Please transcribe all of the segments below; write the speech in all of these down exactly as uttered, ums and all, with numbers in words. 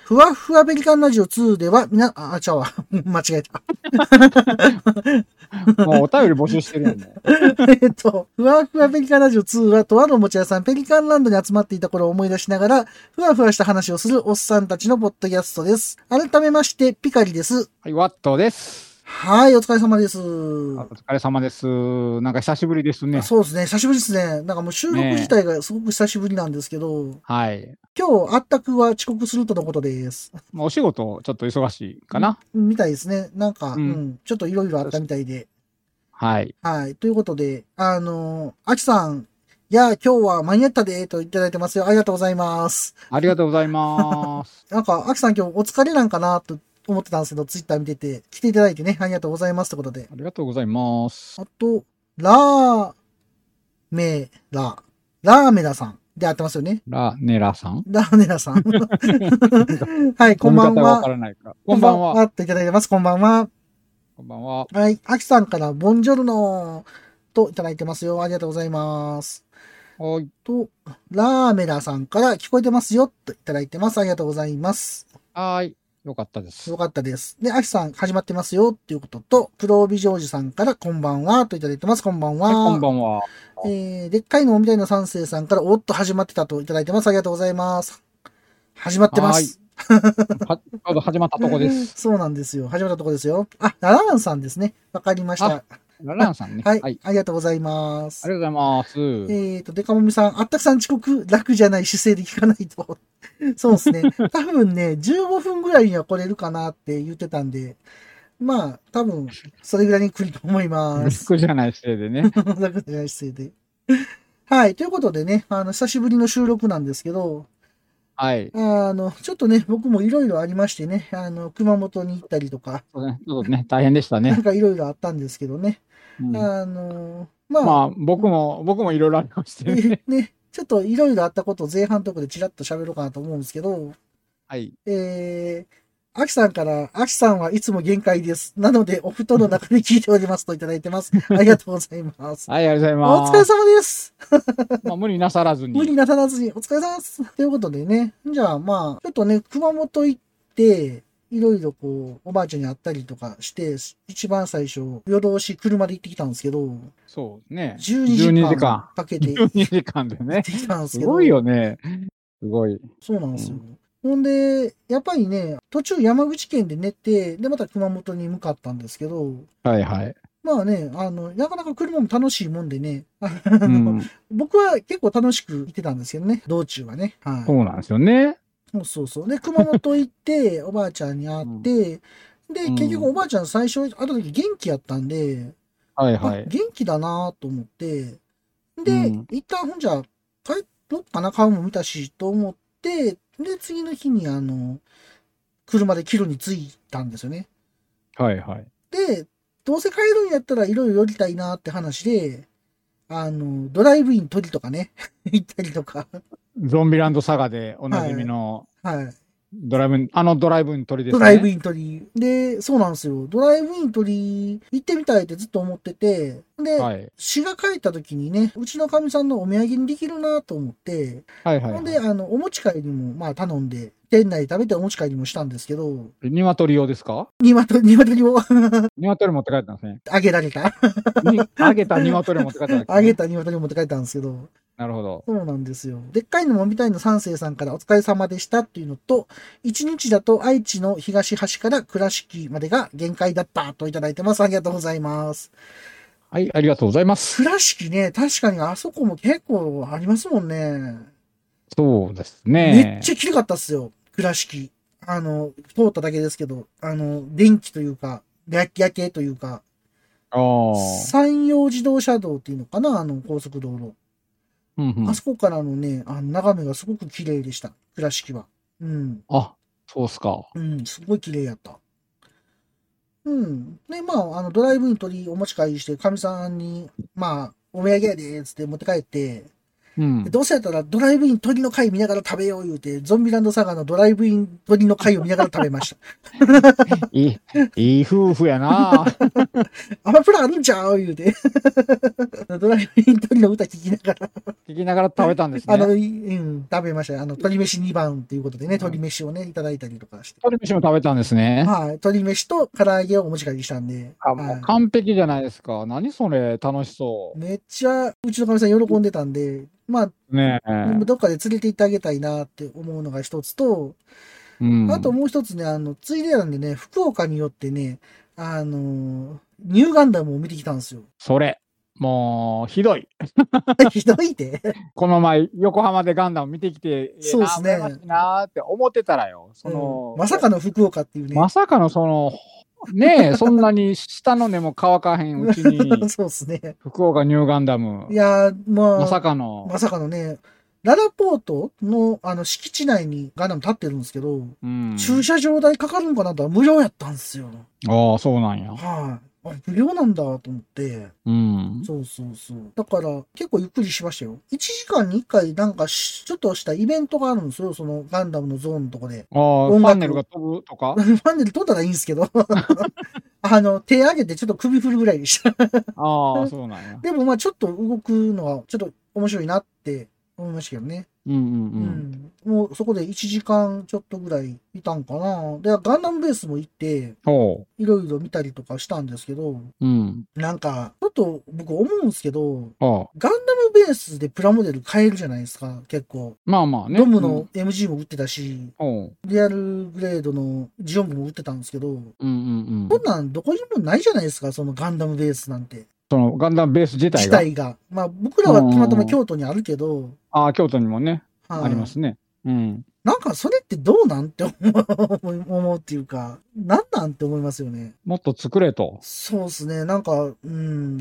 ふわふわペリカンラジオツーでは、みな、あ、ちゃうわ。間違えた。 もうお便り募集してるやん、もう。 えっと、ふわふわペリカンラジオツーは、とあるおもちゃ屋さん、ペリカンランドに集まっていた頃を思い出しながら、ふわふわした話をするおっさんたちのポッドキャストです。改めまして、ピカリです。 はい、ワットです。 はい、お疲れ様です。 お疲れ様です。なんか久しぶりですね。 そうですね、久しぶりですね。なんかもう収録自体がすごく久しぶりなんですけど、 はい。 今日、あったくは遅刻するとのことです。 まあお仕事ちょっと忙しいかな。 みたいですね。なんか、 ううんん、ちょっといろいろあったみたいで。 はい。 はい。ということで、あのー、あきさん、いや、今日は間に合ったで、といただいてますよ。ありがとうございます。 ありがとうございます。 なんか、あきさん今日お疲れなんかな、と思ってたんですけど、ツイッター見てて、来ていただいてね、ありがとうございますってことで。 ありがとうございます。 あと、ラーメラ、ラーメラさんで合ってますよね。 ラネラさんラーメラさん。はい、こんばんは。 読み方がわからないか。こんばんは。 っていただいてます。こんばんは。 こんばんは。 はい、あきさんから、ボンジョルノといただいてますよ。ありがとうございます。 はい。 と、ラーメラさんから聞こえてますよといただいてます。ありがとうございます。 はい。よかったです。 よかったです。で、アキさん始まってますよっていうことと、黒帯ジョージさんからこんばんはといただいてます。こんばんは。 はい、こんばんは。 えー、でっかいのみたいな三世さんからおっと始まってたといただいてます。ありがとうございます。始まってまはい。 す。 は、ちょうど始まったとこです。 そうなんですよ。始まったとこですよ。あ、ララーンさんですね。わかりました。 ラランさんね。 はい、 はい。 ありがとうございます。 ありがとうございます。 えーと、デカモミさん、あったくさん遅刻楽じゃない姿勢で聞かないと。そうですね。多分ね、じゅうごふんぐらいには来れるかなって言ってたんで、まあ、多分、それぐらいに来ると思います。 楽じゃない姿勢でね。 楽じゃない姿勢で。はい。ということでね、あの、久しぶりの収録なんですけど、 はい。 あの、ちょっとね、僕もいろいろありましてね、あの、熊本に行ったりとか、 そうね、ちょっとね、大変でしたね。 なんかいろいろあったんですけどね。 うん、 あの、まあ、 まあ、僕も、僕もいろいろありましてね。 ね、ちょっといろいろあったことを前半とこでちらっと喋ろうかなと思うんですけど、 はい。 えー、アキさんから、アキさんはいつも限界です。なので、お布団の中で聞いておりますといただいてます。ありがとうございます。 はい、ありがとうごお疲れざいます。 様です。 まあ、無理なさらずに。 無理なさらずに、お疲れ様です。ということでね。じゃあ、まあ、ちょっとね、熊本行って、いろいろこう、おばあちゃんに会ったりとかして、一番最初、夜通し車で行ってきたんですけど、 そうね。 じゅうにじかんかかけてじゅうにじかんでね。 行ってきたんですけど、 すごいよね。すごい。 そうなんですよ。 うん、 ほんで、やっぱりね、途中山口県で寝て、で、また熊本に向かったんですけど、 はいはい。 まあね、あの、なかなか車も楽しいもんでね、あうの、 ん。 僕は結構楽しく行ってたんですけどね、道中はね。はい。 そうなんですよね。 そうそうそう。で、熊本行って、おばあちゃんに会っうん。 て、で、 うん。 結局おばあちゃん最初会った時元気やったんで、あ、 はいはい。 元気だなと思って、で、 うん。 一旦ほんじゃ、帰ろっかな、顔も見たし、と思って、で、次の日にあの、車で帰路に着いたんですよね。 はいはい。 で、どうせ帰るんやったらいろいろ寄りたいなって話で、あの、ドライブイン鳥とかね、行ったりとか。 ゾンビランドサガでおなじみはい。 のはい。 ドライブ、あのドライブイン鳥でドライブすね。 イン鳥。で、そうなんですよ。ドライブイン鳥行ってみたいってずっと思ってて、で、 はい。 滋賀帰った時にね、うちのかみさんのお土産にできるなと思って、ほんで、 はいはいはい。 あの、お持ち帰りも、まあ頼んで、店内で食べてお持ち帰りもしたんですけど、 鶏用ですか？ 鶏、鶏を鶏持って帰ったんですね。 あげられた。 に、揚げた鶏持って帰ったわけですね。 あげた鶏を持って帰ったんですけど、 なるほど。 そうなんですよ。でっかいのもみたいの三世さんからお疲れ様でしたっていうのと、一日だと愛知の東端から倉敷までが限界だったといただいてます。ありがとうございます。 はい、ありがとうございます。 倉敷ね、確かにあそこも結構ありますもんね。 そうですめっちね。 ゃ綺麗かったっすよ。倉敷。あの、通っただけですけど、あの、電気というか、夜夜景というか、 ああ。 山陽自動車道っていうのかな、あの高速道路。 うんうん。 あそこからのね、あの眺めがすごく綺麗でした。倉敷は。うん。 あ、そうっすか。 うん、すごい綺麗やった。うん。で、まあ、あの、ドライブイン取りお持ち帰りして、かみさんに、まあ、お土産やで、つって持って帰って、 うん。 どうせやったらドライブイン鳥の貝見ながら食べよう言うて、ゾンビランドサガのドライブイン鳥の貝を見ながら食べました。 いい、いい夫婦やな。 アマプラあるんちゃう言うて。ドライブイン鳥の歌聞きながら。 聞きながら食べたんですね。 あの、うん、食べました。あの、鶏飯にばんっていうことでね、鶏飯をね、いただいたりとかして。 鶏飯も食べたんですね。 はい。鶏飯と唐揚げをお持ち帰りしたんで。 あ、もう完璧じゃないですか。何それ、楽しそう。 めっちゃ、うちのかみさん喜んでたんで、まあ、 ねえ。 どっかで連れて行ってあげたいなって思うのが一つと、 うん、 あともう一つね、あの、ついでなんでね、福岡によってね、あの、ニューガンダムを見てきたんですよ。 それ、もう、ひどい。 ひどいで。 この前、横浜でガンダム見てきて、 そうですね。 羨ましいなーって思ってたらよ。その、 うん、まさかの福岡っていうね。 まさかのその、ねえ、そんなに下の根も乾かへんうちに、 そうですね。 福岡ニューガンダム。 いやまあ、 まさかの。 まさかのね、ララポートのあの敷地内にガンダム立ってるんですけど、うん、駐車場代かかるんかなとは無料やったんですよ。 ああ、そうなんや。 はい、あ。無料なんだと思って。 うん。 そうそうそう。だから結構ゆっくりしましたよ。いちじかんにいっかいなんかちょっとしたイベントがあるんですよ。そのガンダムのゾーンのとこで。 ああ、ファンネルが飛ぶとかファンネル飛んだらいいんですけど。あの、手上げてちょっと首振るぐらいでした。 ああ、そうなんや。 でもまあちょっと動くのはちょっと面白いなって思いましたけどね。 うんうんうん。 うん、もうそこでいちじかんちょっとぐらいいたんかな。で、ガンダムベースも行って、いろいろ見たりとかしたんですけど、うん、なんか、ちょっと僕思うんですけど、ガンダムベースでプラモデル買えるじゃないですか、結構。 まあまあね。 ドムの エムジー も売ってたし、うん、リアルグレードのジオングも売ってたんですけど、うんうんうん、そんなんどこにもないじゃないですか、そのガンダムベースなんて。 そのガンダムベース自体が。 自体が。まあ僕らはたまたま京都にあるけど。 ああ、京都にもね、はあ、ありますね。うん。 なんかそれってどうなんって思う、思うっていうか、なんなんって思いますよね。 もっと作れと。 そうですね。なんか、うん。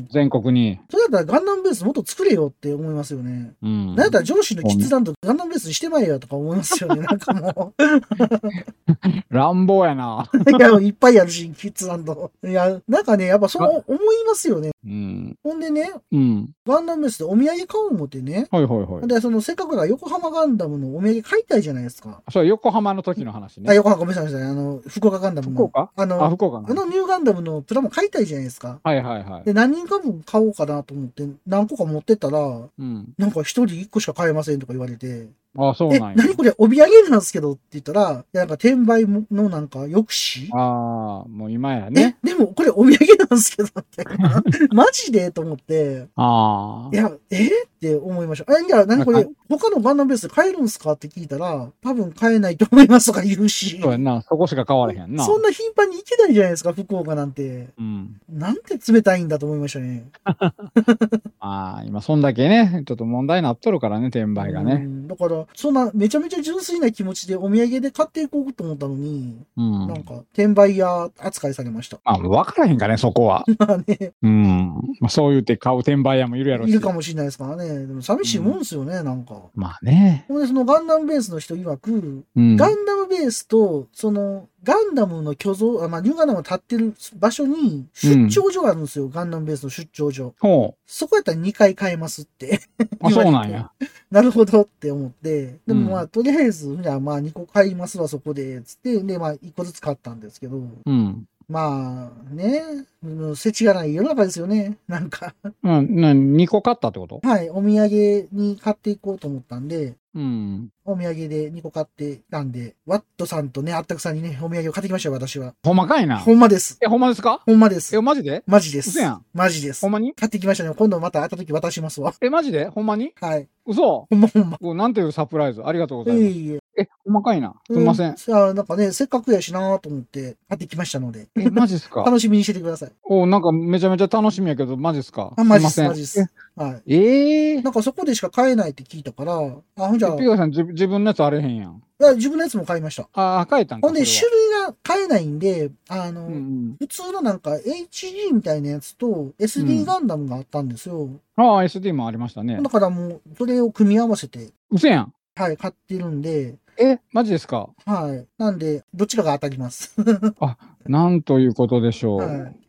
全国に。 それだったらガンダムベースもっと作れよって思いますよね。うん。なんやったら上司の決断とガンダムベースにしてまえよとか思いますよね。なんかもう。 乱暴やな。 いや、いっぱいあるし、決断と。いや、なんかね、やっぱそう思いますよね。うん。ほんでね、うん。ガンダムベースでお土産買おう思ってね。はいはいはい。で、そのせっかくだから横浜ガンダムのお土産買いたいじゃないですか。 そう、横浜の時の話ね。 あ、横浜ごめんなさい。あの、福岡ガンダムの。 福岡あの、 あ、福岡あのニューガンダムのプラモ買いたいじゃないですか。 はいはいはい。 で、何人か分買おうかなと思って、何個か持ってったら、うん、なんか一人一個しか買えませんとか言われて。ああ、そうなんや。え、何これ、お土産なんですけどって言ったら、いや、なんか転売のなんか抑止ああ、もう今やね。 え、でもこれお土産なんですけどって。マジでと思って。ああ。いや、えって思いました。え、じゃあ何これ、他のガンダムベースで買えるんすかって聞いたら、多分買えないと思いますとか言うし。 そうやんな。そこしか買われへんな。 そんな頻繁に行けないじゃないですか、福岡なんて。うん。なんて冷たいんだと思いましたね。 ああ、今そんだけね、ちょっと問題になっとるからね、転売がね。 だから、そんなめちゃめちゃ純粋な気持ちでお土産で買っていこうと思ったのに、うん、なんか、転売屋扱いされました。 あ、分からへんかね、そこは。まあね。うん。まあ、そう言って買う転売屋もいるやろし。 いるかもしれないですからね。でも寂しいもんですよね、うん、なんか。 まあね。 ほんで、そのガンダムベースの人曰く、うん、ガンダムベースと、その、ガンダムの居蔵、あまあ、ニューガンダムが立ってる場所に出張所があるんですよ、うん、ガンダムベースの出張所。ほう。そこやったらにかい買えますって。 あ、そうなんや。 なるほどって思って、でもまあ、うん、とりあえず、じゃあまあにこ買いますわ、そこで、つって、で、まあいっこずつ買ったんですけど、うん、まあね、世知がない世の中ですよね、なんか。 うん、にこ買ったってこと？ はい、お土産に買っていこうと思ったんで、うん、お土産でにこ買ってたんで、ワットさんとね、あったくさんにね、お土産を買ってきましたよ、私は。 ほんまかいな。 ほんまです。 え、ほんまですか？ ほんまです。 え、マジで？ マジです。 嘘やん。 マジです。 ほんまに？ 買ってきましたね。今度また会った時渡しますわ。 え、マジで？ほんまに？ はい。 嘘？ ほんまほんま。 なんていうサプライズ。ありがとうございます。いえいえ。え、ほんまかいな。すみません。 じゃあ、なんかね、せっかくやしなーと思って買ってきましたので。 え、マジっすか？ 楽しみにしててください。 おなんかめちゃめちゃ楽しみやけど、マジっすか？ あ、マジっす、マジっす。はい。 ええー。 なんかそこでしか買えないって聞いたから、あ、ほんじゃピガさん自分のやつあれへんやん。 いや、自分のやつも買いました。 ああ、買えたんか。 ほんで、種類が買えないんで、あの、うんうん、普通のなんか エイチジー みたいなやつと エスディー ガンダムがあったんですよ。うん、 ああ、エスディー もありましたね。 だからもう、それを組み合わせて。 うせやん。 はい、買ってるんで。 え、マジですか？ はい。なんで、どっちかが当たります。 あ、なんということでしょう。はい。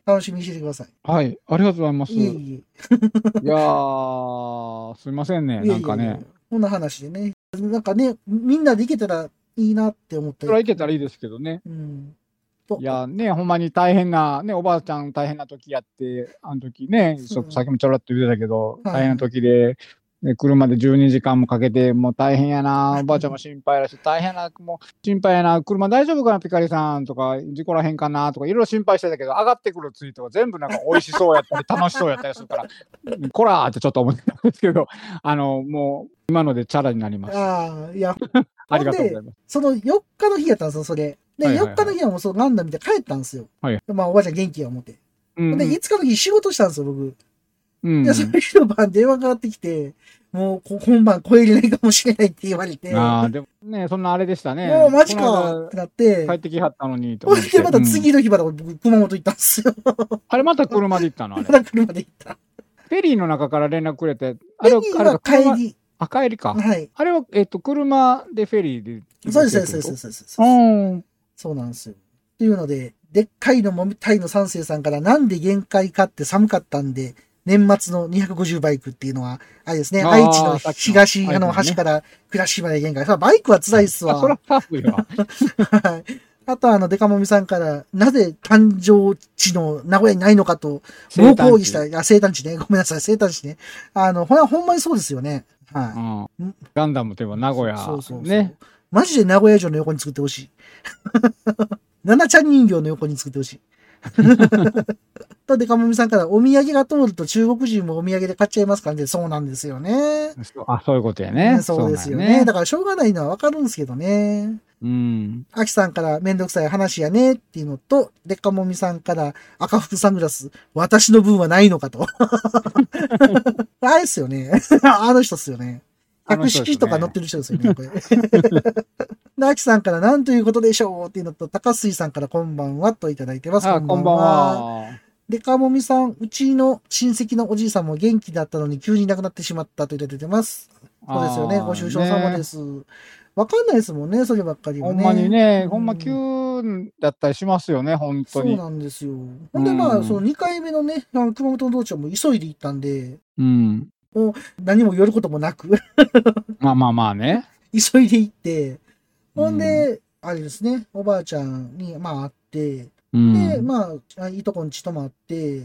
楽しみにしててください。 はい、ありがとうございます。 いえいえ。 いやー、すいませんね、 いやいやいやなんかね。 こんな話でね。なんかね、みんなで行けたらいいなって思って。 それはいけたらいいですけどね。 うん。 いやね、ほんまに大変な、ね、おばあちゃん大変な時やって、あの時ね、 うんちょっとさっきもちょろっと言ってたけど、 はい大変な時で、ね、車でじゅうにじかんもかけて、もう大変やな、おばあちゃんも心配だし、大変な、もう心配やな、車大丈夫かな、ピカリさんとか、事故らへんかなとか、いろいろ心配してたけど、上がってくるツイートが全部なんか美味しそうやったり、楽しそうやったりするから、こらーってちょっと思ってたんですけど、あの、もう、今のでチャラになります。 ああ、いや、 ありがとうございます。 そのよっかの日やったんですよ、それ。で、 はいはいはいよっかの日はもうそのガンダム見て帰ったんですよ。 はいまあ、おばあちゃん元気や思って。 うんうんで、いつかの日仕事したんですよ、僕。 うんで、その日の晩電話かかってきて、もうこ本番超えれないかもしれないって言われて、 ああ、でもね、そんなあれでしたね。 もうマジこのか間ってなって、 帰ってきはったのにとほ思って。 いでまたうん次の日まで僕熊本行ったんですよ。 あれまた車で行ったのあれ。 また車で行った。 フェリーの中から連絡くれて、あフれをあれェリーは帰か車り。 あ、帰りか。 はい。 あれは、えっと、車でフェリーで。 そうです、そうです、そうです。そうですうん。 そうなんですよ。っていうので、でっかいのもみたいの三世さんからなんで限界かって寒かったんで、年末のにひゃくごじゅうバイクっていうのは、あれですね、 あー愛知のさっきの東あのバイクね端から倉島で限界。バイクは辛いっすわ。 あ、そら寒いわ。 はい。あとあの、デカモミさんから、なぜ誕生地の名古屋にないのかと、猛抗議した、いや、生誕地ね。ごめんなさい、生誕地ね。あの、ほら、ほんまにそうですよね。はうんい。 ガンダムといえば名古屋。 そうそうそう。 ね。 マジで名古屋城の横に作ってほしい。七ちゃん人形の横に作ってほしい。と、デカモミさんから、お土産が通ると中国人もお土産で買っちゃいますからね。そうなんですよね。 あ、そういうことやね。 そうですよそうなんやね。だからしょうがないのはわかるんですけどね。 うん。 アキさんからめんどくさい話やねっていうのと、デカモミさんから赤服サングラス、私の分はないのかと。あれですよね。あの人っすよね。百あの人ですね式とか乗ってる人ですよね、これ。で、アキさんから何ということでしょうっていうのと、高水さんからこんばんはといただいてます。 あ、こんばんは。 デカモミさん、うちの親戚のおじいさんも元気だったのに急に亡くなってしまったといただいてます。そうですよね。ご愁傷様です。わかんないですもんね、そればっかりはね。 ほんまにね、 うんほんま急だったりしますよね、本当に。 そうなんですよ。ほんで、まあ、そのにかいめのね、あの熊本の道長も急いで行ったんで、 うん。 何も寄ることもなく、 まあまあまあね。 急いで行って、ほんで、あれですね、おばあちゃんに、まあ、会って、 うん、 で、まあ、いとこんち泊まって、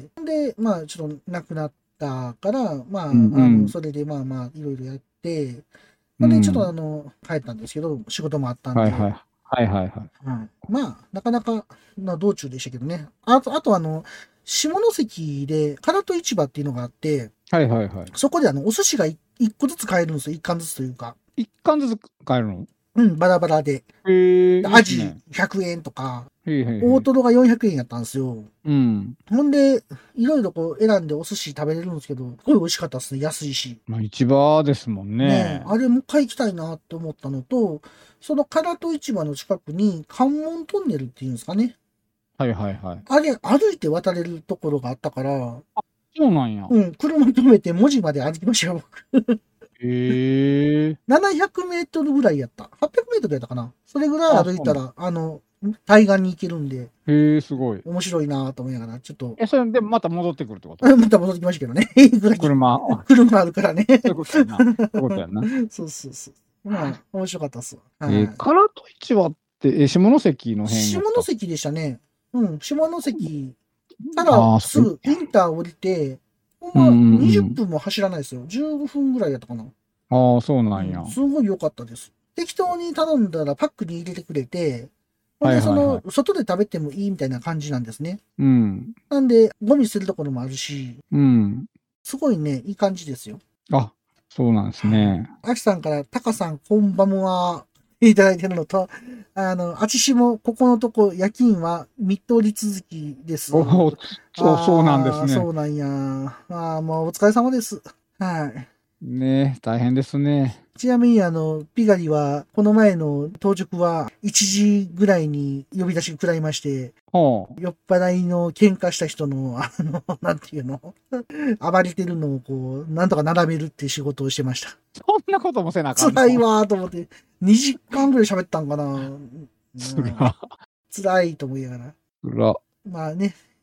で、まあ、ちょっと亡くなったから、まあ、 うんうんあの、それで、まあまあ、いろいろやって、ほんで、ちょっとあの、帰ったんですけど、仕事もあったんで、 はいはい。はいはいはい。 はい、まあ、なかなかな道中でしたけどね。あと、あとあの、下関で、唐戸市場っていうのがあって、 はいはいはい。 そこであの、お寿司が一個ずつ買えるんですよ。一貫ずつというか。 一貫ずつ買えるの？ うん、バラバラで。 へえ。 アジひゃくえんとか、 へえ。 大トロがよんひゃくえんやったんですよ。 うん。 ほんで、いろいろこう選んでお寿司食べれるんですけど、すごい美味しかったですね。安いし。 まあ市場ですもんね。 ねえあれもう一回行きたいなって思ったのと、その唐戸市場の近くに関門トンネルっていうんですかね。 はいはいはい。 あれ、歩いて渡れるところがあったから、 そうなんや。 うん、車止めて文字まで歩きましたよ。 へえ。 ななひゃくメートルぐらいやった。はっぴゃくメートルやったかな。それぐらい歩いたら、あの、対岸に行けるんで、 へえ、すごい。 面白いなと思いながら、ちょっと、 え、それでまた戻ってくるってこと？ また戻ってきましたけどね。ぐらい車。 車あるからね。 そういうことやな。そういうことやな。 そうそうそう。まあ、面白かったっすわ。 えはいー、唐戸市場って、え、下関の辺下やった関でしたね。うん、下関かあらーすぐインター降りて、ほんまうんうんうんにじゅっぷんも走らないですよ。じゅうごふんぐらいやったかな。 ああ、そうなんや。 うんすごい良かったです。適当に頼んだらパックに入れてくれて、ほんで、そはいはいはいの、外で食べてもいいみたいな感じなんですね。 うん。 なんで、ゴミ捨てるところもあるし、 うん。 すごいね、いい感じですよ。 あ、そうなんですね。 アキさんから、タカさん、こんばんは、いただいてるのと、あの、あちしも、ここのとこ、夜勤は、みっとり続きです。 おお、そう、そうなんですあーそね。 うなんや。ああ、もうお疲れ様です。はい。 ね大変ですね。 ちなみに、あの、ピガリは、この前の当直はいちじぐらいに呼び出し食らいまして、 ほう。 酔っ払いの喧嘩した人の、あの、なんていうの暴れてるのをこう、なんとか並べるっていう仕事をしてました。 そんなこともせなあかんの。 辛いわーと思って、にじかんぐらい喋ったんかな。 つら。 辛いと思いながら。 つら。 まあね、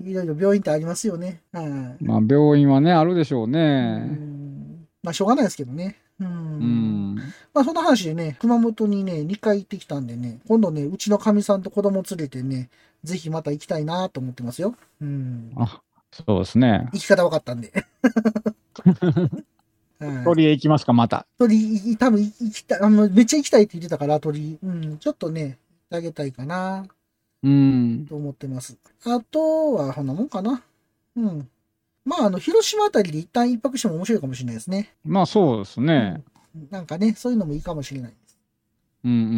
いろいろ病院ってありますよね。はい。 まあ、病院はね、あるでしょううね。 ん。まあ、しょうがないですけどね。う。 うんん。 まあ、そんな話でね、熊本にね、にかい行ってきたんでね、今度ね、うちのかみさんと子供連れてね、ぜひまた行きたいなと思ってますよ。うん。 あ、そうですね。 行き方分かったんで。はい。 鳥へ行きますか、また。 鳥、い多分行きたい、あの、めっちゃ行きたいって言ってたから、鳥。うん。ちょっとね、行ってあげたいかなうん。 と思ってます。あとは、こんなもんかな。うん。まあ、あの、広島あたりで一旦一泊しても面白いかもしれないですね。 まあ、そうですね。 うん。なんかね、そういうのもいいかもしれないです。 うんうんうん。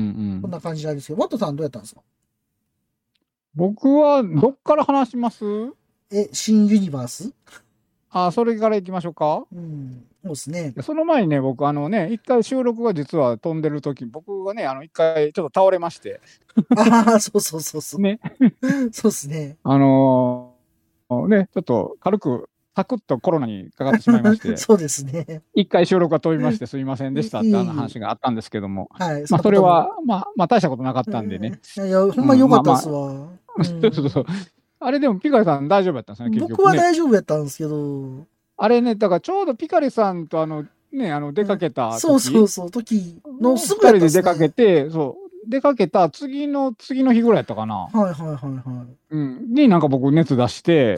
こんな感じなんですけど、ワットさんどうやったんですか？ 僕は、どっから話します？ え、新ユニバース？ あ、それから行きましょうか。 うん、そうですね。 その前にね、僕、あのね、一回収録が実は飛んでる時、僕がね、あの、一回ちょっと倒れまして、 ああ、そうそうそうそう。 ね、 そうですね。 あのーね、ちょっと軽く、サクッとコロナにかかってしまいまして、 そうですね。 一回収録が飛びましてすいませんでいしたってあのいいい。 話があったんですけども、 はい、そんまあ、 なことも。 それは、まあ、まあ、大したことなかっうたんでね。 ん、いや、ほんまうん、 良かったっまあまあ、 すわ。うそうそうそん。 う。あれでもピカリさん大丈夫やったんですね、結僕局ね。 は大丈夫やったんですけど、 あれね、だからちょうどピカリさんとあの、ね、あの、出かけたそうそ時、 うそう、時の二すぐやったっ人で出かけすね。 て、そう、出かけた次の次の日ぐらいやったかな。 はいはいはいはい。 うん。になんか僕熱出して、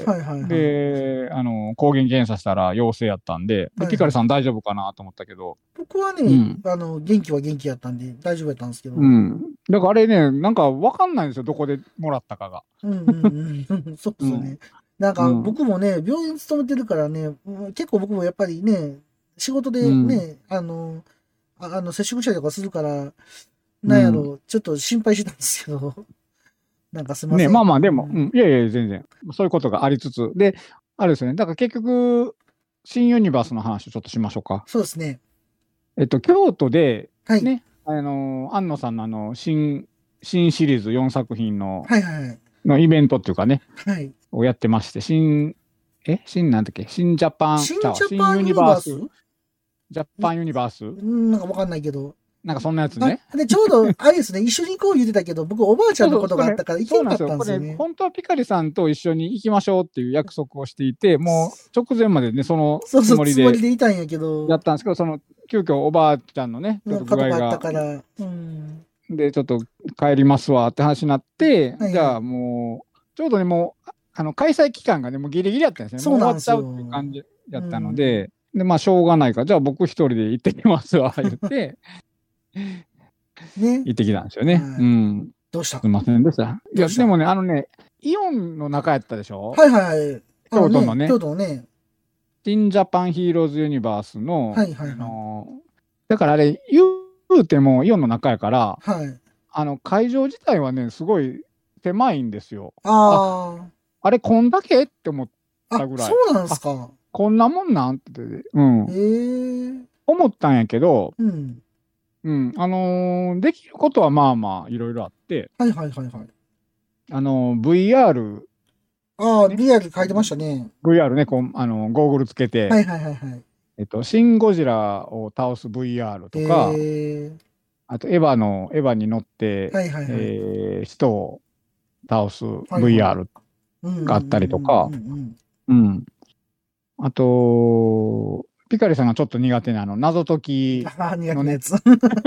はいはいはい。 で、あの、抗原検査したら陽性やったんで、で、ピカリはいはい。 さん大丈夫かなと思ったけど、 僕はね、 うん。 あの、元気は元気やったんで大丈夫やったんですけど、 うん。だからあれね、なんかわかんないんですよ、どこでもらったかが。 うんうんうん。そうでうん。 すよね。なんかうん。 僕もね、病院勤めてるからね、うん結構僕もやっぱりね、仕事うん。 でね、あの、ああの、接触したりとかするから、 うん。 なんやろ、ちょっと心配してたんですけど、なんかすいまね、 せん。 まあまあ、でも、ううん。 ん、いやいや、全然。そういうことがありつつ。で、あれですよね。だから結局、新ユニバースの話をちょっとしましょうか。 そうですね。 えっと、京都で、 はい。 ね、あの、安野さんのあの、新、新シリーズよんさく品の、 はいはいはい。 のイベントっていうかね、 はい。 をやってまして、新、え新なんだっけ新ジャパン、じゃあ、 新ジャ新ユパンユニバースニバース、ジャパンユニバースんなんかわかんないけど。 なんかそんなやつあ、 ね。 で、ちょうど、あれですね、一緒に行こう言ってたけど、僕おばあちゃそうそう、 んのことこれ、 があったから行けそうなんですよ。 んかったんこれ、 ですよね。 本当はピカリさんと一緒に行きましょうっていう約束をしていて、もう直前までね、そのつそうそう、つもりもりででいたんやけど、 やったんですけど、その、急遽おばあちゃんのね、ちょっとなんかことがあった具合が、 から、うん。 で、ちょっと帰りますわって話になって、じゃあはいはい。 もう、ちょうどね、もう、あの、開催期間がね、もうギリギリやったんですね。もうそうなんですよ。 終わっちゃうっていう感じやうったのん。 で、で、まあ、しょうがないから、じゃあ僕一人で行ってきますわ、言って、 ね。 行ってきたんですよね。うはい。 ん。 どうしたすいませんでした。いや、 どうしたでもね、あのね、イオンの中やったでしょ？ はいはいはい。あのね、 京都のね、 京都のね。 新ジャパンヒーローズユニバースの、あはいはいはい。 のーだからあれ、言うてもイオンの中やから、 はい。 あの、会場自体はね、すごい狭いんですよ。あ、 ああれ、こんだけって思っあ。あ、 たぐらい。 そうなんすあ、 か。 こんなもんなんって、うん、 ええ思ったんやけど、 うん。 うん、あのーできることはまあまあいろいろあって、 はいはいはいはい。 あのー ブイアールああ、 ね、 リアル書いてましたね。 ブイアール ね、こう、あのーゴーグルつけて、 はいはいはいはい。 えっと、シン・ゴジラを倒す ブイアール とか、 ええあと、エヴァの、エヴァに乗って、 はいはいはい。 えー人を倒すはいはい。 ブイアールうんうんがあったりとか、 うんうんうんうん。あと、ピカリさんがちょっと苦手なあの、謎解うん。 きああ、苦手のね、 なやつ。は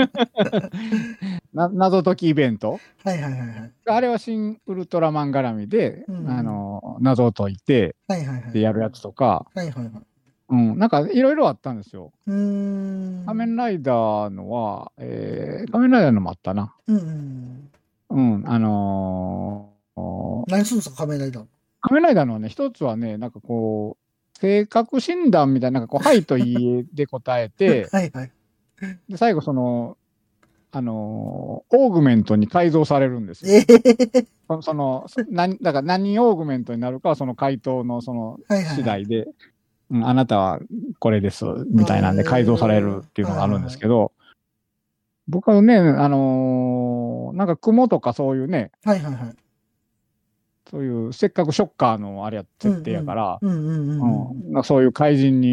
な謎解きイベント。 いはいはいはい。 あれは新ウルトラマン絡みで、 うんうあん。 の、謎を解いて、 はいはいはい。 でやるやつとか、 はいはいはい。 うん、なんかいろいろあったんですよ。 うーん。 仮面ライダーのは、えー、仮面ライダーのもあったな。 うんうん。 うん、あのー何するんですか、仮面ライダー。 仮面ライダーのはね、一つはね、なんかこう、性格診断みたいな、なんかこう、はいといいえで答えて、 はいはい。 で、最後その、あのーオーグメントに改造されるんですよ。 ええそその、そ何、だから何オーグメントになるかはその回答のそのはいはいはい。 次第で、うん、あなたはこれです、みたいなんで改造されるっていうはのがあるんいはいはい。 ですけど、僕はね、あのーなんか雲とかそういうね、 はいはいはい。 そういうせっかくショッカーのあれや、設うんうん。 定やから、 うんうんうんうん。 うん、なんかそういう怪人に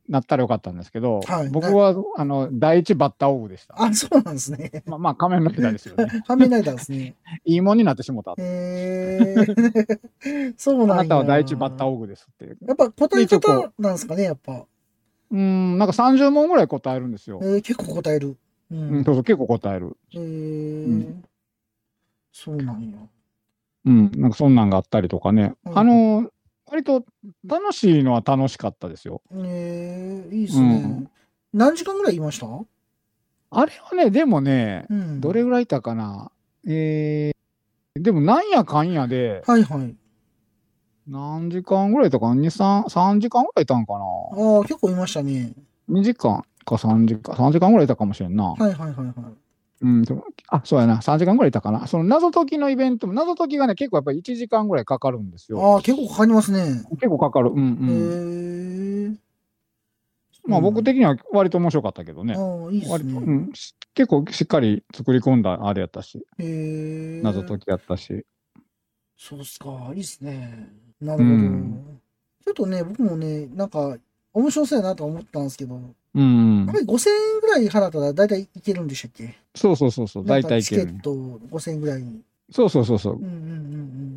なったらよかったんですけど、 はい僕は、あの、第一バッターオブでした。 あ、そうなんですね。 まあ、まあ、仮面ライダーですよね。 仮面ライダーですね。 いいもんになってしもた。 へー。そうなんや。 あなたは第一バッターオブですっていう。 やっぱ答え一応こ方なんですかね、やっぱ。 う、うーん、なんかさんじゅう問ぐらい答えるんですよ。 えー、結構答える。ううん、 ん。 そうそう、結構答える。 えうーん、 そうなんや。 うん、なんかそんなんがあったりとかね。 うんあのー割と楽しいのは楽しかったですよ。 えー、いいっうすね。 ん。 何時間ぐらいいましたあれはね、でもね、 うん。 どれぐらいいたかな。えー、でもなんやかんやで、 はいはい。 何時間ぐらいいたかな？ に、さん、さんじかんぐらいいたんかな？ ああ、結構いましたね。 に 時間かさんじかん、さんじかんぐらいいたかもしれんな。 はいはいはいはい。 うん、そうあ、そうやな、さんじかんぐらいいたかな。その謎解きのイベントも、謎解きがね、結構やっぱりいちじかんぐらいかかるんですよ。 ああ、結構かかりますね。 結構かかる。うんうへん。 え。 まあ僕的的には割と面白かったけどね。 ああ、いいっす割と、うね。 ん、し結構しっかり作り込んだあれやったし、 へえ。 謎解きやったし。 そうっすか。いいっすね。なうるほど。 ん。 ちょっとね、僕もね、なんか、面白そうやなとは思ったんですけど、やっうん。 ぱりごせんえんぐらい払ったら大体いけるんでしたっけそうそうそうそう、 なん大かチケッ体いけるね。 トごせんえんぐらいに。 そうそうそうそううんうんうんうん。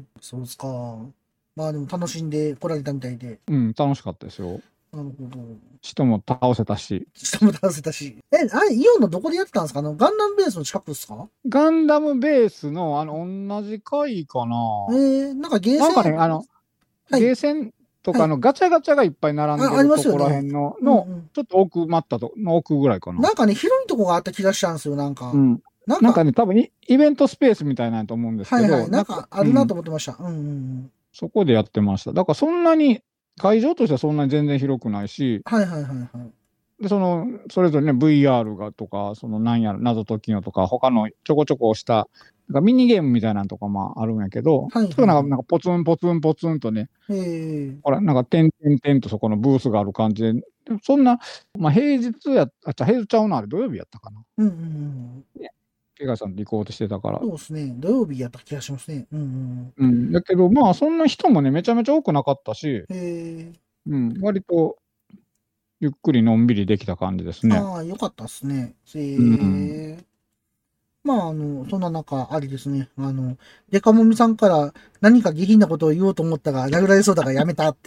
そうっすか。まあでも楽しんで来られたみたいで。 う。うん、楽しかったですよ。 なるほど。 人も倒せたし。 人も倒せたし。え、あれ、イオンのどこでやってたんですかあの、ガンダムベースの近くですかガンダムベースの、あの、同じ回かな。 えー、なんかゲーセン、 なんかね、あの、 はい、 ゲーセンとかはい。 のガチャガチャがいっぱい並んであ、ありるますよね。 ところへんの、の、 うんうん。 ちょっと奥まったと、の奥ぐらいかな。 なんかね、広いとこがあった気がしたんですよ、なんか。 うん。 なんか、 なんかね、多分イイベントスペースみたいなんやと思うんですはいはい。 けど、 なんなんか、 かあるなとうん、 思ってました。うんうんうん。 そこでやってました。だからそんなに、会場としてはそんなに全然広くないし、 はいはいはいはい。 で、その、それぞれね、ブイアール がとか、そのなんやろ、謎解きのとか、他のちょこちょこした、なんかミニゲームみたいなのとかもあるんやけど、 はいはいはいそれなんか、なんかポツンポツンポツンとね、 えー、 ほら、なんか点々点とそこのブースがある感じで、でもそんな、まあ平日や、あ、じゃ平日ちゃうな、あれ土曜日やったかな。 うんうんうん。 ね、ケガさんと行こうとしてたから。 そうですね。土曜日やった気がしますね。うんうん。だけど、まあ、そんな人もね、めちゃめちゃ多くなかったし、 うん。えうん、割と、ゆっくりのんびりできた感じですー、 ね。 ああ、よかったっすね。えうん。 ー、まあ、あの、そんな中、ありですね。あの、デカモミさんから何か下品なことを言おうと思ったが、殴られそうだからやめたって。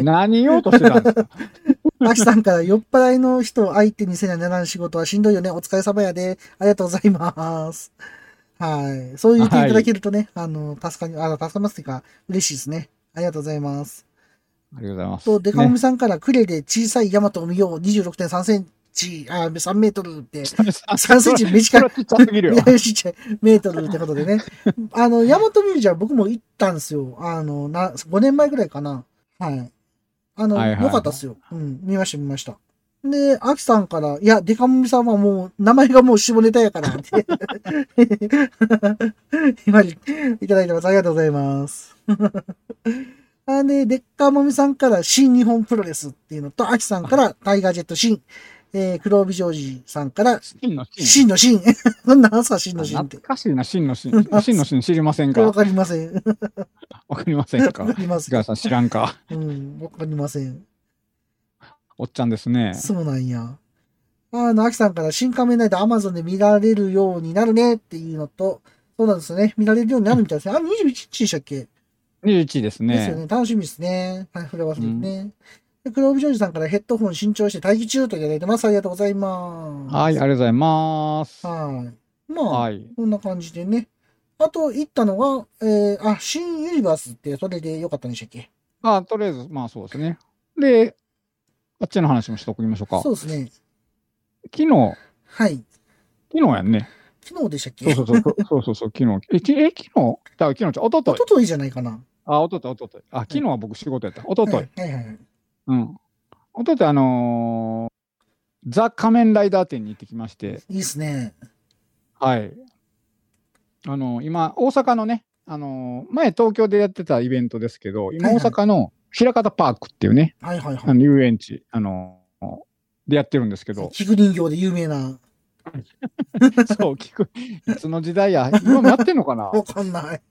何言おうとしてたんですか？ アキさんから酔っ払いの人を相手にせなならん仕事はしんどいよね。お疲れ様やで。ありがとうございます。はい。そう言っていただけるとね、あの、助かり、あの、助かりますっていうか、嬉しいですね。ありがとうございます。 ありがとうございまと、 す。 デカモミね。 さんからクレで小さいヤマトを見よう。にじゅうろくてんさんセンチ、あ、さんメートルって、さんセンチ短い。 それはちっちゃすぎるよ。 ちっちゃいメートルってことでね。あの、ヤマトミュージアム僕も行ったんですよ。あの、な、ごねんまえぐらいかな。はい。あの、 はいはいはい良かったっすよ。うん、見ました見ました。で、アキさんから、いや、デカモミさんはもう、名前がもう下ネタやから、って今いただいてます。ありがとうございます。あで、デッカモミさんから新日本プロレスっていうのと、アキさんからタイガージェット新、えー、黒帯ジョージさんから真の真。 新の新。なんすか新の新って。 懐かしいな、真の真。真の真知りませんか？ わかりません。 わかりませんか？ わかりません。 井川さん知らんか？ うん、わかりません。 おっちゃんですね。 そうなんや。あの、アキさんから新仮面ライダーアマゾンで見られるようになるねっていうのと、そうなんですよね。見られるようになるみたいですね。あ、にじゅういちにちでしたっけにじゅういちですね。 ですよね。楽しみですね。はい、触れ忘れてね。で、黒帯ジョージさんからヘッドホン新調して待機中といただいてます。ありがとうございます。 はい、ありがとうございます。 はい。まあ、 はい。 こんな感じでね。あと、行ったのが、えー、あ、新ユニバースってそれでよかったんでしたっけあ、とりあえず、まあそうですね。で、あっちの話もしておきましょうか。 そうですね。 昨日、 はい。 昨日やんね。 昨日でしたっけそうそうそう、そうそうそう、昨日。え、きえ昨日だ昨日ちゃう、おととい。 一昨日じゃないかな。 あ、おととい、おととい。あ、昨日は僕仕事やった。おととい。 はいはいはい。 うん。おととい、あのーザ・仮面ライダー展に行ってきまして。 いいっすね。 はい。あのー今、大阪のね、あのー前東京でやってたイベントですけど、今大はいはい阪の枚方パークっていうね、 はいはいはい。 あの遊園地、あのーでやってるんですけど、 菊人形で有名な。 そう、聞く。いつの時代や。今もやってんのかな？ わかんない。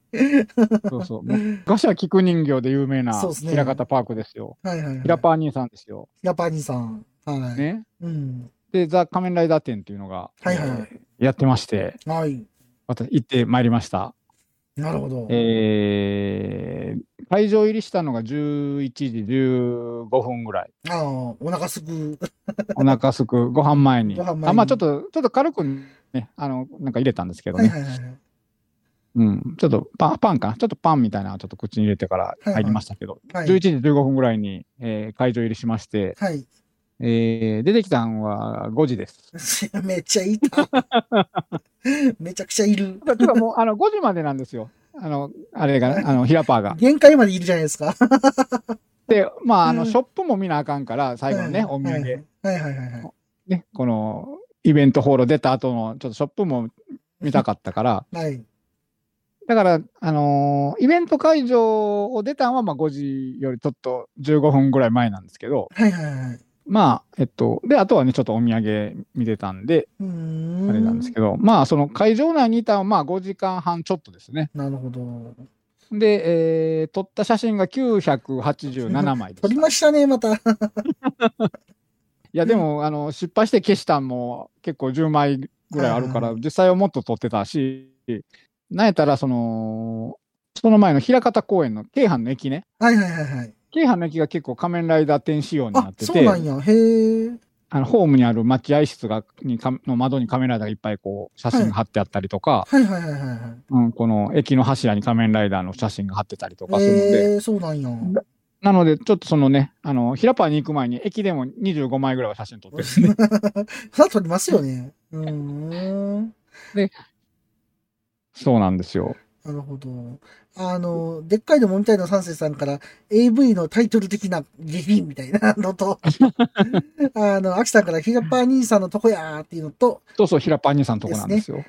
そうそう。昔は菊人形で有名なそうですね。 平方パークですよ。 はいはいはい。 平パー兄さんですよ。 ヤパニさん。はい。 ね。 うん。 で、ザ・仮面ライダー展っていうのが、 はいはいはい。 えーやってまして、 はい。 私行ってまいりました。 なるほど。 えー会場入りしたのがじゅういちじじゅうごふんぐらい。 ああ、お腹すく。 お腹すく、ご飯前ごに。あ、まあちょっ飯前に。 と、ちょっと軽くね、あの、なんか入れたんですけどはいね。 はいはいはい。 うん。ちょっとパン、パンかな。ちょっとパンみたいなのをちょっと口に入れてから入りはいはい。 ましたけど、11 はい。 時じゅうごふんぐらいに、えー会場入りしまして、 はい。 えー出てきたのはごじです。 めっちゃいた。めちゃくちゃいる。 だからもう、あの、ごじまでなんですよ。あの、あれが、あの、ヒラパーが。 限界までいるじゃないですか。 で、まあ、あの、シうん。 ョップも見なあかんから、最後のね、お土はい産。 はいはいはいはい。 ね、この、イベントホール出た後の、ちょっとショップも見たかったから、 はい。 だから、あのーイベント会場を出たのは、まあ、ごじよりちょっとじゅうごふんぐらい前なんですけど、 はいはいはい。 まあ、えっと、で、あとはね、ちょっとお土産見てたんで、 うーあれなんですん。 けど、まあ、その会場内にいたのは、まあ、ごじかんはんちょっとですね。 なるほど。 で、えー撮った写真がきゅうひゃくはちじゅうななまいで撮した。 りましたね、また。 いや、でも、あの、失敗して消したんも結構じゅうまいぐはいらいあるから、 はいはい。 実際はもっと撮ってたし、なんやったら、その、その前の枚方公園の京阪の駅ね。 はいはいはいはい。 京阪の駅が結構仮面ライダー展仕様になあ、 ってて、 そうなんや。へえ。 あの、ホームにある待合室が、にかの窓に仮面ライダーがいっぱいこう、写はい。 真が貼ってあったりとか、 はいはいはいはいはうん、この駅の柱に仮面ライダーの写真が貼ってたりとい。 かするので、 ええ、そうなんや。 だなので、ちょっとそのね、あの、平パーに行く前に駅でもにじゅうごまいぐらいは写真撮ってるんで。 そら撮りますよね。うーん。 で、そうなんですよ。 なるほど。あの、でっかいのもみたいな三世さんから エーブイ のタイトル的な下品みたいなのと、あの、アキさんからヒラパー兄さんのとこやーっていうのとそうそう、平パー兄さんのとこですね、 なんですよ。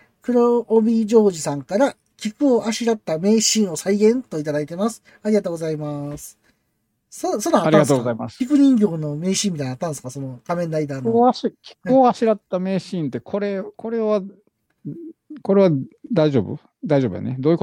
黒帯ジョージさんから菊をあしらった名シーンを再現といただいてます。ありがとうございます。そ、そのあっありがとうごたんすか？ ざいます。 菊人形の名シーンみたいなのあったんですか？その仮面ライダーの。 菊をあし、菊をあしらった名シーンって、これ、これは、これは大丈夫大丈夫やね。どういうこと？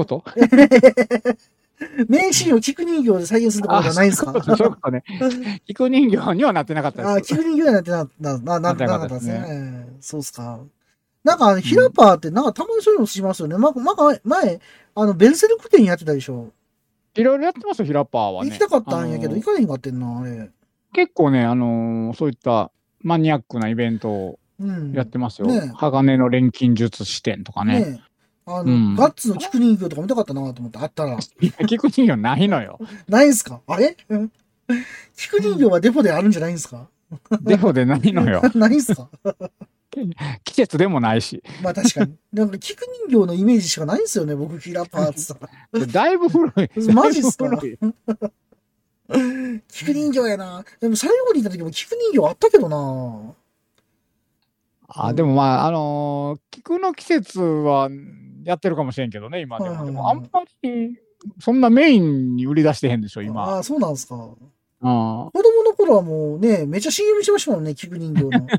名シーンを菊人形で再現するところであ、 はないんですか？ そういうことね。菊人形にはなってなかったです。 あ、菊人形になってな、な、な、な、 なってなかなかったですね。 ったですね。 ええ、そうっすか。なんか、ヒラうん。 パーってなんかたまにそういうのしますよね。ま、ま、前、あの、ベルセルク店やってたでしょ。 いろいろやってますよ、ヒラパーはね。 行きたかっあたんやけど、 のー行かれへんかってんな、あれ。 結構ね、あのーそういったマニアックなイベントをうん。 やってますよ。 ね鋼の錬金術師展とかえ、ねね。 え。あの、ガうん。 ッツの菊人形とか見たかったなと思って、あったら。 菊人形ないのよ。 ないんすか？あれ菊人形はデポであるんじゃないんすか？ デフォでないのよ。 ないんすか？ 季節でもないし。 まあ確かに。なんか菊人形のイメージしかないんすよね、僕、ヒラパーってさ。 だいぶ古い。 マジっすか？ だいぶ古い。 菊人形やな。でも最後に行った時も菊人形あったけどな。うあ、でもん。 まあ、あのー菊の季節はやってるかもしれんけどね、今はいでも。でも、あんはいはい。 まり、そんなメインに売り出してへんでしょ、今。 ああ、そうなんすか。 うん。 子供の頃はもうね、めっちゃ シーエム してましたもんね、菊人形の。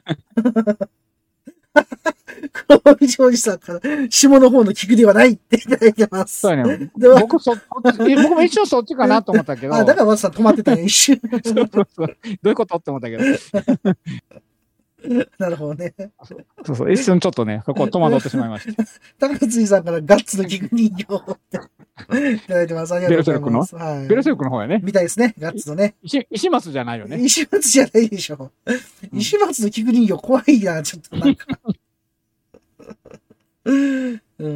黒帯ジョージさんから、下の方の菊ではないっていただいてます。 そうやね。 では、 僕、そ、そっちえ僕も一応そっちかなと思ったけあ、だかど、 ら松さん止まってたね、一瞬。 そうそうそう。どういうことって思ったけど、 なるほどね。 そうそう、一瞬ちょっとね、そこ戸惑ってしまいました。 高松井さんからガッツの菊人形っていただいてます。ありがとうごベルセルクのざいます。はベルセルい。 クの方やね。 みたいですね、ガッツのね。 石、石松じゃないよね。 石松じゃないでしょ。 うん、 石松の菊人形怖いな、ちょっとなんか。うん。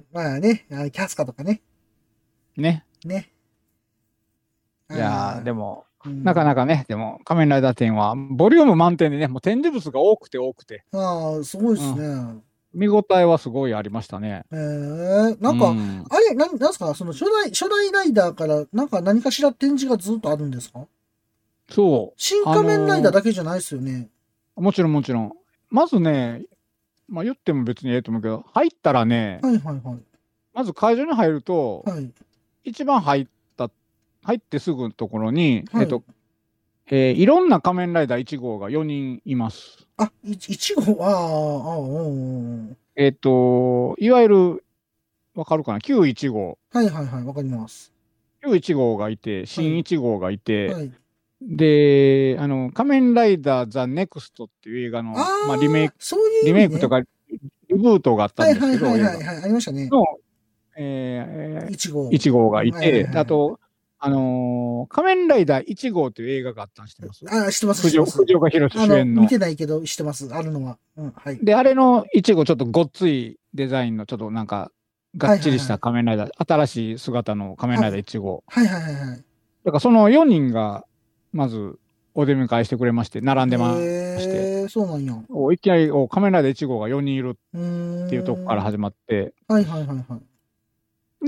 まあね、あキャスカとかね。 ね。 ね。 いやー、でも、 も、 うん、 なかなかね、でも、仮面ライダー展は、ボリューム満点でね、もう展示物が多くて多くて、 ああ、すごいですうん、 ね。 見応えはすごいありましたね。 ええ、なうんか、 ん。 あれ、なん、なんすか、その初代、初代ライダーから、なんか何かしら展示がずっとあるんですか？ そう。 新あ仮面ライダーのだけじゃないですよね。 ーもちろんもちろん。まずね、まあ言っても別にええと思うけど、入ったらね、 はいはいはい。 まず会場に入ると、 はい。 一番入った、入ってすぐのところに、 はい。 えっと、えーいろんな仮面ライダーいち号がよにんいます。 あ、い、いち号、ああ、ああ、うんうんうん。 えっと、いわゆるわかるかな ?きゅういちごう。 はいはいはい、わかります。 きゅういちごうがいて、新いちごうがいて、 はい。 で、あの、仮面ライダーザ・ネクストっていう映画の、 あまあ、リメイあ、 ク、 そういうリ意味ね。 メイクとか、リブートがあったはいんですけど、 はいはい映画はいはい、ありましたね。 の、えいち号。 ー、いち号がいはいはいて、 はい。 あと、あのー仮面ライダーいち号という映画があったん知ってます？ あ、知ってます知っ藤岡てます。 藤岡弘あの、 主演の。 見てないけど知ってます。あるのは。うん、はい。 で、あれのいち号ちょっとごっついデザインの、ちょっとなんか、がっちりした仮面ライダー、新しい姿の仮面ライダーいち号。 はいはいはいはい。 だからそのよにんが、まず、お出迎えしてくれまして、並んでまして、 へえ、そうなんや。 おいきなりお仮面ライダーいち号がよにんいるうーん。 っていうとこから始まって、 はいはいはいはい。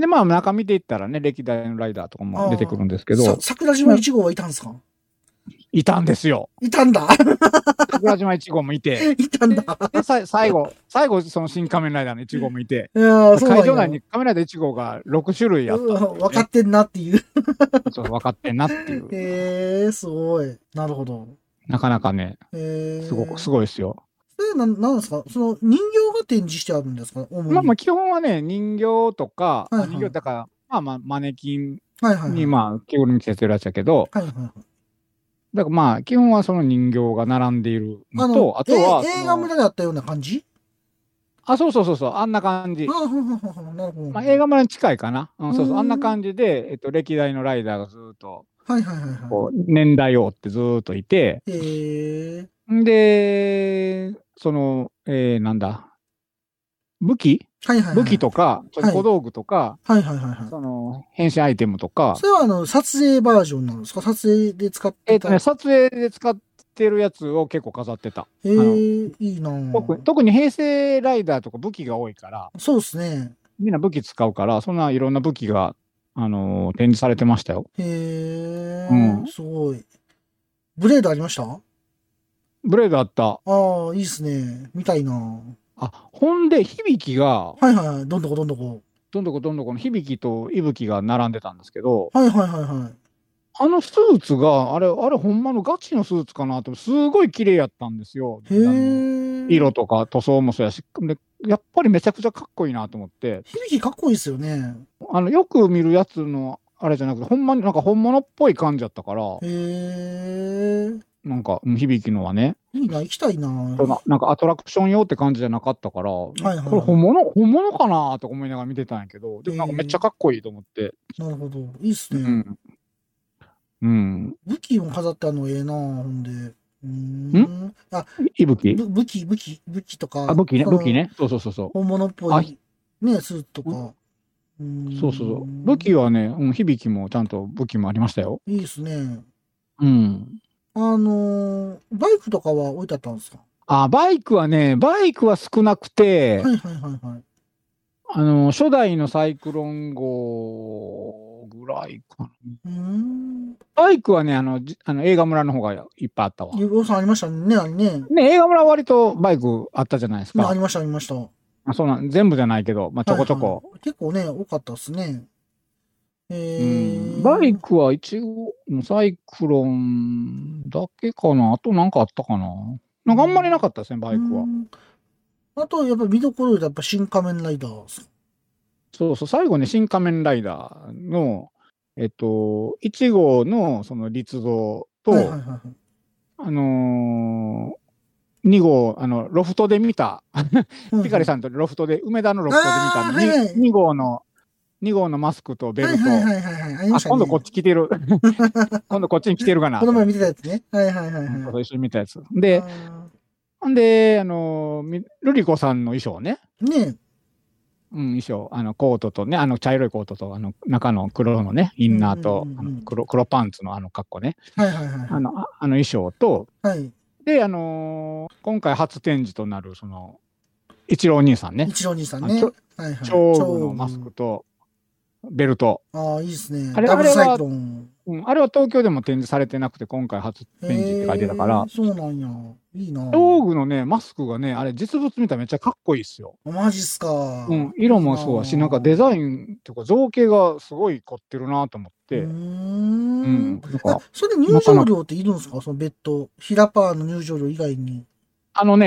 で、まあ中見ていったらね、歴代のライダーとかも出てくるんですけさど、 桜島いち号はいたんですか？ いたんですよ。 いたんだ。 桜島いち号もいて、 いたんだ。 で、さ最後、最後、その新仮面ライダーのいち号もいて、 いやーそうなんや会場内に仮面ライダーいち号がろく種類あったんですよね、 うん分かってんなっていう。 そう分かってんなっていう。 へえ、すごい。なるほど。 なかなかね、 へえ。 すごく、すごいですよ。 それはな、なんですか？その人形が展示してあるんですか？主に。 まあまあ基本はね、人形とか、 はいはいあ人形だから、まあまあマネキンはいはいはい。 にまあ着ぐるみ着せてるやつやけど、 はいはいはい。 だからまあ基本はその人形が並んでいるあののと、あとはえ映画村であったような感じ？ あ、そうそうそうそう、あんな感じ。 ああ、ほんほんほんほんなるほど。 まあ、映画村に近いかな。うん、そうそう、 うんあんな感じで、えっと、歴代のライダーがずーっと、 はいはいはいはこう、年代を追ってずーっといて、 い。へえ。 んで、その、えー、なんだ、武器はいはいはい。 武器とか、その小道具とか、 はいはいはいはい。 その、変身アイテムとかそ、れはあの、撮影バージョンなんですか？撮影で使ってた。 えっとね、撮影で使ってるやつを結構飾ってた。 へあのえ、いいなぁ特に特に平成ライダーとか武器が多いから、 そうですね。 みんな武器使うから、そんないろんな武器が、あのー展示されてましたよ。 へえ、 うん。 すごい。ブレードありました？ ブレードあった。 ああ、いいっすね。見たいなぁあ、ほんで、響きが、 はいはいはい。どんどこどんどこ。 どんどこどんどこの響きと息吹が並んでたんですけど、 はいはいはいはい。 あのスーツが、あれ、あれ、ほんまのガチのスーツかなと、すごい綺麗やったんですよ。 へあのえ。 色とか塗装もそうやし、で、やっぱりめちゃくちゃかっこいいなと思って、 響きかっこいいですよね。 あの、よく見るやつの、あれじゃなくて、ほんまになんか本物っぽい感じやったから、 へえ。 なんか、うん響きのはね、 いいな、行きたいなぁそのなんかアトラクション用って感じじゃなかったから、 はいはい。 これ本物本物かなとか思いながら見てたんやけど、でもなんかめっちゃかっこいいと思って。 なるほど。いいっすね。 うん。うん。 武器も飾ってあるのええなぁほんで。うーん。あ、 いぶきぶ武器、武器、武器とか、 あ、武器ね、 その武器ね。そうそうそうそう。 本物っぽあい、ね、スーツとか。うーんそうそうそう。武器はね、うん、響きもちゃんと武器もありましたよ。 いいですね。 うん。 あのーバイクとかは置いてあったんですか？ あ、バイクはね、バイクは少なくて、 はいはいはいはい。 あの、初代のサイクロン号ぐらいかな。 うーん。 バイクはね、あの、じあの映画村の方がいっぱいあったわ。 予算ありましたね、あれね。 ね、映画村は割とバイクあったじゃないですか。 ねありましたありました。はあそうなん、全部じゃないけど、まあ、ちょこちょこ。 いはい結構ね、多かったですね。えうん、 ー、 バイクは一応、サイクロンだけかな。あとなんかあったかな。なんかあんまりなかったですね、バイクは。 うんあと、やっぱり見どころでやっぱ新仮面ライダーですか？ そうそう、最後ね、新仮面ライダーの、えっと、いち号のその立像と、 はいはいはいはい。 あのー、に号、あの、ロフトで見た、ピカリん。 さんとロフトで、梅田のロフトで見たあーはいはいにに号の、に号のマスクとベルト。 はいはいはいはいはい。ありまあ、 したね。 今度こっち来てる。今度こっちに来てるかな。 この前見てたやつね。はいはいはいうんはい。 一緒に見たやつ。で、んで、あの、みルリコさんの衣装ね。 あーねうん、衣装。あの、コートとね、あの、茶色いコートと、あの、中の黒のね、インナーと、 うんうんうんうんあの黒、黒パンツのあの格好ね。 え。はいはいはい。 あの、ああの衣装と、 はい。 で、あのー今回初展示となる、その、一郎兄さんね。 一郎兄さんね。 あちょはいはい。 長具のマスクと、ベルト。 ああ、いいですね。 あれダブルサイあれはクロン。 うん、あれは東京でも展示されてなくて、今回初展示って書いてたからへー、そうなんや。いいな。 道具のね、マスクがね、あれ実物見たらめっちゃかっこいいっすよ。 マジっすか。 うん、色もそうだし、なんかデザインっていうか造形がすごい凝ってるなと思っうーて。うん。 ん。 なんか、 それ入場料っているんですか？その別途。ヒラパーの入場料以外に。 あのね、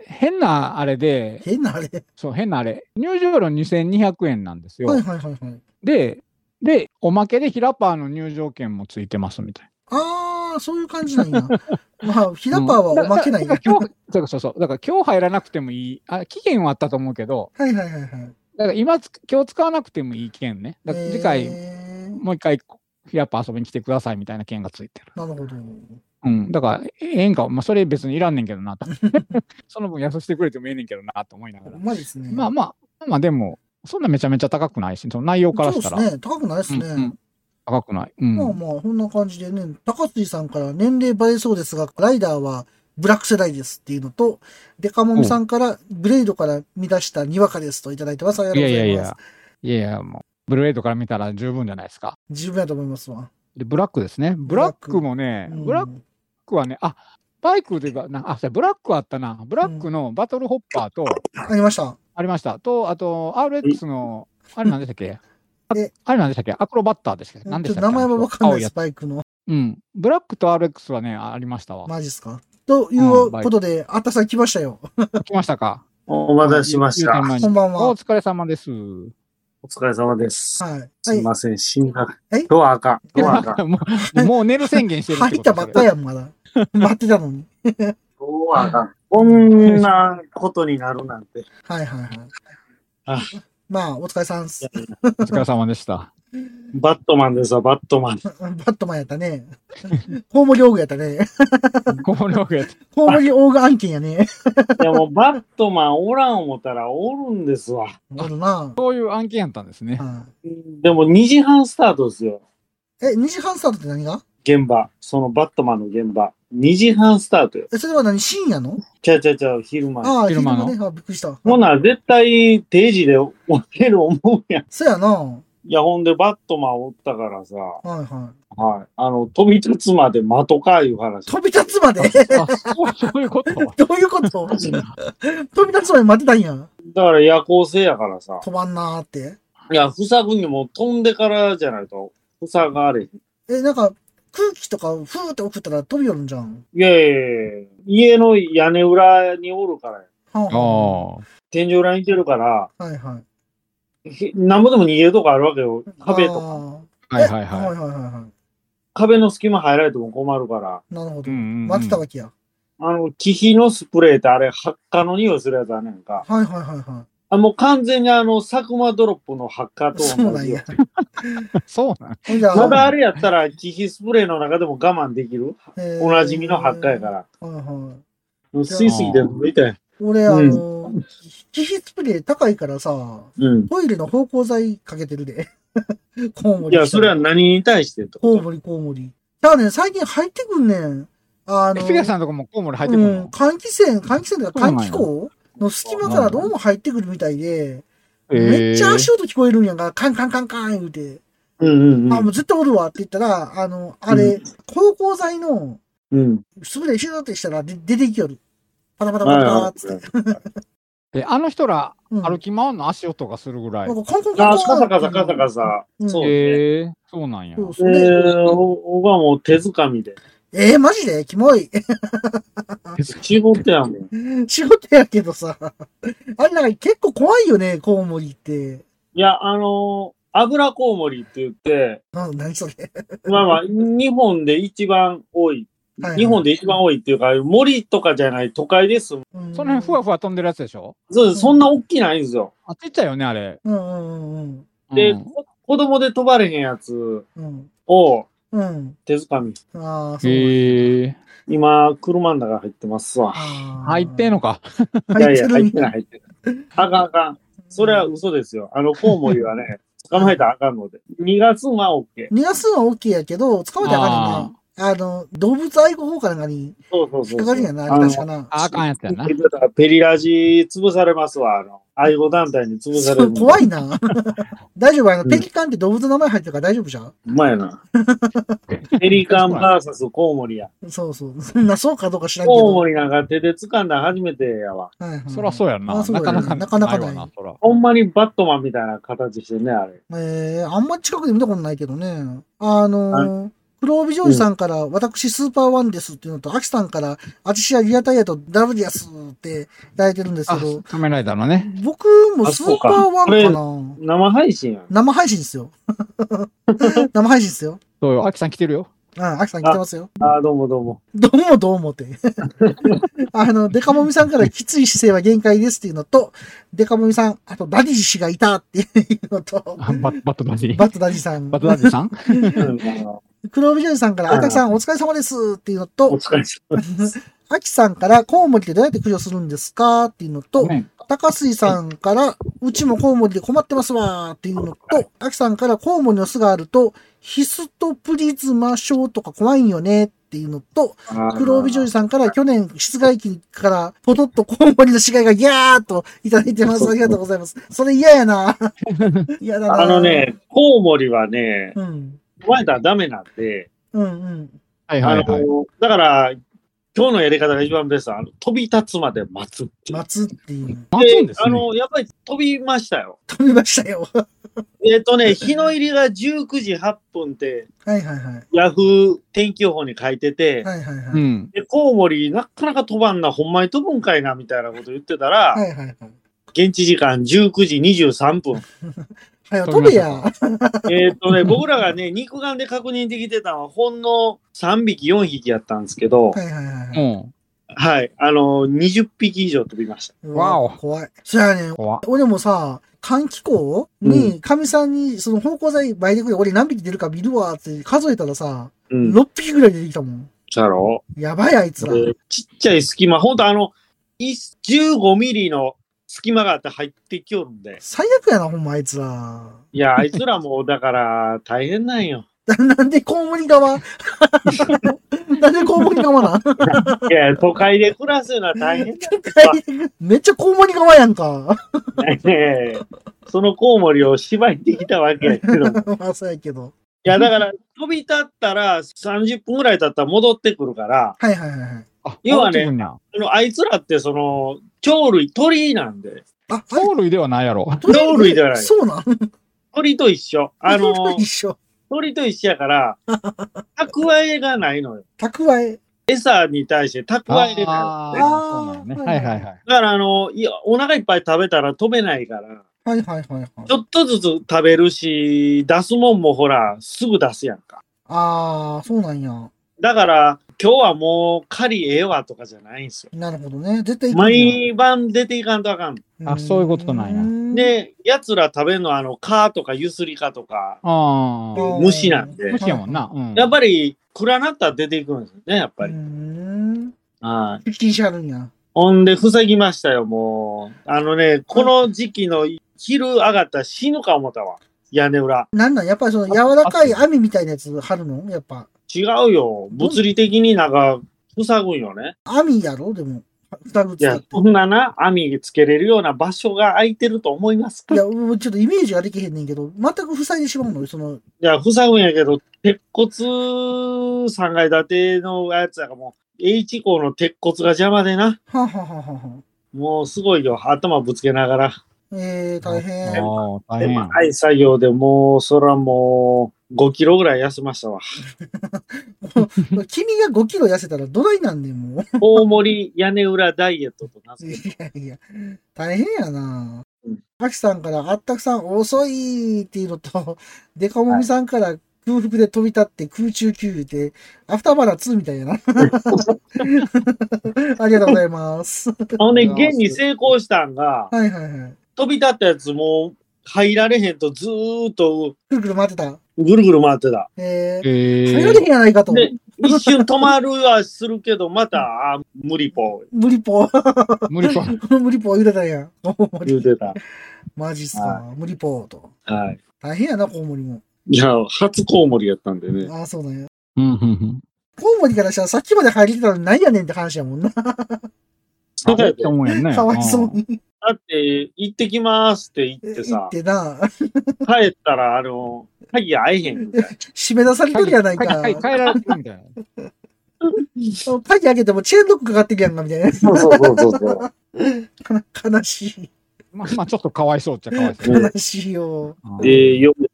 変なあれで、 変なあれ。 そう、変なあれ。入場料にせんにひゃくえんなんですよ。 はいはいはいはい。 で、で、おまけでヒラパーの入場券もついてますみたいああ、そういう感じなんや。まあ、ヒラパーはおまけないや。 だから今日、そうそうそう。だから今日入らなくてもいい。あ、期限はあったと思うけど、 はいはいはいはい。 だから今つ、今日使わなくてもいい券ね。だから次回、 えー、 もう一回、ヒラパー遊びに来てくださいみたいな券がついてる。 なるほど。 うん。だから、ええんか、まあ、それ別にいらんねんけどなと。その分安してくれてもええねんけどなと思いながら。 うまいですね。 まあまあ、まあでも、そんなめちゃめちゃ高くないし、その内容からしたら。 そうですね。高くないですね。 うんうん、高くない。うん。 まあまあ、こんな感じでね、高杉さんから年齢バレそうですが、ライダーはブラック世代ですっていうのと、デカモミさんからブレイドから見出したにわかですといただいてます。ありがとうございます。 いやいやいや、いやいや、もう、ブルーレイドから見たら十分じゃないですか。 十分やと思いますわ。 で、ブラックですね。ブラックもね、 うんブラックはね、あ、バイクでば、なあ、そうやブラックあったな。ブラックのバトルホッパーと、 ありました。 ありました。と、あと、アールエックス の、あれ何でしたっけあえあれ何でしたっけアクロバッターでしたっけ何でちょしたっけっと名前はわかんないです、 青いやつバイクの。 うん。ブラックと アールエックス はね、ありましたわ。 マジっすか。ということで、あったさん来ましたよ。 来ましたかお待たせしました。 ここんばんは。 お疲れ様です。 お疲れ様です。 はい。 すいません、心拍。 え今日はあかん。今日はあかん。 もうもう寝る宣言してるって入ことったばっかやん、まだ。待ってたのに。 今日はあかん。こんなことになるなんて。 はいはいはい。 あまあ、お疲れさんっす。 お疲れ様でした。 バットマンですわ、バットマン。 バットマンやったね。コウモリオーグやったね。 このやつ。 コウモリオーグ案件やね。 いやもうバットマンおらん思ったらおるんですわ。 おるな。 そういう案件やったんですね。 はでもにじはんスタートですよ。 いえ、にじはんスタートって何が現場。そのバットマンの現場。にじはんスタートよ。 え、それは何深夜のちゃうちゃうちゃう、昼間。 ああ、 昼間の昼間ね。あ、びっくりした。 ほな、絶対定時で起きる思うやん。 そやな。はいや、ほんでバットマンおったからさ。 いははい。あの、飛び立つまで待とかいう話。 い。飛び立つまであ、そうそういうことどういうこと飛び立つまで待ってたんや。 だから夜行性やからさ。 飛ばんなーって。 いや、塞ぐにも飛んでからじゃないと、塞がれへん。 え、なんか、空気とかふーって送ったら飛びよるんじゃん。 いやいやいや家の屋根裏におるからや。 はああ。 天井裏にいてるから、 あ、はいはい。 へなんぼでも逃げるとこあるわけよ。壁とか。 あはいはいーはいははいはいは壁の隙間入られても困るから。 い。なるほど。 うんうんうん待ってたわけや。 あの、気比のスプレーってあれ、発火の匂いするやつあんねんか。 はいはいはいはあもう完全にあの、佐久間ドロップの発火い。 とそうなんや同じよ。。 そうなん。 ほんじゃまだあれやったら、気比スプレーの中でも我慢できる。 えーおなじみの発火やから。 はいはい。 もう吸いすぎても痛い。 俺、あの、気皮スプレー高いからさ、 うん。 トイレの芳香剤かけてるで。コウモリ。 いや、それは何に対してと。 コウモリ、コウモリ。だからね、最近入ってくんねん。あの、 フィギュアさんのとこもコウモリ入ってくうん、 るの、 換気扇、換気扇とかそうなんや換気口の隙間からどうも入ってくるみたいで、 えーめっちゃ足音聞こえるんやんか、カンカンカンカン言うて、 うんうんうん。 あ、もう絶対おるわって言ったら、あの、あれ、芳香剤のうん。 スプレーシューってしたらで出てきよる。パタパタパタパタっつって。 え、あの人ら、 うん歩き回るの足音がするぐらい。 なんかカンカンカンあ、 カンカサカサカサカサ。 うんそうね。 えー、そうなんや。 そうそうえでー、お僕はもう手づかみで。 えー、マジでキモい。 仕事やもん。 仕事やけどさ。あれなんか結構怖いよね、コウモリって。 いや、あのー、油コウモリって言って、 な、何それ。 まあまあ、日本で一番多い。 はいはい日本で一番多いっていうか、森とかじゃない都会です。 うんその辺ふわふわ飛んでるやつでしょそうです。そんな大きないんですよ。 あ、ちっちゃいよね、あれ。 うんうんうんで、 うんこ子供で飛ばれへんやつうん。 をうん。うん。 手づかみ。 ああ、そう。 へえ。 今、車の中入ってますわ。 あー入ってんのか。 いやいや、入ってるない、入ってない。あかんあかん。それは嘘ですよ。あの、コウモリはね、捕まえたらあかんので。にがつは OK。 逃がすのは OK やけど、捕まえたらあかんねんな。あの、動物愛護法かなんかにそうそうそうそう。 引っかかるんやな、あれ確かな。 あ、あかんやつやな。 ペリラジ潰されますわ。あの、愛護団体に潰される。 そう怖いな。大丈夫あの、ペリカンって動物の名前入ってるから大丈夫じゃんうまいな。ペリカンバーサスコウモリや。 そうそう。そんなそうかどうか知らんけど。 コウモリなんか手で掴んだ初めてやわ。 はいはいそらそうやんな。 あそうやなかなかなかなかないわな、そら。 ほんまにバットマンみたいな形してんね、あれ。 えー、あんま近くで見たことないけどね。あのー、 黒帯ジョージさんから、私スーパーワンですっていうのと、アキさんから、私はリアタイヤとダブリアスっていただいてるんですけど、 仮面ライダーのね。 僕もスーパーワンかな。 生配信やん。 生配信ですよ。生配信ですよ。 そうよ、アキさん来てるよ。 うん、アキさん来てますよ。 ああ、どうもどうも。 どうもどうもって。あの、デカモミさんからきつい姿勢は限界ですっていうのと、デカモミさん、あとダディ氏がいたっていうのと、 バッバットダディ。 バットダディさん。 バットダディさん黒帯ジョージさんから、アキさんお疲れ様ですっていうのと、 お疲れ様です。 アキさんから、コウモリでどうやって駆除するんですかっていうのと、 ね高水さんから、うちもコウモリで困ってますわーっていうのと、アキさんからコウモリの巣があると、ヒストプリズマ症とか怖いんよねっていうのと、黒帯ジョージさんから去年室外機からポトッとコウモリの死骸がギャーっといただいてます。ありがとうございます。それ嫌やな。嫌だな。 あのね、コウモリはね、 うん。 怖いたらダメなんで、 うんうん。 はいはいはい。 あの、だから、今日のやり方が一番ベスト。あの飛び立つまで待つっていう。 待つっていう。 待つんですね。 あの、やっぱり飛びましたよ。 飛びましたよ。 えっとね、日の入りがじゅうくじはっぷんって、 はいはいはい。 ヤフー天気予報に書いてて、 はいはいはい。 うん。 で、コウモリなかなか飛ばんな、ほんまに飛ぶんかいな、みたいなこと言ってたら、 はいはいはい。 現地時間じゅうくじにじゅうさんぷん。 はよ、飛べや。 えっとね、僕らがね、肉眼で確認できてたのは、ほんのさんびき、よんひきやったんですけど、 はいはいはいはい。 うん。 はい、あの、にじゅっぴき以上飛びました。 うわわお怖い。そやねん。 怖っ俺もさ、換気口に、かみさんに、その芳香剤巻いてくれ、俺何匹出るか見るわって数えたらさ、 うん。 ろっぴきぐらい出てきたもん。 だろやばいあいつら。 でちっちゃい隙間、ほんとあの、いじゅうごミリの隙間があって入ってきよるんで。 最悪やな、ほんまあいつら。 いや、あいつらも、だから、大変なんよ。 なんでコウモリ側なんでコウモリ側なんいや、都会で暮らすのは大変だめっちゃコウモリ側やんか。 ね。そのコウモリを縛ってきたわけやけど。いまあ、そうやけど。 や、だから、飛び立ったらさんじゅっぷんぐらい経ったら戻ってくるから、 はいはいはいはい。 あ、 要はね戻ってくんやあのあいつらってその、鳥類、鳥なんで。 あ、あれ鳥類ではないやろ。 鳥類ではない。 そうなん鳥と一緒。あの、 一緒。 鳥と一緒やから、蓄えがないのよ。 蓄え。 餌に対して蓄えれないあのね。 あ、そうなんやね。はいはいはい。 だから、あの、いや、お腹いっぱい食べたら飛べないから、 はいはいはいはい。 ちょっとずつ食べるし、出すもんもほら、すぐ出すやんか。 ああ、そうなんや。 だから、今日はもう狩りええわとかじゃないんですよ。 なるほどね。絶対行くんや毎晩出ていかんとあかん。 あそういうことなんやん、 で、奴ら食べるのはあの、蚊とかユスリカとか、 ああ。 虫なんで虫やもんな。うん。 やっぱり暗なったら出ていくんですよね、やっぱり。 うーん。 はい。 禁止あるんや。 ほんで、防ぎましたよ、もう。あのね、この時期の昼上がったら死ぬか思ったわ。屋根裏。 なんなんやっぱりその柔らかい網みたいなやつ貼るのやっぱ。 違うよ。物理的になんか、塞ぐんよね。 網やろでも。二ついや、そんなな、網つけれるような場所が空いてると思いますか？ いや、もうちょっとイメージができへんねんけど、全く塞いでしまうのその、 いや、塞ぐんやけど、鉄骨さんがい建てのやつやからもう、H 鋼の鉄骨が邪魔でな。 はあ、はあはあはあはあ、 もうすごいよ。頭ぶつけながら。 えー、大変。 ああ、大で、 変や。 はい、作業でもう、そらもう、ごキロぐらい痩せましたわ。 君がごキロ痩せたらどないなんねん、もう。 大盛り屋根裏ダイエットと名付けて。 いやいや、大変やなうん。 アキさんから、あったくさん遅いっていうのと、デカモミさんから空腹で飛び立って空中給油で、アフターバラーツーみたいやな。ありがとうございます。 ほんで、現に成功したんが、 はいはいはい。 飛び立ったやつもう入られへんとずーっとくるくる回ってた。 ぐるぐる回ってた。 えー、 え入られへんやないかと。 で、一瞬止まるはするけど、また、あ無理ぽ無理ぽ。 無理か。 無理ぽ言うてたやん。 言うてた。 マジっすか。 は無理ぽと。 はい。 大変やな、コウモリも。 いや、初コウモリやったんでね。 ああ、そうなんや。 うん、うん、うん。 コウモリからしたらさっきまで入れてたのに何やねんって話やもんな。 そうだよって思うやんね。 かわいそうに。 だって、行ってきますって言って言さっ、てな。 帰ったら、あの、鍵会えへんみたいな。 締め出されとるやないか。 はい、帰られてるみたいな。 鍵開けてもチェーンロックかかってるやんか、みたいな。 そうそうそうそうそう。 悲しい。 まあ、まあ、ちょっとかわいそうっちゃかわいそう。 悲しいよ。 うんで、嫁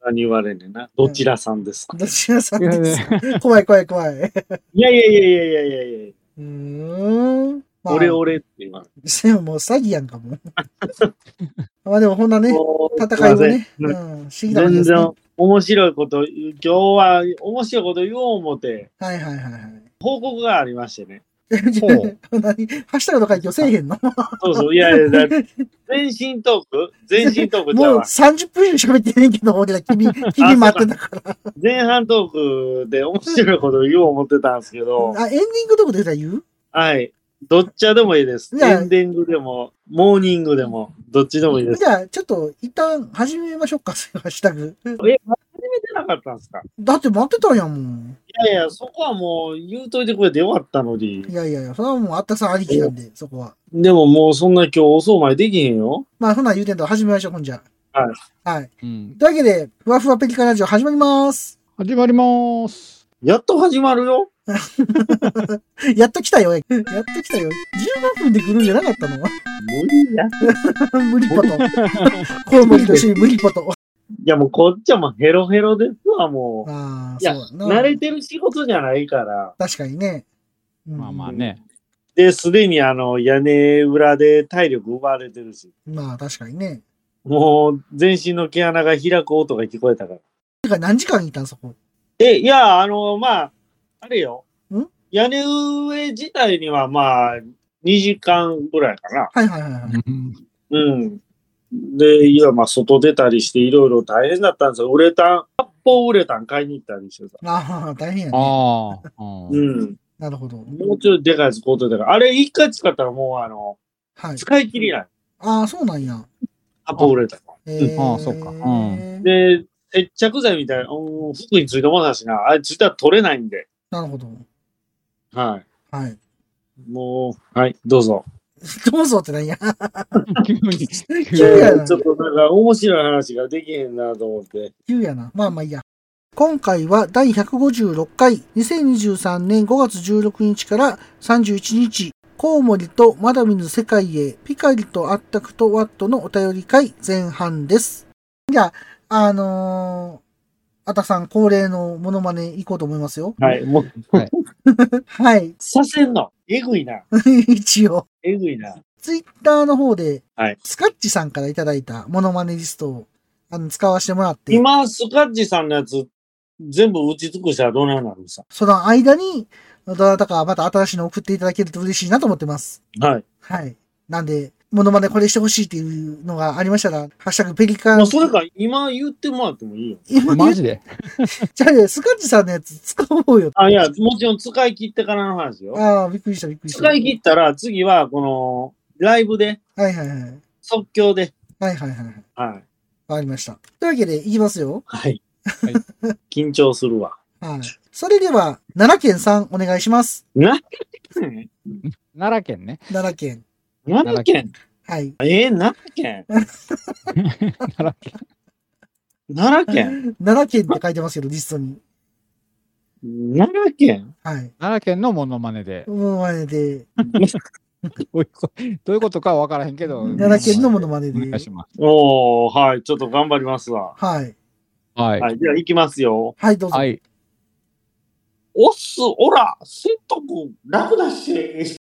に言われんねんな。どちらさんですか。 どちらさんでいやねすか。怖い怖い怖い。ういやいやいやいやいやいやいや。 ーん。まあ、 俺俺って言われでももう詐欺やんかも。まあでもこんなね、 もう戦いをね、 すいませんうん、不思議なもんですね。 全然面白いこと、今日は面白いこと言おう思って、 はいはいはいはい。 報告がありましてね。 ほう何ハッシュタグとか今日せえへんのそうそう、いやいや、だ全身トーク全身トークじゃもうあさんじゅっぷん以上喋ってねんけど、俺ら君、君待ってたから。 前半トークで面白いこと言おう思ってたんですけど、 あ、エンディングとこで言うはい。どっちでもいいです。 いやエンディングでも、モーニングでも、どっちでもいいです。 じゃあ、ちょっと一旦始めましょうか、ハッシュタグ。 え、始めてなかったんですか？ だって待ってたんやもん。 いやいや、そこはもう言うといてくれてよかったのに。 いやいやいや、それはもうあったさんありきなんで、そこは。 でももうそんな今日遅うまでできへんよ。 まあ、そんなん言うてんと始めましょう、ほんじゃ。 はい。 はい。 うん。 というわけで、ふわふわペリカンラジオ始まります。 始まります。 やっと始まるよ。 やっと来たよ。やっと来たよ。じゅうごふんで来るんじゃなかったの無理や。 無理ポト。コウモリと一緒に無理ポト。 いやもうこっちはもうヘロヘロですわ、もう。 ああ、 いや、 そうだな。 慣れてる仕事じゃないから。 確かにね。うんまあまあね。 で、すでにあの、屋根裏で体力奪われてるし。 まあ確かにね。 もう、全身の毛穴が開く音が聞こえたから。 てか何時間いたんそこ。 え、いや、あの、まあ、あれよ。 ん屋根上自体にはまあ、にじかんぐらいかな。 はいはいはいはい。 うん。で、いや、まあ、外出たりしていろいろ大変だったんですよ。ウレタン、発泡ウレタン買いに行ったりしてた。 ああ、大変やね。 ああ。うんうん。 なるほど。 もうちょいでかいやつ買うといたから。あれ、一回使ったらもう、あの、 はい。 使い切りない。 ああ、そうなんや。 発泡ウレタン。 えー、 ああそうかうんで、接着剤みたいな、うん、服についたものだしな。あれついたら取れないんで。 なるほど。 はい。 はい。 もう、はい、どうぞ。 どうぞってなんや。 急に。 急やなちょっとなんか面白い話ができへんなと思って。 急やな。まあまあいいや。今回はだいひゃくごじゅうろっかい、にせんにじゅうさんねんごがつじゅうろくにちからさんじゅういちにち、コウモリとまだ見ぬ世界へ、ピカリとアッタクとワットのお便り会前半です。じゃあ、あのー、あたさん恒例のモノマネいこうと思いますよ。 はい、もう、 はい。 させんの。えぐいな。 一応。 えぐいな。 ツイッターの方で、 はいスカッチさんからいただいたモノマネリストをあの使わせてもらって、 今、スカッチさんのやつ、全部打ち尽くしたらどうなるのさ。 その間に、どなたかまた新しいの送っていただけると嬉しいなと思ってます。 はい。 はい。なんで、モノマネこれしてほしいっていうのがありましたら、ハッシュタグペリカン。 まあ、それか、今言ってもらってもいいよ。 今マジで。 じゃあね、スカッチさんのやつ使おうよ。 あ、いや、もちろん使い切ってからの話よ。 ああ、びっくりしたびっくりした。 使い切ったら、次は、この、ライブで、 はいはいはい。 即興で。 はいはいはいはい。 はい。 わかりました。というわけで、いきますよ。 はい。 はい緊張するわ。 はい。それでは、奈良県さんお願いします。 な、 奈良県ね。 奈良県。 奈良県。 はい。 えー、奈良県奈良県。 奈良県奈良県って書いてますけど、リストに。 奈良県はい。 奈良県のモノマネで。 モノマネで、 どういうこどういうことかは分からへんけど。 奈良県のモノマネでお願い。します。 おー、はい。ちょっと頑張りますわ。 はい。 はい。 はい。じゃあ、行きますよ。 はい、どうぞ。 はい。 おっす、おら、せっとく、楽だし。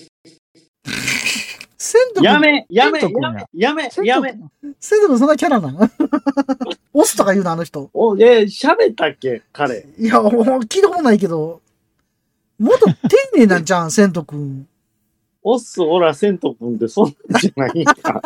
セント君、 やめ、やめ、 せんとくんやめ、やめ、やめ。 セント君そんなキャラなんオスとか言うの、あの人。 お、えー、喋ったっけ彼。 いや、もう聞いたことないけど、もっと丁寧なんじゃん、セント君。 おっす、おら、せんとくんってそんなんじゃないか。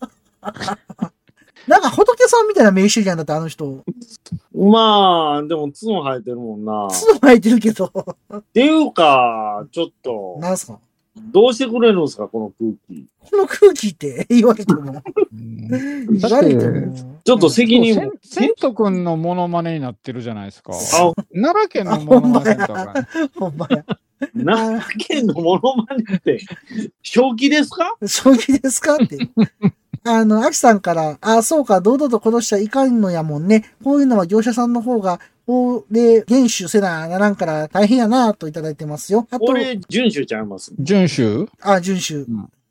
なんか仏さんみたいな名刺じゃんだって、あの人。 まあ、でも角生えてるもんな。っ角生えてるけど。 ていうか、ちょっと、 なんすかどうしてくれるんですか、この空気。 この空気って言われても。 うん言われても。 ちょっと責任も。 セント君のモノマネになってるじゃないですか。 あ、 奈良県のモノマネとか。 ほんまや。 奈良県のモノマネって、正気ですか？ 将棋ですかって。あの、アキさんから、あ、そうか、堂々と殺しちゃいかんのやもんね。こういうのは業者さんの方が、法で厳守せなならんから大変やなといただいてますよ。あと、 俺、遵守ちゃいます。 遵守あ、遵守。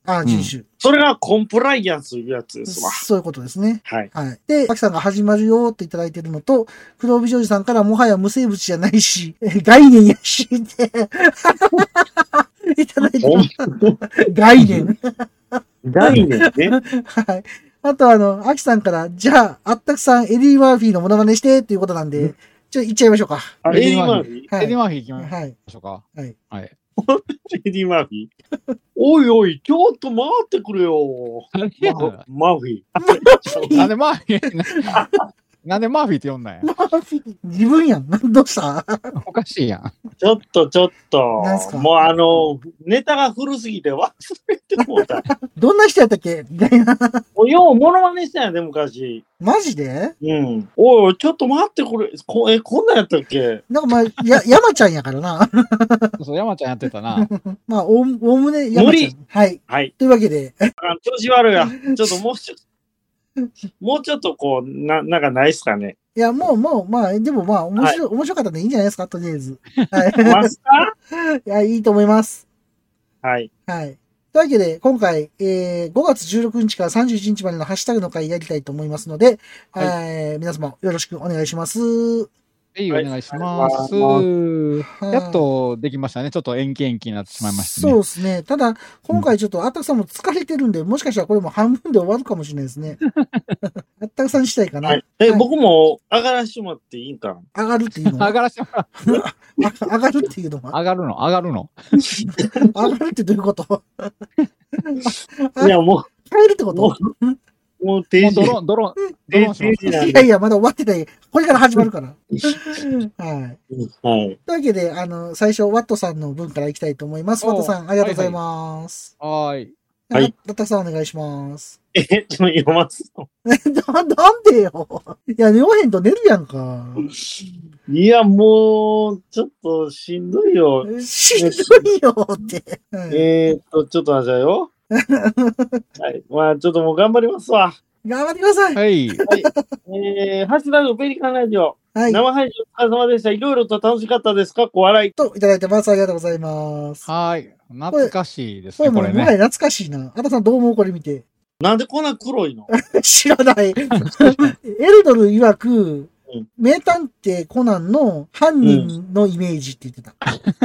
ああ、人種。 それがコンプライアンスいうやつですわ。 そういうことですね。 はい。 はい。で、アキさんが始まるよっていただいてるのと、黒帯ジョージさんからもはや無生物じゃないし、概念やし、っていただいてる。概念。 概念ね。 はい。あとあの、アキさんから、じゃあ、あったくさん、エディ・マーフィーのモノマネしてっていうことなんで、ちょ、言っちゃいましょうか。 あ、エディ・マーフィーはい。 エディ・マーフィー行きまはい。 しょうか。 はい。 はい。 エディ・マーフィーおいおい、ちょっと待ってくれよ。 何やマーフィー。 なんでマーフィーなんでマーフィーって呼んだんや。 マーフィー、自分やん。どうしたおかしいやん。 ちょっとちょっとなんすか。 もうあの、ネタが古すぎて忘れてもうた。 どんな人やったっけみたいな。 もうようモノマネしたんやで、昔。 マジでうん。おいおい、ちょっと待ってくれ。こえ、こんなんやったっけ。 なんかまあ、や、山ちゃんやからな。 そう、山ちゃんやってたな。 まあ、おおおむね山ちゃん。はい。 はい。 というわけで、 あ調子悪いわ。ちょっともうちょっと、もうちょっとこう、な、なんかないっすかね。 いや、もう、もう、まあ、でもまあ、面白い、面白かったんでいいんじゃないですか、とりあえず。はい。 ますかいや、いいと思います。 はい。 はい。というわけで、今回、えー、ごがつじゅうろくにちからさんじゅういちにちまでのハッシュタグの回やりたいと思いますので、 はいえー皆様よろしくお願いします。 はい、お願いします。 はいやっとできましたね。ちょっと延期延期になってしまいましたね。 そうですね。ただ、今回ちょっとあったくさんも疲れてるんで、もしかしたらこれも半分で終わるかもしれないですね。あったくさん自体かな。 はい。え、 はい僕も上がらしてもらっていいんかな。 上がるっていうのは上がらしてもらう。 あ上がるっていうのは上がるの上がるの上がるってどういうこといや、も変えるってこう、もとう、もう定時。 もうドローン、ドローン、ド定ローンします時なんで。 いやいや、まだ終わってない。これから始まるから。はい。 はい。 というわけで、あの、最初、ワットさんの分からいきたいと思います。 おワットさん、ありがとうございます。 はーい。 はいあワットさん、お願いします。 え、ちょっと読ますのな、なんでよ。いや、読へんと寝るやんか。 いや、もう、ちょっとしんどいよ。 しんどいよって。はいえーっと、ちょっと待ってよ。はい。まあ、ちょっともう頑張りますわ。 頑張ってください。 はい。 えー、ハッシュタグペリカンラジオ。 はい。 生配信お疲れ様でした。いろいろと楽しかったですか？お笑い。 と、いただいてます。ありがとうございます。 はーい。懐かしいですこれね、これね。 もうもはや懐かしいな。あたさんどう思うこれ見て。 なんでこんな黒いの？ 知らない。エルドル曰く、 うん名探偵コナンの犯人のイメージって言ってた。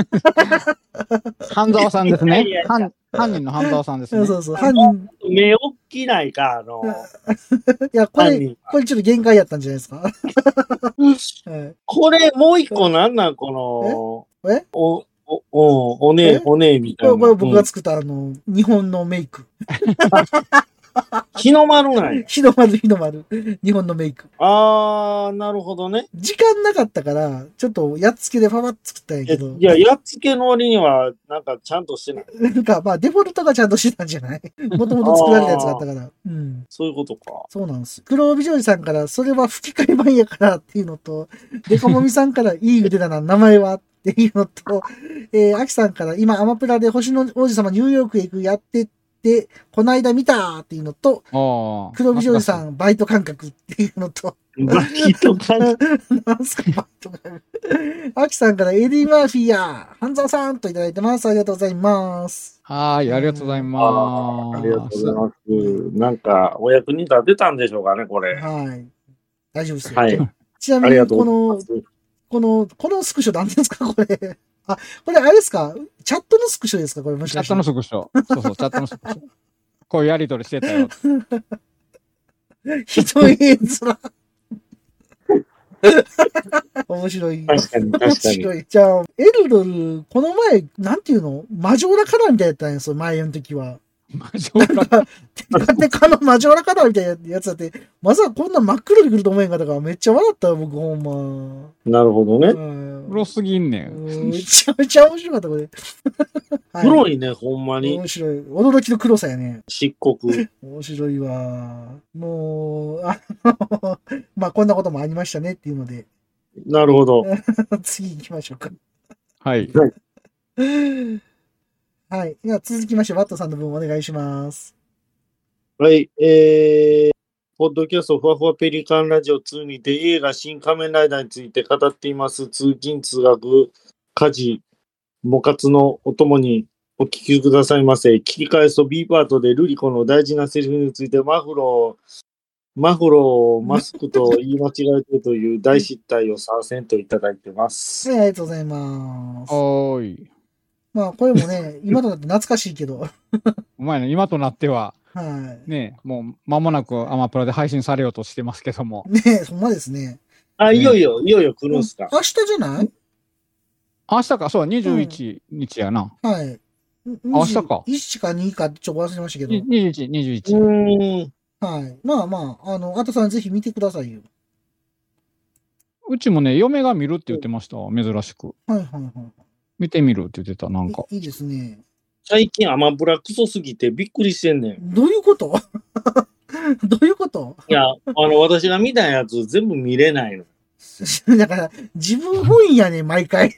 半沢さんですねいやいやい。や犯犯人の半沢さんですね。 そうそうそう。犯人。 目大きないか、あの、 いや、これ、 犯人。 これちょっと限界やったんじゃないですか。はいこれ、もう一個なんなんこの、 えお、お、お、おねええ、おねえみたいな。 これこれ僕うんが作ったあの、日本のメイク。 日の丸なんや。 日の丸日の丸。日本のメイク。 あー、なるほどね。 時間なかったから、ちょっとやっつけでパパッ作ったんやいや、 けど。 いややっつけの割には、なんかちゃんとしてない。 なんか、まあ、デフォルトがちゃんとしてたんじゃないもともと作られたやつがあったから。うん。 そういうことか。 そうなんです。黒帯ジョージさんから、それは吹き替え版やからっていうのと、デコモミさんから、いい腕だな、名前はっていうのと、えー、アキさんから、今、アマプラで星の王子様ニューヨークへ行くやってって、こないだ見たっていうのと、 ああ。 黒帯ジョージさん。 ん、バイト感覚っていうのと、 バキとか、 なんすか、バイト感覚。アキさんから、エディ・マーフィーや、半沢さんといただいてます。ありがとうございます。 はーい。ありがとうございあます。 ありがとうございます。なんか、お役に立てたんでしょうかね、これ。 はい。大丈夫ですよ。 はい。 ちなみに、 ありがとうこのございま、す。 この、このスクショ何ですかこれ。あ、これあれですかチャットのスクショですかこれもしかして。 チャットのスクショ。そうそう、チャットのスクショ。こういうやりとりしてたよ。 ひどい絵面。面白い。 確かに、 面確かに。 白い。じゃあ、エルドル、この前、なんていうのマジョーラカラーみたいだったんですよ、前の時は。 マジョーラテカテカのマジョーラカラーみたいなやつだって、まさかこんな真っ黒に来ると思えんかったから、めっちゃ笑ったよ、僕、ほんま。 なるほどね。 うん黒すぎんねん。 うんめちゃめちゃ面白かった、これ。はい黒いね、ほんまに。 面白い。驚きの黒さやね。 漆黒。 面白いわ。もう、あの、まあこんなこともありましたねっていうので、 なるほど。 次行きましょうか。 はい。 はい。では続きまして、ワットさんの分お願いします。 はい、えー、ポッドキャストふわふわペリカンラジオツーにて映画新仮面ライダーについて語っています。通勤通学、家事、模活のお供にお聞きくださいませ。切り返すと B パートでルリコの大事なセリフについてマフロー、マフロー、マスクと言い間違えてるという大失態を参戦といただいてます。 はい、ありがとうございます。 おーい。 まあ、これもね、今となって懐かしいけど。 お前ね、今となっては、 はね、もう間もなくアマプラで配信されようとしてますけども。 い。ねえ、ほんまですね。 あ、いよいよ、いよいよ来るんすか。 明日じゃない明日か、そう、にじゅういちにちやな。 はい。 明日かいちかにかちょっと忘れましたけど。 にじゅういち、にじゅういち。 うーん。 はい。まあまあ、あの、あたさんぜひ見てくださいよ。 うちもね、嫁が見るって言ってました。珍しく。 はいはいは見てみるって言ってた、なんか。 い。いいいですね。 最近アマプラクソすぎてびっくりしてんねん。 どういうことどういうこといや、あの、私が見たやつ全部見れないの。 だから、自分本位やねん、毎回。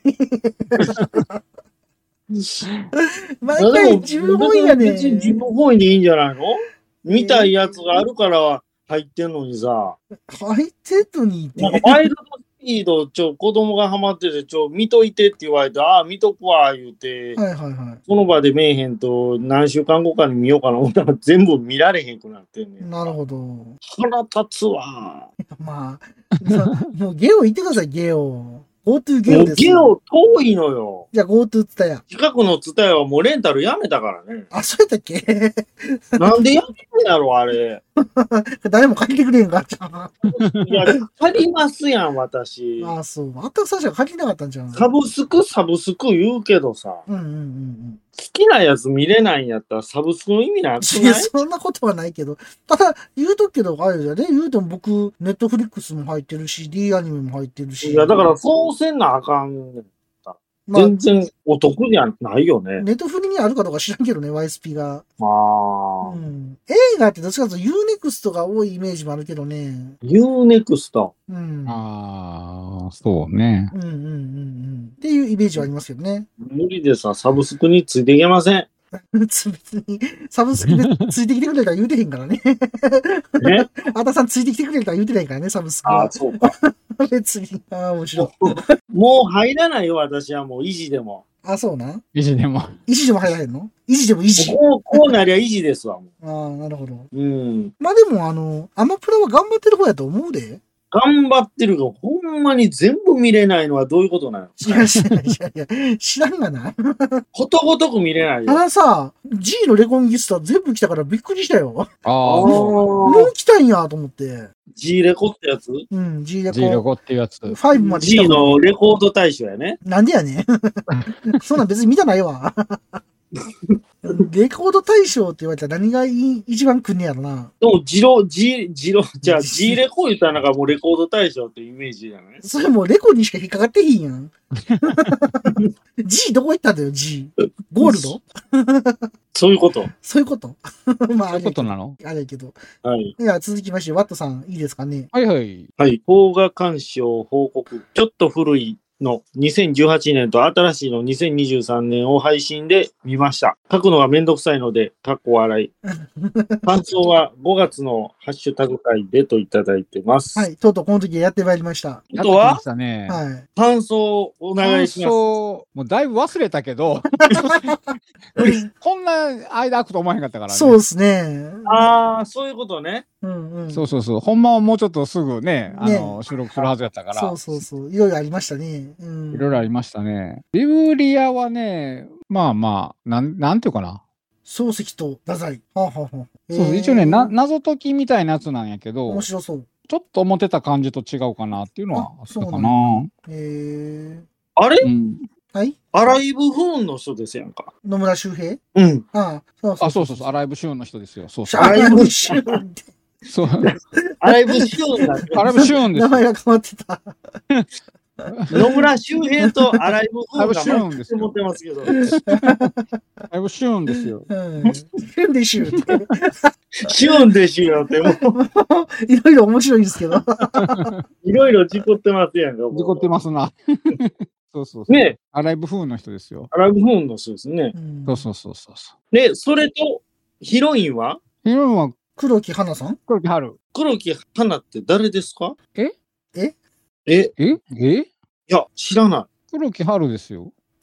毎回自分本位やね別に自ん。 分本位でいいんじゃないの見たいやつがあるから入ってんのにさ。 入ってんのにって。 なんかワイルドスピード、ちょ、子供がハマってて、ちょ、見といてって言われて、ああ、見とくわ、言うて、 はいはいはい。 その場で見えへんと、何週間後かに見ようかな思ったら全部見られへんくなってんねん。 なるほど。 腹立つわ。 まあ、もうゲオ行ってください、ゲオ。GoTo ゲもうオですよ。 ゲオ遠いのよ。 じゃあ GoTo ツタヤ。 近くのツタヤはもうレンタルやめたからね。 あ、そうやったっけなんでやめんやろ、あれ。 誰も借りてくれへんかった。 いや、借りますやん、私。 ああ、そう。あったくさんしか借りなかったんじゃん。 サブスク、サブスク言うけどさ、 うんうんうんうん。 好きなやつ見れないんやったらサブスクの意味なくいや、 ない？ そんなことはないけど。ただ、言うとくけど、あれじゃね、言うても僕、ネットフリックスも入ってるし、D アニメも入ってるし。 いや、だからそうせんなあかんねん。 まあ、 全然お得じゃないよね。 ネットフリにあるかどうか知らんけどね、ワイエスピー が。 まあ、 うん。映画ってどっちかというと ユーネクストが多いイメージもあるけどね。 ユーネクスト。 うん。 ああ、そうね。 うんうんうんうん。っていうイメージはありますけどね。 無理でさ、サブスクについていけません。 別に、サブスクでついてきてくれたら言うてへんからね。 ね。 あたさんついてきてくれたら言うてないからね、サブスクああ、 は。 そうか。 別に。ああ、面白い。 もう入らないよ、私はもう維持でも。 あ、そうな。 維持でも。 維持でも入らへんの維持でも維持。 こう、こうなりゃ維持ですわ、もああ、なるほど。 う。うん。 まあでも、あの、アマプラは頑張ってる方やと思うで。 頑張ってるが、ほんまに全部見れないのはどういうことなの？ 知らん、知らん、知らん、いや知らんがな。 ことごとく見れないたよ。 ださ、G のレコンギスト全部来たからびっくりしたよ。 あああ、 もあ。 う来たんやと思って。 G レコってやつ？ うん、G レコ。 G ロゴっていうやつ。 ファイブまで来 G たからのレコード大賞やね。 なんでやねん。そんなん別に見たないわ。レコード大賞って言われたら何がいい一番来んねやろな。 でも、ジロ、G、ジロ、じゃあ G レコ言ったらなんかもうレコード大賞ってイメージじゃない？ それもうレコにしか引っかかってへんやん。G どこ行ったんだよ、G。ゴールドそういうこと。 そういうことまあ、 そういうことなの？ あれやけど。 はい。 いや、続きまして、ワットさん、いいですかね。 はいはい。 はい。邦画鑑賞報告。ちょっと古いのにせんじゅうはちねんと新しいのにせんにじゅうさんねんを配信で見ました。書くのがめんどくさいので、かっこ笑い。感想はごがつのハッシュタグ会でといただいてます。 はい、とうとうこの時やってまいりました。 あとはやってきましたね。 はい。 感想をお願いします。 感想もうだいぶ忘れたけど、こんな間空くと思わへんかったからね。 そうですね。 ああ、そういうことね。 うんうん。 そうそうそう。ほんまはもうちょっとすぐね、あの、 ね収録するはずやったから。 そうそうそう。いろいろありましたね。うん。 いろいろありましたね。ビブリアはね、まあまあ、なん、なんていうかな。 漱石と太宰。はあ、はあはあ、 そうそう、一応ね、な、謎解きみたいなやつなんやけど面、白そう。 ちょっと思ってた感じと違うかなっていうのはああったかな。 そうなんへえ。 あれうん。 はいアライブフーンの人ですやんか。 野村周平うん。 ああ、そうそうあ、そうそうそう、アライブシューンの人ですよ。そうそう。 アライブシューンって。 そう。 アライブシューンだって。 アライブシューンですよ。 名前が変わってた。 野村周平とアライブフーンがアライブシューンですよ持ってますけど。 アライブシューンですよ。 うん。シューンでシューンって。 シューンでしゅよって、もう、 いろいろ面白いんですけど。 いろいろ事故ってますやんか。もう事故ってますな。そうそうそう。 ね、 アライブ風の人ですよ。 アライブフーンの人ですね。 うんそうそうそうそうそで、それと、ヒロインはう。ヒロインは黒木花さん黒木春。 黒木花って誰ですか？ えええ、いええや、知らない。 黒木春ですよ。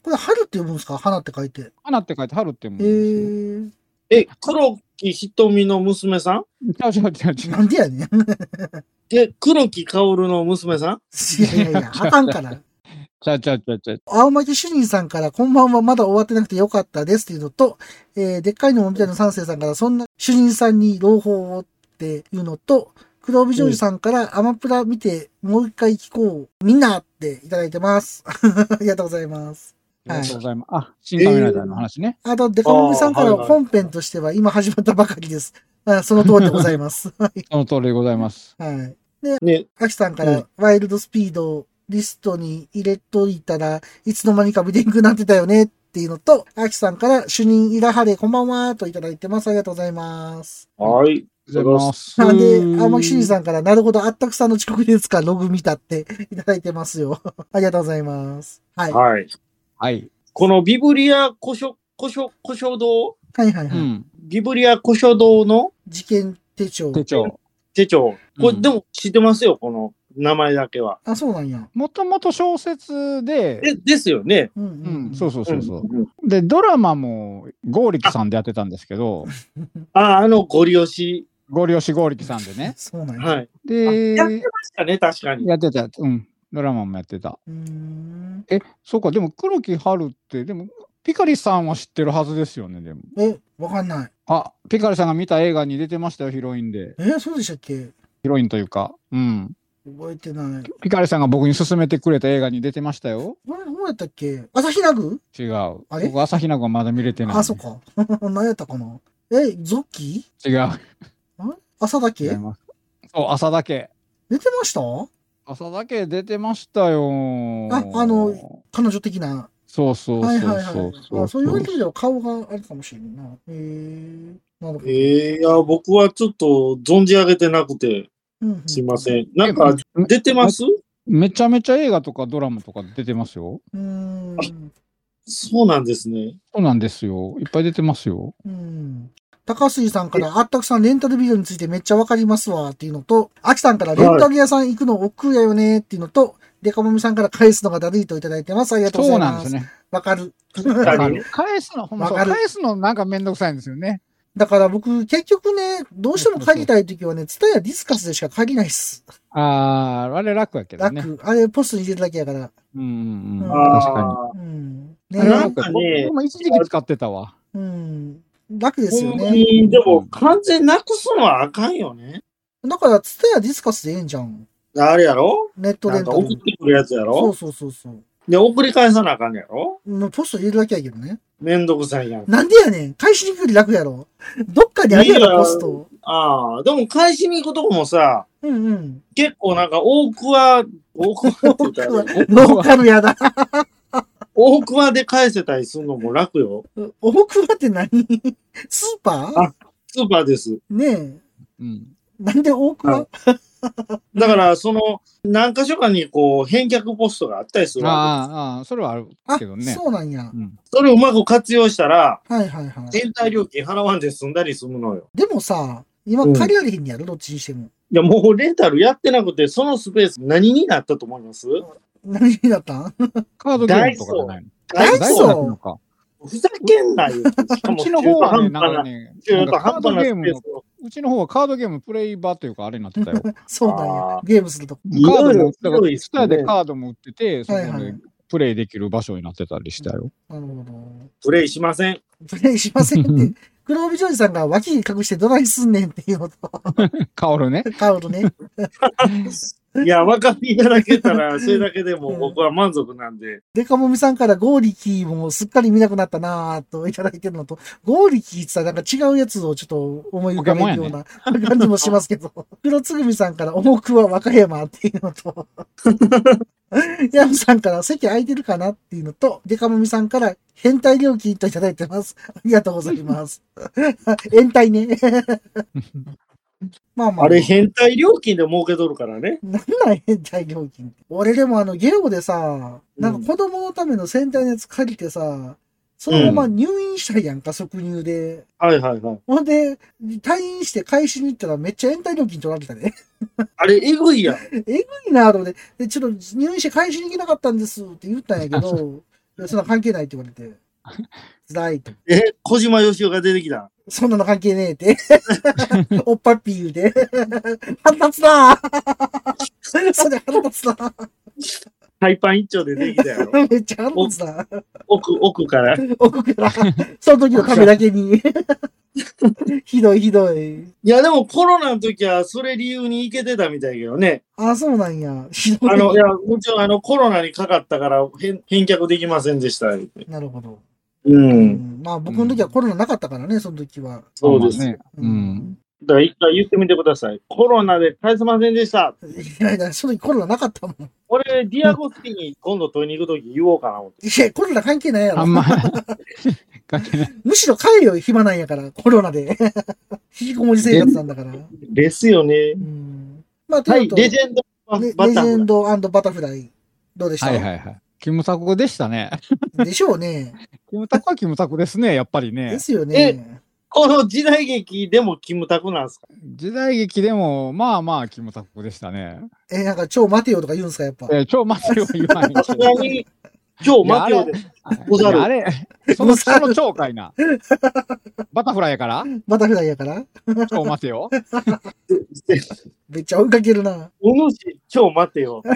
これ春って読むんですか？花って書いて。 花って書いて春って読むえんですよ。 ー、 え、黒木瞳の娘さん違う違う違う違う。 なんでやねん。 え、黒木薫の娘さんいやいやいや、あかんから。 ちゃうちゃうちゃうちゃう。 青巻主任さんから、こんばんは、まだ終わってなくてよかったですっていうのと、えー、でっかいのもみたいな三世さんから、そんな主任さんに朗報をっていうのと、黒帯ジョージさんから、アマプラ見て、もう一回聞こう。みんなっていただいてます。ありがとうございます。 ありがとうございます。あ、新仮面ライダーの話ね。 あと、デカモミさんから本編としては今始まったばかりです。あその通りでございます。はい。 その通りでございます。 はい。 ね。 アキさんから、ワイルドスピードリストに入れといたらいつの間にかビデンクになってたよねっていうのと、アキさんから主任イラハレこんばんはといただいてます。ありがとうございます。 はい。 ありがとうございます。 なんで、青巻主任さんから、なるほど、あったくさんの遅刻ですか、ログ見たっていただいてますよ。ありがとうございます。はい。 はい。 はい。 このビブリア古書、古書、古書堂はいはいはい。 うん。 ビブリア古書堂の事件手帳。 手帳。 手帳。これ、 うんでも知ってますよ、この名前だけは。 あ、そうなんや。 もともと小説で、 え、ですよね。 うんううんん、そうそうそうそう。 うんうんで、ドラマも、ゴーリキさんでやってたんですけど、 ああ、あの、ゴリ押し。 ゴリ押しゴーリキさんでね。 そうなんや。 はい。 で、 やってましたね、確かに。 やってた。うん。ドラマもやってた。 うーん。 え、そうか、でも黒木春って、でも、ピカリさんは知ってるはずですよね、でも。 え、わかんない。 あ、ピカリさんが見た映画に出てましたよ、ヒロインで。 え、そうでしたっけ？ ヒロインというか。うん。 覚えてない。 ピカリさんが僕に勧めてくれた映画に出てましたよ。 あれ、どうやったっけ？朝日奈具？ 違う。 あれ僕、朝日奈子はまだ見れてない。 あ、そっか。何やったかな？え、ゾッキ違う。 ー？朝だけ？ 違います。そう、朝だけ。 出てました？ 朝だけ出てましたよ。 あ、あの、彼女的な。 そうそうはいそうはいはい。 そう。 あ、そう言われてみれば顔があるかもしれんな。へえ。なるほど。 ええいや、僕はちょっと存じ上げてなくて、 うんうんすいません。なんか、出てますめちゃめちゃ映画とかドラマとか出てますよ。 うーん。 そうなんですね。 そうなんですよ。いっぱい出てますよ。 うん。高杉さんから、あったくさんレンタルビデオについてめっちゃわかりますわっていうのと、あきさんからレンタル屋さん行くの億劫やよねっていうのと、デカモミさんから返すのがだるいといただいてます。ありがとうごそざいうます。 なんですね。 わかる。 確かに。 返すの、ほんまそうわかる返すのなんかめんどくさいんですよね。 だから僕、結局ね、どうしても借りたいときはね、ツタヤディスカスでしか借りないっす。 あー、あれ楽やけどね。 楽。あれ、ポストに入れるだけやから。 うんうんうん。 うん確かあうん。 に。あれねなんかね僕も一時期使ってたわ。 うん。楽でーほんますよね。 に、でも、完全なくすのはあかんよね。 だから、ツタヤディスカスでええんじゃん。 あれやろネットレなんかンタル。 送ってくるやつやそうろそうそうそう。 で、送り返さなあかんねやろもうポスト入れるだけやけどね。 めんどくさいやん。 なんでやねん。返しに行くより楽やろ。どっかにあるやろ、 いやポスト。 ああ、でも返しに行くとこもさ、 うんうん。 結構なんか大桑、大桑って言ったらあれ、 ローカルやだ。 大桑で返せたりするのも楽よ。 大桑って何？スーパー？ あスーパーです。 ねえ。 うん。 なんで大桑？ はだから、その、何箇所かにこう、返却ポストがあったりするわあーあー、それはあるあ、 けどね。 そうなんや。 うん。 け。それをうまく活用したら、 はいはいはい。 全体料金払わんで済んだりするのよ。 でもさ、今うん借りられへんやろ、どっちにしても。 いや、もうレンタルやってなくて、そのスペース何になったと思います何になったん？ カードゲームとかじゃないの。 ダイソーダイソーなってんのか。 ふざけんなよ。しかうもちの方はね、 中途半端な、 なんかね、 中なんかカー途半端なドゲームのスペース、を。 うちの方はカードゲームプレイバーというかあれになってたよ。 そうなんやあ。ーゲームすると。 カードも売って広いたから、 ですねスターでカードも売ってて、そこではいはいプレイできる場所になってたりしたよ。 なるほど。 プレイしません。 プレイしませんって。黒帯ジョージさんが脇に隠してどないすんねんっていうのと、 カオルね。 カウルね。 いや、分かっていただけたら、それだけでも僕は満足なんで。 デカモミさんからゴーリキーもすっかり見なくなったなぁといただいてるのと、ゴーリキーってさ、なんか違うやつをちょっと思い浮かべるような感じもしますけど、黒つぐみさんから重くは和歌山っていうのと、ヤムさんから席空いてるかなっていうのと、デカモミさんから変態料金といただいてます。ありがとうございます。変態ね。まあまあ。 あれ、変態料金で儲けとるからね。 なんなん変態料金って。俺でもあのゲオでさ、なんか子供のための戦隊のやつ借りてさ、そのまま入院したやんか、即入で。 はいはいはい。 ほんで、退院して返しに行ったらめっちゃ延滞料金取られたね。 あれ、えぐいやん。 えぐいなと思って、で、ちょっと入院して返しに行けなかったんですって言ったんやけど、 そんな関係ないって言われて。辛いと。 え、小島よしおが出てきた。 そんなの関係ねえって。おっぱっぴー言うて。腹立つなぁ。それ腹立つなぁ。 ハイパン一丁で出てきたやろ。 めっちゃ腹立つなぁ。 奥、奥から。 奥から。その時のためだけに。ひどいひどい。 いや、でもコロナの時はそれ理由に行けてたみたいけどね。 あ、そうなんや。ひどい。 あの、いや、もちろんあのコロナにかかったから返返却できませんでした。 なるほど。 う。 うんん、まあ僕の時はコロナなかったからね、その時は。 そうです。 ね。うん。 だから一回言ってみてください。コロナで返せませんでした。 いやいや、その時コロナなかったもん。 俺、ディアゴスティに今度問いに行く時言おうかな思って。 いや、コロナ関係ないやろ。 あんま、関係ない。 むしろ帰れよ、暇なんやから、コロナで。引きこもり生活なんだから。 ですよね。 うん。まあ、とはいい、 うとうレジェンドバレバタフライレジェンドバタフライ、どうでしたはいはいはい。キムタクでしたね。 でしょうね。 キムタクはキムタクですね、やっぱりでね。 すよね。 この時代劇でもキムタクなんですか？ 時代劇でも、まあまあ、キムタクでしたね。 え、なんか、超待てよとか言うんすか、やっぱ。 えー、超待てよ言わないさすがに、超待てよです。ござるいやあれ、その、その超かいな。バタフライやからバタフライやから超待てよ。 めっちゃ追いかけるな。 お主、超待てよ。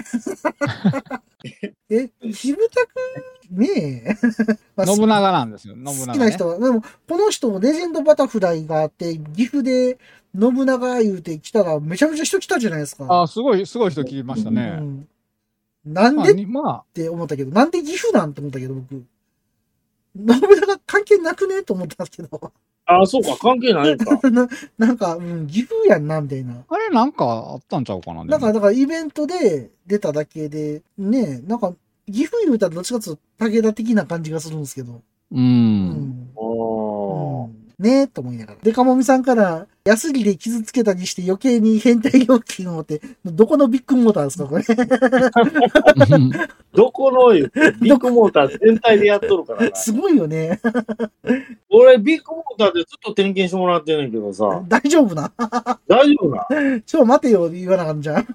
え、キムタクねえ。まあ信長なんですよ、信長、ね。 好きな人は、でも、この人、レジェンドバタフライがあって、岐阜で信長言うて来たら、めちゃめちゃ人来たじゃないですか。 あ、すごい、すごい人聞きましたね。 うん、なんまあ、 でっにまあ、 て思ったけど、なんで岐阜なんて思ったけど、僕。信長関係なくねと思ったんですけど。 あ、そうか、関係ないんか。 ななんか、うん、岐阜やんな、みたいな。 あれなんかあったんちゃうかな。でもなんか、だからイベントで出ただけで、ね、なんか、岐阜言うたらどっちかというと武田的な感じがするんですけど。 う。 うんん。 おー。 うんねえ、と思いながら。デカモミさんから、安りで傷つけたりして余計に変態料金をって、どこのビッグモーターですか、これ。 どこのビッグモーター全体でやっとるからな。 すごいよね。 俺、ビッグモーターでずっと点検してもらってんねんけどさ、 大丈夫な大丈夫な？ ちょ、待てよ、言わなかったじゃん。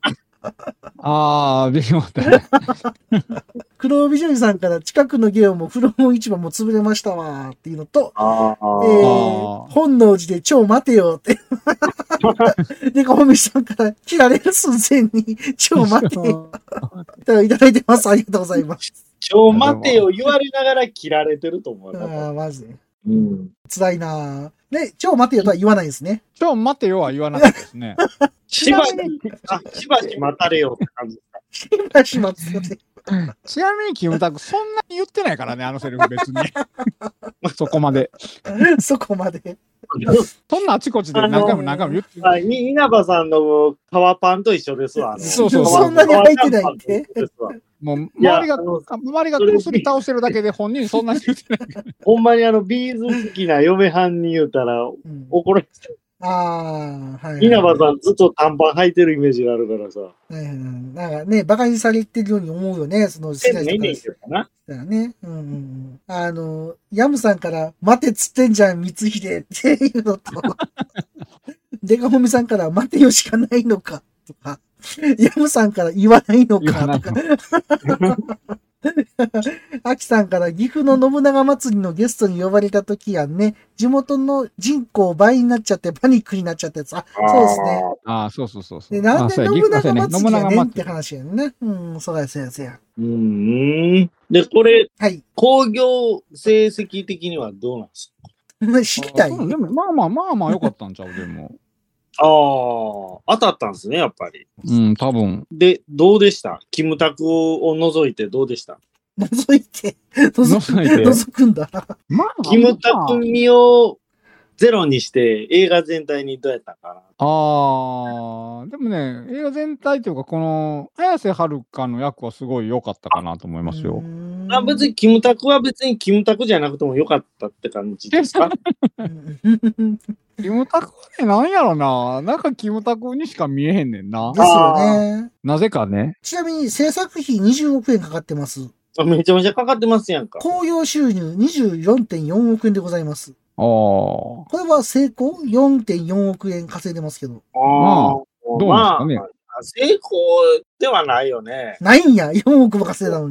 ああ、ビッグモーター。 黒帯女優さんから近くのゲオも古本市場も潰れましたわっていうのと、 ああ。 えー、本能寺で超待てよって。で、かほみさんから切られる寸前に超待てよ。いただいてます。ありがとうございます。 超待てよ言われながら切られてると思う。 ああ、マジで。 うん。 辛いなぁ。で、超待てよとは言わないんですね。 超待てよは言わなかったですね。 しばし、あ、しばし待たれよって感じですか。 しばし待つよね。 ちなみにキムタクそんなに言ってないからね、あのセリフ別に。そこまで。 そこまで。 そんなあちこちで何回も何回も言ってはい、に稲葉さんの革パンと一緒ですわ。あのそうそうそんなに履いてないって。 もういや周りが、 あの周りがこすり倒してるだけで本人そんなに言ってないから。 ほんまにあの、ビーズ好きな嫁はんに言うたら、 うん怒られてああ、はい。 稲葉さんずっと短パン履いてるイメージがあるからさ。 はいはいはい。なんかね、馬鹿にされてるように思うよね、その、 せんねんねんけどな。 だね。うんうんうん。あの、ヤムさんから、待てっつってんじゃん、光秀っていうのと、デカホミさんから、待てよしかないのか、とか、ヤムさんから言わないのか、 言わないとか。アキさんから岐阜の信長祭りのゲストに呼ばれた時やんね、地元の人口倍になっちゃってパニックになっちゃったやつ。あ、そうですね。 ああ、そうそうそうそう。 で、なんで信長祭りや信長ねんって祭り。 話やんね。うん、そうやそうやそうや。 うーん。で、これ、 はい。 工業成績的にはどうなんです知りたい。 あそうでもまあまあまあまあ良かったんちゃう、でも。 か？ああ、当たったんですね、やっぱり。 うん、多分。 で、どうでした？キムタクを除いてどうでした？ 覗いて、覗く覗いて覗くんだ。 まあ、 キムタク味をゼロにして映画全体にどうやったかな？ ああ、でもね、映画全体というか、この、綾瀬はるかの役はすごい良かったかなと思いますよ。 あ、別にキムタクは別にキムタクじゃなくてもよかったって感じですか？ キムタクはね、なんやろな。なんかキムタクにしか見えへんねんなで。すよね。 なぜかね。 ちなみに制作費にじゅうおくえんかかってます。 あ、めちゃめちゃかかってますやんか。 興行収入にじゅうよんてんよんおくえんでございます。 ああ。 これは成功 ?よんてんよんおくえん稼いでますけど。 あまああ、 どうなんですかね。 まあ、成功ではないよね。 ないんや、よんおくも稼いだのに。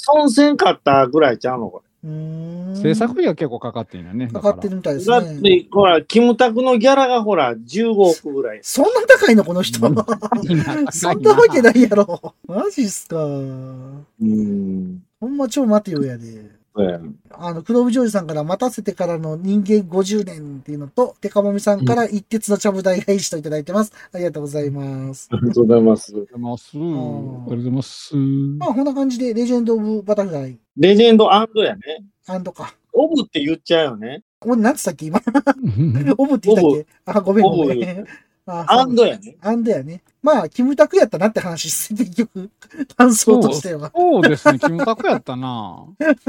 損せんかったぐらいちゃうのこうーん。 制作費が結構かかってるんだね。 かかってるみたいでれ。 すだっね。 て、ほら、キムタクのギャラがほら、じゅうごおくぐらい。 そんな高いのこの人。 うんそんなわけないやろ。マジっすか。 うん。 ほんま超待てよやで。 そうやあの、黒部ジョージさんから待たせてからの人間ごじゅうねんっていうのと、デカモミさんから一徹のちゃぶ台返しといただいてます。ありがとうございます。 ありがとうございます。 ありがとうございます。ありんがとうございます。 まあ、こんな感じで、レジェンド・オブ・バタフライ、 レジェンドアンドやね。 アンドか。 オブって言っちゃうよね。 これ何つったっけ今。オブって言ったっけあ、ごめんごめオん。あアンドやね。 アンドやね。まあ、キムタクやったなって話ですね、結局。感想としては。 そうですね、キムタクやったな。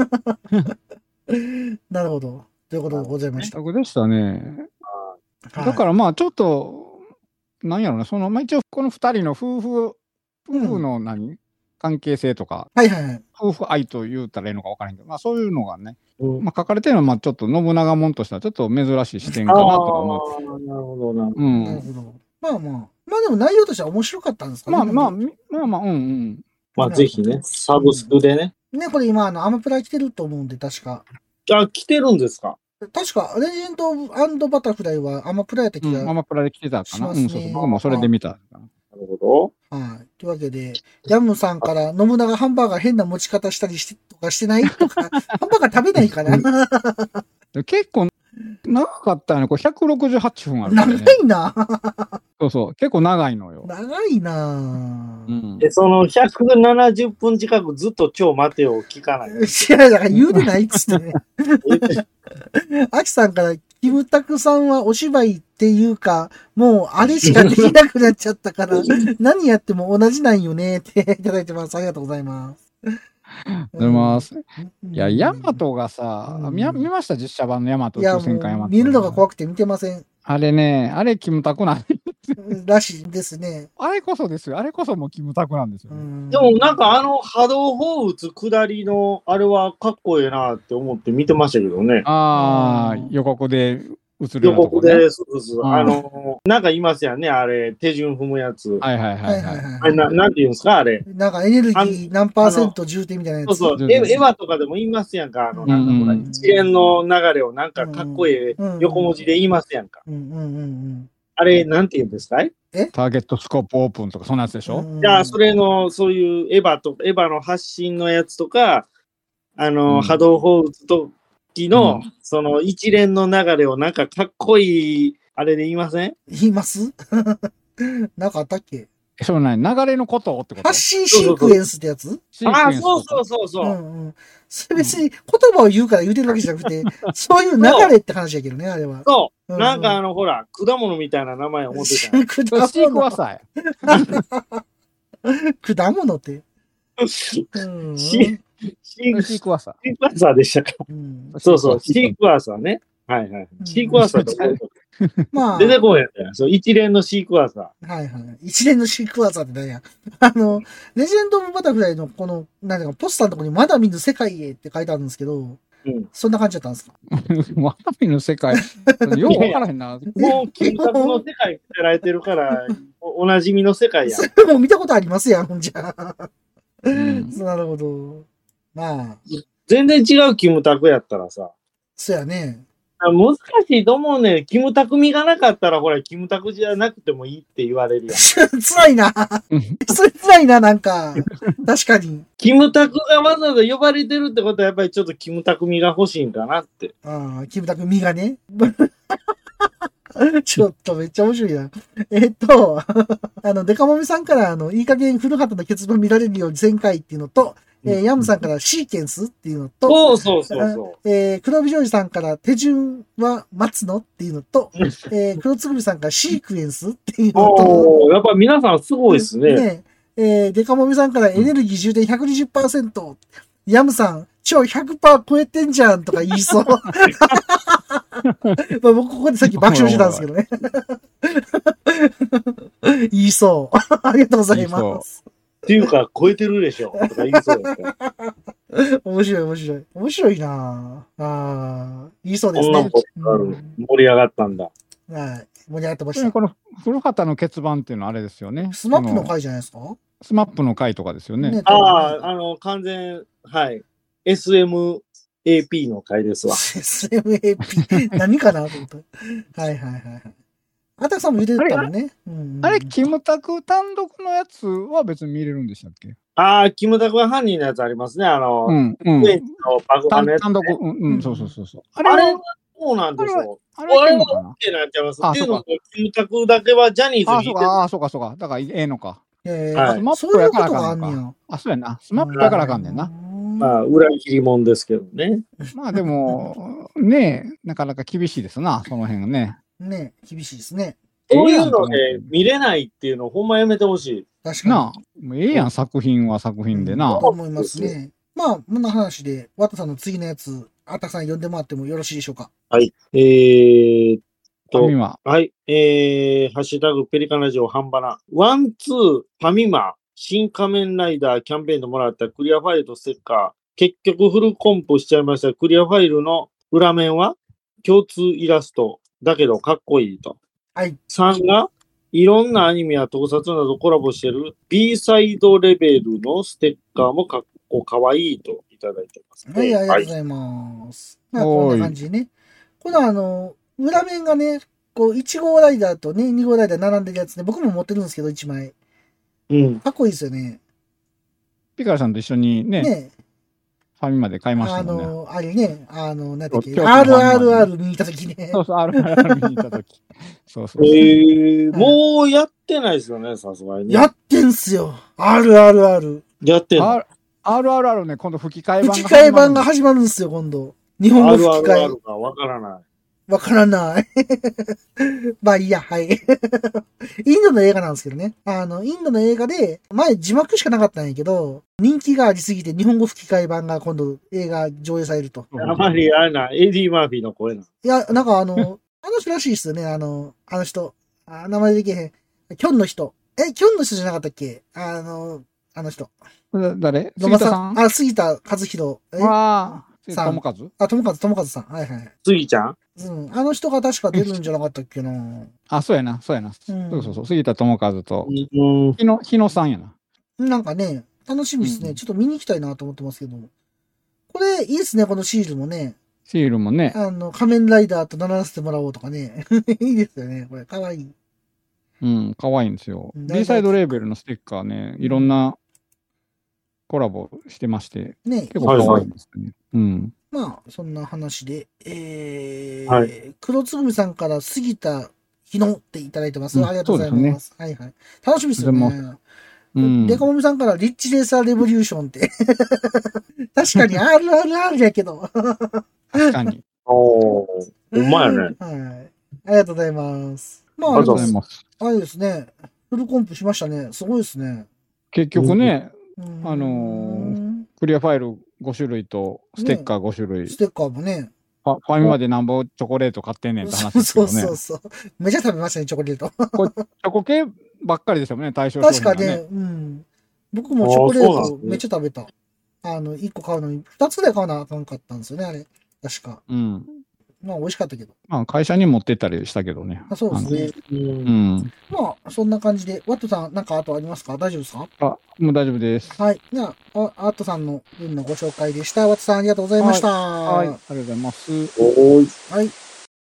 なるほど。ということでございました。 キムタクでしたね。 はいだからまあちょっと、なんやろな、その、まあ一応この二人の夫婦、夫婦の何、関係性とか、 はいはいはい。 夫婦愛と言うたらいいのか分からへんけど、まあそういうのがね、 うんまあ書かれてるのはまあちょっと信長門としてはちょっと珍しい視点かなとは思う。 ああ、なるほどな。 うなるん。 ほど。まあまあ。まあでも内容としては面白かったんですかね。 まあまあ、みまあまあ、うんうん。 まあぜひね、サブスクでね。 ね、これ今、あの、アマプラ来てると思うんで、確か。 あ、来てるんですか？ 確か、レジェンド・オブ・バタフライはアマプラやった気が。 うん、アマプラで来てたかな。うん、 しますねそうそう。僕もそれで見たかな。 なるほはい。というわけで、ヤムさんから、信長ハンバーガー変な持ち方したりして、とかしてないとか、ハンバーガー食べないかなで結構長かったよね。これひゃくろくじゅうはちふんあるから長ね。 いなそうそう。結構長いのよ。 長いなうんど。で、そのひゃくななじゅっぷん近くずっと超待てを聞かない。 いや、だから言うでないっつってね。アキさんから、キムタクさんはお芝居っていうか、もうあれしかできなくなっちゃったから、何やっても同じなんよねっていただいてます。ありがとうございます。 ありがとうございます。 うんいや、ヤマトがさ、 うん見や見ました実写版のヤマトいや、 宇宙戦艦ヤマト。 もう見るのが怖くて見てません。 あれね、あれキムタクなんらしいですね。 あれこそですよ。あれこそもうキムタクなんですよね。 うんでもなんかあの波動砲打つ下りのあれはかっこいいなって思って見てましたけどね。 ああうん、 予告で映るよ予うなとこね。 告で、そうそう、 うんあの、なんかいますよね、あれ、手順踏むやつ。 はいはいはいはい。 あれな、なんて言うんですか、あれ。 なんかエネルギー何パーセント充填みたいなやつ。 そうそう、エエヴァとかでも言いますやんか、あの、なんかほら、 うんうん一連の流れをなんかかっこいい横文字で言いますやんか。 うんうんうんあれ、なんて言うんですかい？ ターゲットスコープオープンとかそんなやつでしょ、 うん。 じゃあ、それの、そういうエヴァと、エヴァの発信のやつとか、あの、 うん波動砲打つ時の、 うんその一連の流れをなんかかっこいい、あれで言いません？ 言いますなんかあったっけそうなん流れのことってこと発信シークエンスってやつああ、 シークエンスそうとかそうそうそうう。 んうん。それ別に言葉を言うから言うてるわけじゃなくて、そういう流れって話やけどね、あれは。 そう。 うんなんかあの、ほら、果物みたいな名前を持ってたよ。 果それシークワー物。 サ果物って。 シうんシーー。シークワーサシークワーサーでしたか。 うんそうそう、シークワーサーね。はいはい。シークワーサーって覚えてるまあ、 出てこんやったよ。そう、一連のシークワーサはいはい。一連のシークワーサーって何や。あの、レジェンド・オブ・バタフライのこの、なんていうか、ポスターのところにまだ見ぬ世界へって書いてあるんですけど、 ー。うん。 そんな感じだったんですかー。ワタミの世界。よう分からへんな。 もう、金額の世界見せられてるから、おおなじみの世界やん。 それも見たことありますやん、じゃあ。 うんなるほど。まあ、 全然違うキムタクやったらさ、 そうやね。 難しいと思うね。キムタク味がなかったら、ほら、キムタクじゃなくてもいいって言われるやん。 辛いな。それ辛いな、なんか。確かに。 キムタクがわざわざ呼ばれてるってことは、やっぱりちょっとキムタク味が欲しいんかなって。 ああ、キムタク身がね。ちょっとめっちゃ面白いな。えっと、あの、デカモミさんから、あの、いい加減古畑の結論見られるように全開っていうのと、えーヤムさんからシーケンスっていうのと、 そうそうそうそえー、黒帯ジョージさんから手順は待つのっていうのと、えー、黒つぐみさんからシークエンスっていうう。 のと、 おー、やっぱ皆さんすごいですね。 ねえー、デカモミさんからエネルギー充電 ひゃくにじゅっパーセント、ヤムさん、超 ひゃくパーセント 超えてんじゃんとか言いそう。まあ僕ここでさっき爆笑してたんですけどね。言いそう。ありがとうございます。 っていうか、超えてるでしょ。とか言いそうですね。 面白い面白い。面白いなぁ。ああ、言いそうですね。 こんなことがある。盛り上がったんだ。 はい。盛り上がってました。 この古畑の欠番っていうのはあれですよね。 スマップのそ回じゃないですかスマップの回とかですよね。 ねああ、あの、完全、 はい。エスエムエーピー の回ですわ。 エスエムエーピー 何かなと思った。はいはいはいはい。あたくさんも入れてたもんね。 あれ、うんうん、あれキムタク単独のやつは別に見れるんでしたっけ？ ああ、キムタクが犯人のやつありますね。あの、 うんうん。 の爆破のやつ、ね、 単独、うん、うん、そうそうそうそう。 あれは、あれはどうなんでしょう。あれは OK なんちゃいます。っていうのも、キムタクだけはジャニーズにいてる。 ああ、そうかそうか。だからええのか。 えー、 はい、 スマップやからあかんねんか。あ、そうやな。スマップやからあかんねんな。 まあ、裏切り者ですけどね。 まあでも、ねえ、なかなか厳しいですな、その辺がね。 ねえ、厳しいですね。 そういうので見れないっていうのをほんまやめてほしい。 確かに。 なあ、もうええやん、作品は作品でな。 と思いますね。まあ、こんな話で、ワトさんの次のやつ、あたくさん読んでもらってもよろしいでしょうか。 はい。えーっと、 ファミマ。 はい。えー、ハッシュタグペリカンラジオ半ばな。ワン、ツー、ファミマ、新仮面ライダーキャンペーンでもらったクリアファイルとステッカー。結局フルコンプしちゃいました。クリアファイルの裏面は共通イラストだけどかっこいいと。 はい。 さんが、いろんなアニメや特撮などコラボしてる B サイドレベルのステッカーもかっこかわいいといただいてます、ね。 はい、ありがとうございます。はい、まあ、こんな感じでね。このあの、裏面がね、こう、いち号ライダーとね、に号ライダー並んでるやつね、僕も持ってるんですけど、いちまい。 うん。 かっこいいですよね。 ピカルさんと一緒にね、 ねファミマで買いましたもんね。 あの、あれね、あの、なんだっけ、アールアールアール 見に行った時ね。 そうそう、アールアールアール 見に行った時。そうそうそう。 えー、もうやってないですよね、さすがにね。 やってんすよ。アールアールアール。 やってんのアールアールアール ね、今度吹き替え版が吹き替え版が始まるんですよ、今度。日本語吹き替え。 アールアールアール かわからない。 わからない。まあいいや、はい。インドの映画なんですけどね。あの、インドの映画で、前字幕しかなかったんやけど、人気がありすぎて日本語吹き替え版が今度映画上映されると。 あまりあれな、エディ・マーフィーの声な。 いや、なんかあの、あの人らしいっすよね、あの、あの人。あ名前できへん。キョンの人。え、キョンの人じゃなかったっけ？あの、あの人。 誰？ 杉田さん。あ、杉田和弘。 えああ。友和あ、友和、友和さん。はいはい。 杉ちゃんうん。あの人が確か出るんじゃなかったっけな。 あ、そうやな、そうやな。うん、そうそうそう。杉田智和と、日野、日野さんやな。 なんかね、楽しみですね、うん。ちょっと見に行きたいなと思ってますけど。これ、いいですね、このシールもね。 シールもね。 あの、仮面ライダーと名乗らせてもらおうとかね。いいですよね、これ。かわいい。 うん、かわいいんですよ。B サイドレーベルのステッカーね、いろんなコラボしてまして、ね、結構かわいいですね。うん。 まあ、そんな話で、えー、 はい、 黒つぐみさんから杉田日野っていただいてます。うん、ありがとうございます。すね、はいはい。楽しみですよね。うん、デカモミさんからリッチレーサーレボリューションって。確かに アールアールアール やけど。 確かに。 おー、ほんまやね。 はい。ありがとうございます。まあ、 ありがとうございます。 あれですね。フルコンプしましたね。すごいですね。 結局ね、うん、あのー、クリアファイルご種類とステッカーご種類。ね、 ステッカーもね。 ファ, ファミマでなんぼチョコレート買ってんねんって話ですけどね。 そうそうそう。めちゃ食べましたね、チョコレート。 こチョコ系ばっかりですよね、対象商品は、ね。 確かね、うん。僕もチョコレートめっちゃ食べた。あの、いっこ買うのに、ふたつぐらい買わなあかんかったんですよね、あれ。確か。 うん。 まあ、美味しかったけど。 まあ、会社に持ってったりしたけどね。 あ、そうですね。 うん。 まあ、そんな感じで、ワットさん、なんかあとありますか？大丈夫ですか？ あ、もう大丈夫です。 はい。じゃあ、ワットさんの分のご紹介でした。ワットさん、ありがとうございました。 はい。はい、ありがとうございます。 おい。 はい。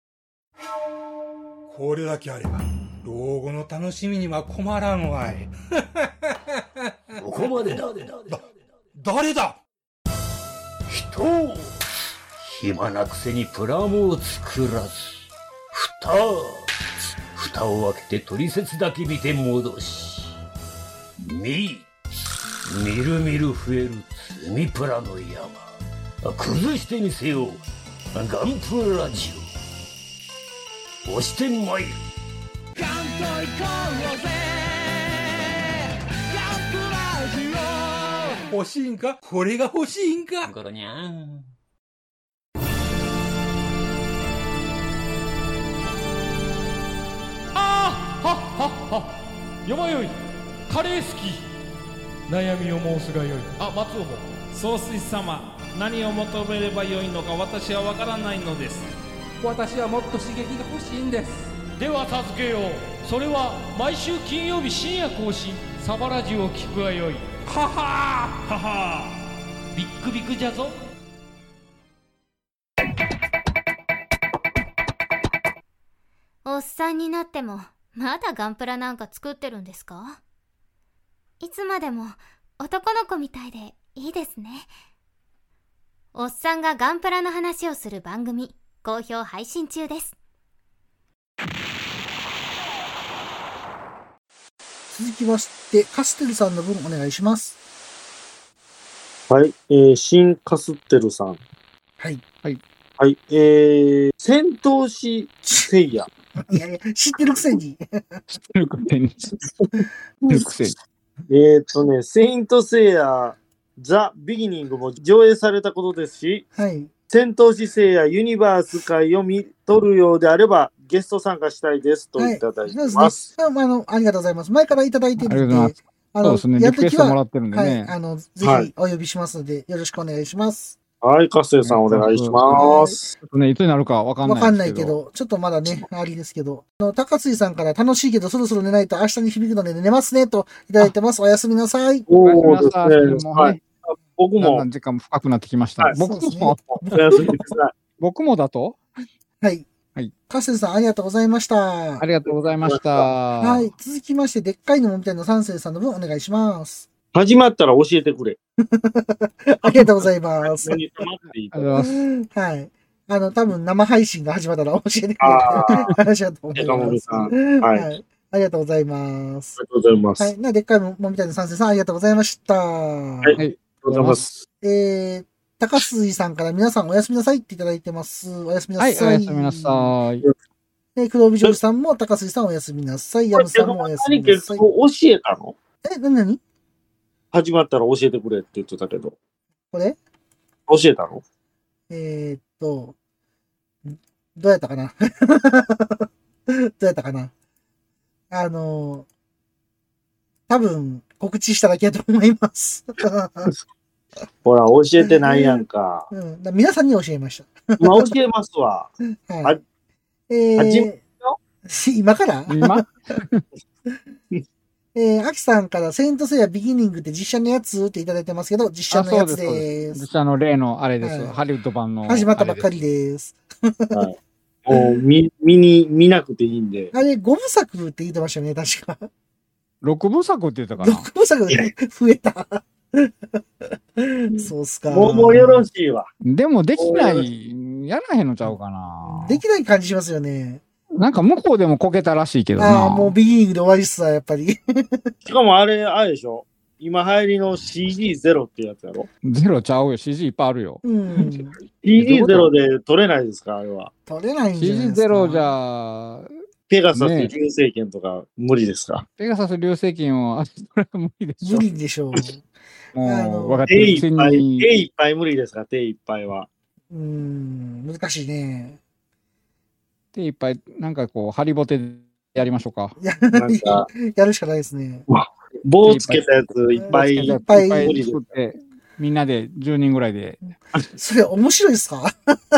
これだけあれば、老後の楽しみには困らんわい。 ここまでだ。 だ、誰だ？ 人を暇なくせにプラモを作らず、蓋蓋を開けて取説だけ見て戻し、みみるみる増える積みプラの山、崩してみせようガンプラジオ。押してまいる。ガンといこうぜガンプラジオ。欲しいんか？これが欲しいんか？ ゴロニャン。 はっはっは。よまよいカレー好き。悩みを申すがよい。あ、松尾も。 総帥様、何を求めればよいのか私は分からないのです。 私はもっと刺激が欲しいんです。では助けよう。それは毎週金曜日深夜更新サバラジュを聞くがよい。ははーははー。 ビックビックじゃぞ。 おっさんになってもまだガンプラなんか作ってるんですか？いつまでも男の子みたいでいいですね。おっさんがガンプラの話をする番組、好評配信中です。 続きまして、カステルさんの分お願いします。 はい、えー、新カステルさん。 はい。 はい。 はい、えー、戦闘士セイヤ。 いやいや、知ってるくせに。 知ってるくせに。知ってるくせに。 えーっとね、セイントセイヤ、ザ・ビギニングも上映されたことですし、 はい。 戦闘士セイヤユニバース会を見とるようであれば、ゲスト参加したいですといただいてます。 はい、そうですね。あの、ありがとうございます。前からいただいてるので、 あの、そうですね。リクエストもらってるんでね。 はい、あの、ぜひお呼びしますので、よろしくお願いします。 はい、カステルさんお願いします。 ね、いつになるかわかんないわかんないけど、ちょっとまだね、ありですけど。あの、高杉さんから楽しいけどそろそろ寝ないと明日に響くので寝ますねといただいてます。おやすみなさい。 おーですね。はい。僕も。 だんだん時間も深くなってきました。 はい、 僕も、 おやすみなさい。 僕もだとはい。 はい。 カステルさんありがとうございました。 ありがとうございました。 はい。続きまして、でっかいのもみたいな三世さんの分お願いします。 始まったら教えてくれ。 ありがとうございます。 ありがとうございます。はい。あの、多分生配信が始まったら教えてくれる話だと思います。はい。ありがとうございます。 ありがとうございます。 はい。な、でっかいもみたいな三世さんありがとうございました。はい。 ありがとうございます。 えー、高杉さんから皆さんおやすみなさいっていただいてます。おやすみなさい。 はい、おやすみなさい。 で、黒帯ジョージさんも高杉さんおやすみなさい。ヤムさんもおやすみなさい。 教えたの？ え、なになに？ 始まったら教えてくれって言ってたけど。 これ？ 教えたの？ えー、っと、どうやったかなどうやったかなあの、多分告知しただけだと思います。 ほら、教えてないやんか。 うん、だ皆さんに教えました。 今教えますわ。 はい。えー、今から今えー、アキさんからセイントセイヤビギニングって実写のやつっていただいてますけど、実写のやつです。 実写の例のあれです。はい、ハリウッド版の。 始まったばっかりです。 はい。もう見、見に、見なくていいんで。 あれ、ごぶさくって言ってましたよね、確か。 ろくぶさくって言ったかな。 ろくぶさく増えた。そうっすか。 もう、もうよろしいわ。 でもできない、やらへんのちゃうかな。 できない感じしますよね。 なんか向こうでもこけたらしいけどな。 ああ、もうビギニングで終わりっすわ、やっぱり。 しかもあれ、あれでしょ今流行りの シージーゼロ ってやつやろゼロちゃうよ。シージー いっぱいあるよ。 うん。シージーゼロ で撮れないですかあれは。 撮れないんじゃないですか。 シージーゼロ じゃ、 ペガサス流星剣とか無理ですか、 ね、ペガサス流星剣を、あ、それは無理でしょ。 無理でしょう。 もう、分かってる。手いっぱい、手いっぱい無理ですか手いっぱいは。 うーん、難しいね。 手いっぱい、なんかこう、ハリボテでやりましょうか。 なんかやるしかないですね。 棒つけたやついっぱいいっぱい作って、みんなでじゅうにんぐらいで。 それ面白いですか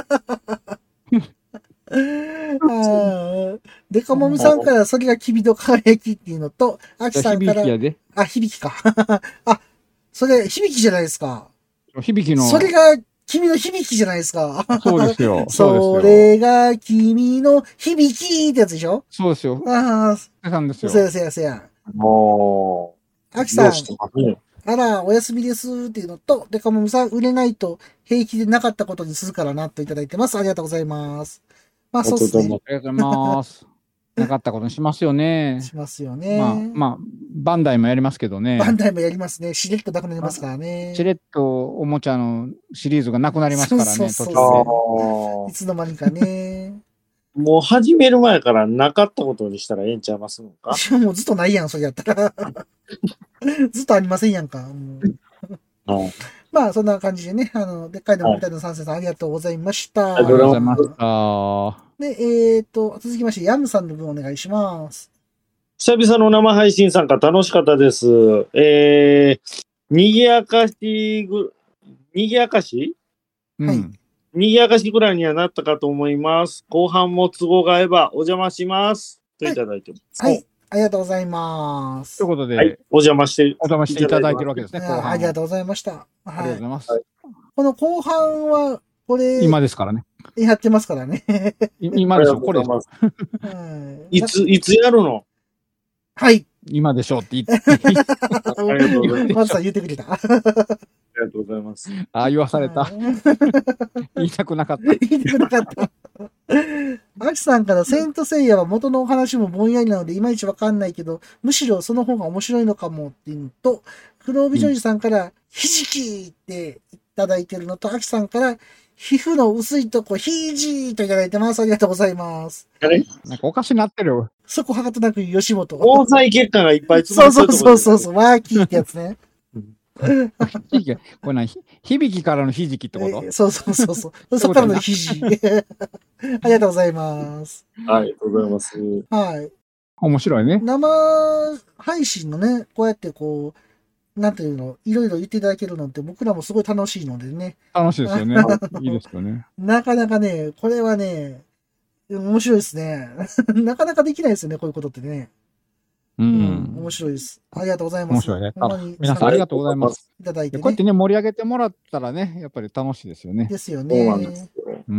デカモミさんからそれが君の輝きっていうのと、アキさんから、あ、響きか。あ、それ響きじゃないですか。 響きの。 それが君の響きじゃないですか。 そうですよ。 それが君の響きってやつでしょ。 そうですよ。 ああ、そうですよ。 せやせやせや。 もう、アキさん。あら、お休みですっていうのと、デカモミさん、売れないと平気でなかったことにするからなといただいてます。ありがとうございます。まあ、そうですね。 ありがとうございます。なかったことにしますよね。 しますよね。 まあ、まあ、バンダイもやりますけどね。 バンダイもやりますね。しれっとなくなりますからね。 しれっとおもちゃのシリーズがなくなりますからね、 そうそうそう。いつの間にかね。 もう始める前からなかったことにしたらええんちゃいますのかもうずっとないやん、それやったら。ずっとありませんやんか。 はい、 まあ、そんな感じでね、あの、でっかいのもみたいな三世さん、ありがとうございました。 ありがとうございました。 で、えっと、続きまして、ヤムさんの分お願いします。 久々の生配信参加楽しかったです。えー、にぎやかしぐ、にぎやかしはい。 にぎやかしぐらいにはなったかと思います。後半も都合が合えばお邪魔します。といただいてます。 はい。はい、ありがとうございます。 ということで、 はい、お邪魔して、 お邪魔していただいてるわけですね、後半。 ありがとうございました。はい、 ありがとうございます。 この後半は、これ、 今ですからね。 やってますからね。 い今でしょ、これ。 はいいつ、いつやるの？ はい。 今でしょうって言って。 ありがとうございます。 まずさん言ってくれた。 ありがとうございます。 ああ、言わされた。言いたくなかった。 言いたくなかった。アキさんからセイントセイヤは元のお話もぼんやりなのでいまいちわかんないけど、むしろその方が面白いのかもっていうのと、黒帯ジョージさんからひじきっていただいてるのと、アキさんから皮膚の薄いとこひじといただいてます。ありがとうございます。 あれなんかおかしなってるよ。 そこはかとなく吉本。 毛細血管がいっぱいそうそうそうそうそう、ワーキーってやつね。 これな、響きからのひじきってことそうそうそうそう。そこからのひじ。ありがとうございます。 はい、ありがとうございます。 はい。 面白いね。 生配信のね、こうやってこう、なんていうの、いろいろ言っていただけるのって僕らもすごい楽しいのでね。 楽しいですよね。いいですよね。 なかなかね、これはね、面白いですね。なかなかできないですよね、こういうことってね。 うん、 うん、面白いです。ありがとうございます。 面白いね。 ほんまに皆さんありがとうございます。 いただいて、ね、 こうやってね、盛り上げてもらったらね、やっぱり楽しいですよね。 ですよね。 そうなんですよ。 うん。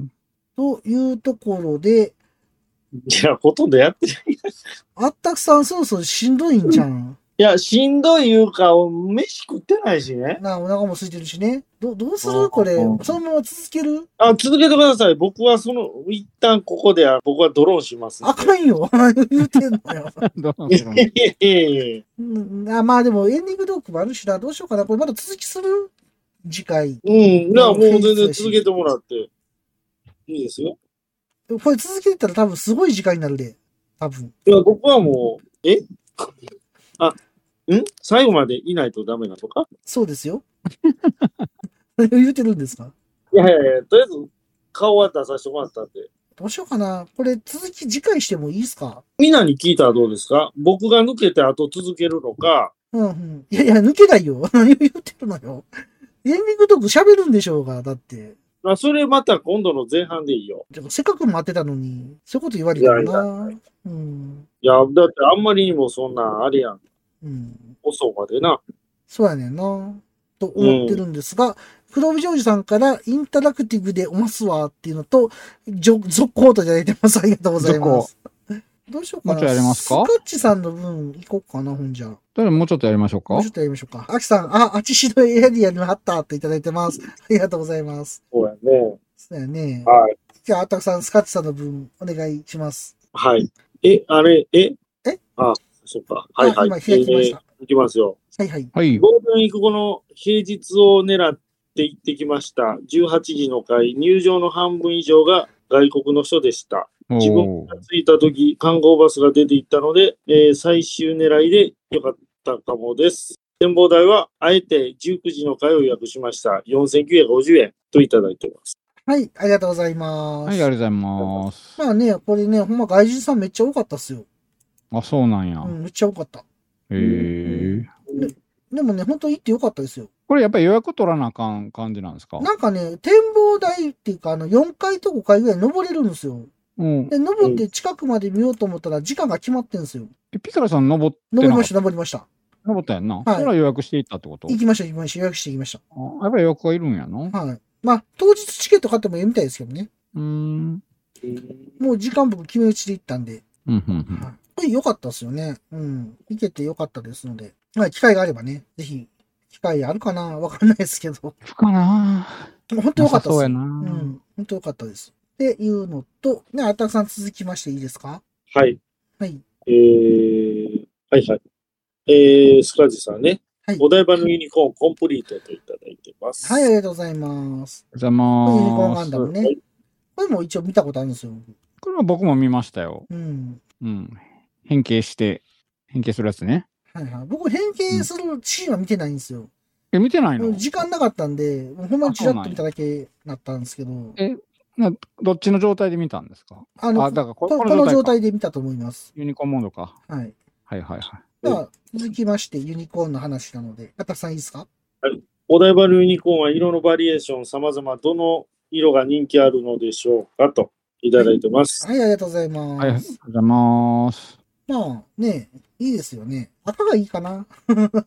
というところで、 いや、ほとんどやってない。 あったくさんそろそろしんどいんじゃん。 いや、しんどいいうか、飯食ってないしね。 なあ、お腹も空いてるしね。ど、どうするこれ。そのまま続ける？ あ、続けてください。僕はその、一旦ここでは、僕はドローンします。 あかんよ。言うてんのよ。 ドローンするの。 いやいやいやうん、あ、まあでもエンディングトークもあるしな。どうしようかな。これまだ続きする？次回。 うん。なあ、もう全然続けてもらって。いいですよ。 これ続けてたら多分すごい時間になるで。多分。 いや、僕はもう、えあ、ん最後までいないとダメなとか？ そうですよ。何を言うてるんですか？ いやいやいや、とりあえず顔は出させてもらったんで。 どうしようかな。これ続き次回してもいいですか？ みんなに聞いたらどうですか？僕が抜けて後続けるのか。 うんうん。いやいや、抜けないよ。何を言ってるのよ。エンディングトーク喋るんでしょうが、だって。 あ、それまた今度の前半でいいよ。 せっかく待ってたのに、そういうこと言われたらな。 いやいやうん。 いや、だってあんまりにもそんな、あれやん。 うん。 遅までな。 そうやねんな。と思ってるんですが、黒帯ジョージさんからインタラクティブでおますわっていうのと、続行といただいてます。ありがとうございます。どうしようかな。 もうちょいやりますか？ スカッチさんの分行こうかな、ほんじゃ。 どれもうちょっとやりましょうか。 もうちょっとやりましょうか。アキさん、あ、あちしどエアリアにあったっていただいてます。ありがとうございます。 そうやね。 そうやね。 はい。 じゃあ、あったくさん、スカッチさんの分お願いします。 はい。え、あれ、ええあ、そっか。はいはい。 今開きました。 えー、いきますよ。 はいはい。 はい。 ゴールデンウィーク後の平日を狙って行ってきました。じゅうはちじの回、入場の半分以上が外国の人でした。自分が着いた時、観光バスが出て行ったので、えー、最終狙いでよかったかもです。展望台は、あえてじゅうくじの回を予約しました。よんせんきゅうひゃくごじゅうえんといただいています。 はい、ありがとうございます。 はい、ありがとうございます。 まあね、これね、ほんま外人さんめっちゃ多かったっすよ。 あ、そうなんや。 うん、めっちゃ多かった。 へえ。 で, でもね、本当に行ってよかったですよ。 これやっぱり予約取らなあかん感じなんですか？ なんかね、展望台っていうか、あの、よんかいとごかいぐらい登れるんですよ。 うん。 で、登って近くまで見ようと思ったら時間が決まってんですよ。 え、ピカラさん登って登りました、登りました。 登ったやんな。 はい。 それは予約していったってこと？ 行きました、行きました。予約して行きました。 あ、やっぱり予約がいるんやな。 はい。まあ、当日チケット買ってもいいみたいですけどね。 うーん。 もう時間僕決め打ちで行ったんで。 うん、うん、うん。 これ良かったですよね。うん。行けて良かったですので。まあ、機会があればね、ぜひ、機会あるかなわかんないですけど。 行くかな本当良かったです。 そうやな。 うん。本当良かったです。っていうのと、ね、あたくさん続きましていいですか？ はい。 はい。 えー、はいはい。えー、スカジさんね。はい。お台場のユニコーンコンプリートといただいてます。 はい、ありがとうございます。 ありがとうございます。 ユニコーンガンダムね。はい、これも一応見たことあるんですよ。 これは僕も見ましたよ。 うん。 うん。変形して、変形するやつね。 はいはい。僕、変形するシーンは見てないんですよ。 え、見てないの？ 時間なかったんで、ほんまにチラッと見ただけだったんですけど。 え、などっちの状態で見たんですか？ あの、 あ、だからこ, こ, この状態で見たと思います。 ユニコーンモードか。 はい。 はいはいはい。 では、続きまして、ユニコーンの話なので、あたくさんいいですか？ はい。お台場のユニコーンは色のバリエーション様々、どの色が人気あるのでしょうかといただいてます。 はい、はい、ありがとうございます。 はい、ありがとうございます。 まあね、いいですよね。赤がいいかな。や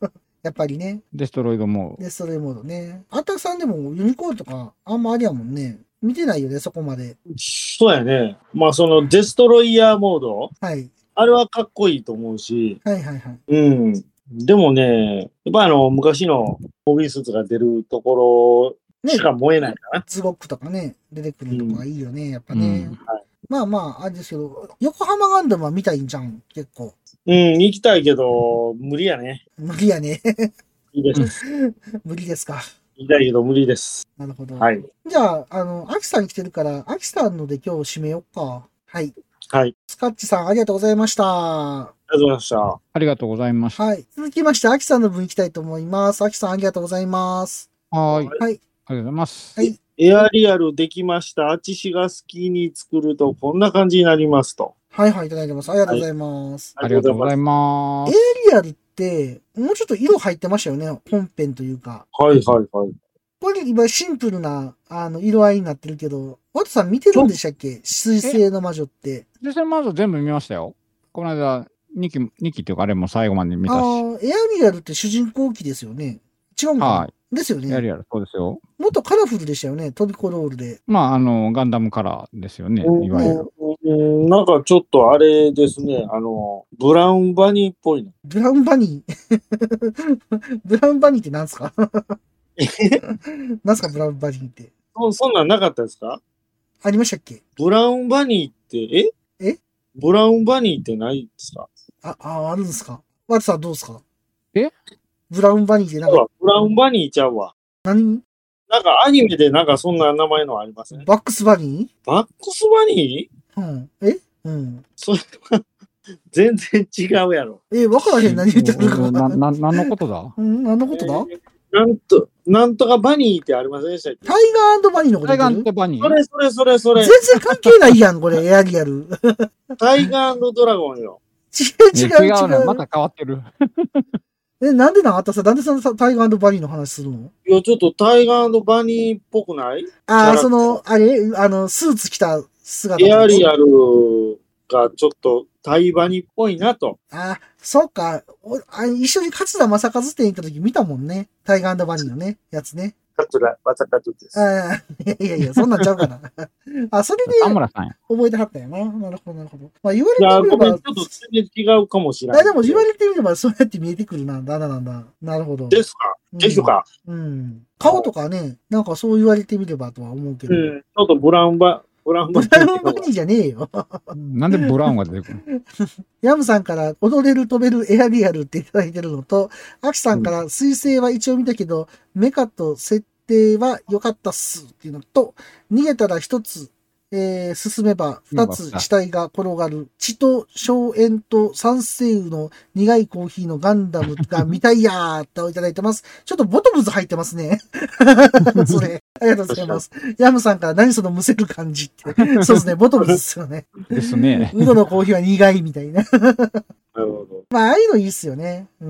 やっぱりね。 デストロイドモーデストロイモードね。あったくさんでもユニコーンとかあんまありやもんね。見てないよね、そこまで。 そうやね。まあ、そのデストロイヤーモード、 はい。 あれはかっこいいと思うし、 はいはいはい。 うん。でもね、やっぱあの、昔のモビースーツが出るところしか燃えないかな。 ズゴックとかね、出てくるとこがいいよね、やっぱね。 うんはい、 まあまあ、あれですけど、横浜ガンダムは見たいんじゃん、結構。 うん、行きたいけど、無理やね。 無理やね。 いいです。 無理ですか。 行きたいけど無理です。 なるほど。 はい。 じゃあ、あの、アキさん来てるから、アキさんので今日締めよっか。はい。 はい。 スカッチさん、ありがとうございました。 ありがとうございました。 ありがとうございました。 はい。続きまして、アキさんの分行きたいと思います。アキさん、ありがとうございます。 はーい。 はい。 ありがとうございます。 はい。 エアリアルできました。あちしが好きに作るとこんな感じになりますと。 はいはい、いただいてます。ありがとうございます。 ありがとうございます。 エアリアルって、もうちょっと色入ってましたよね。本編というか。 はいはいはい。 これ今シンプルな、あの、色合いになってるけど、ワトさん見てるんでしたっけ？水星の魔女って。 水星の魔女全部見ましたよ。この間、にき、にきっていうかあれも最後まで見たし。 ああ、エアリアルって主人公機ですよね。違うんかな、 はい。 ですよね。 エアリアル、そうですよ。 もっとカラフルでしたよね。トビコロールで。 まあ、あの、ガンダムカラーですよね。いわゆる。 うん、なんかちょっとあれですね。あの、ブラウンバニーっぽいの。 ブラウンバニーブラウンバニーって何すか何すかブラウンバニーって。 そそんなんなかったですか？ ありましたっけ？ ブラウンバニーって、ええブラウンバニーってないですか？ あ、あ、あるんですか？ワトさんどうですか？ えブラウンバニーってなんか、 ブラウンバニーちゃうわ。 何？ なんかアニメでなんかそんな名前のありますね。 バックスバニバックスバニーうん。えうん。 それは全然違うやろ。 え、わからへん。何言ってるか。 な、な、何のことだうん、何のことだ、 えーなんと、なんとかバニーってありませんでしたっけ？ タイガーバニーのことタイガ言ってるーバニーそれそれそれそれ全。然関係ないやん、これ、エアリアル。 タイガードラゴンよ。 違う違う違う。 違うね。また変わってる。 え、なんでなんあったさ、なんでそのタイガーバニーの話するの？ いや、ちょっとタイガーバニーっぽくない？ ああ、その、あれあの、スーツ着た姿。 エアリアルがちょっとタイバニっぽいなと。 ああ、そっか。おあ一緒に勝田正和店行った時見たもんね。タイガーバニーのね、やつね。 カツラ、わざかつです。 ああ、いやいやいや、そんなんちゃうかな。あ、それで田村さんや。 覚えてはったよな。なるほど、なるほど。まあ言われいや、 てみれば、 ごめん、ちょっと全然違うかもしれない。 あでも言われてみればそうやって見えてくるな。だななんだ。なるほど。 ですかですか、 うん。うん。顔とかね、なんかそう言われてみればとは思うけど。 うん、ちょっとブラウンバ、ブラウンバブラウンバニーじゃねえよ。 なんでブラウンが出てくるヤムさんから踊れる飛べるエアリアルっていただいてるのと、アキさんから水星は一応見たけど、メカと設定は良かったっすっていうのと、逃げたら一つ、えー、進めば二つ死体が転がる、血と硝煙と酸性雨の苦いコーヒーのガンダムが見たいやーっていただいてます。ちょっとボトムズ入ってますね。それ。ありがとうございます。ヤムさんから何そのむせる感じって。そうですね、ボトムズですよね。 ですね。 ウドのコーヒーは苦いみたいな。 なるほど。 まあ、ああいうのいいっすよね。うんうん。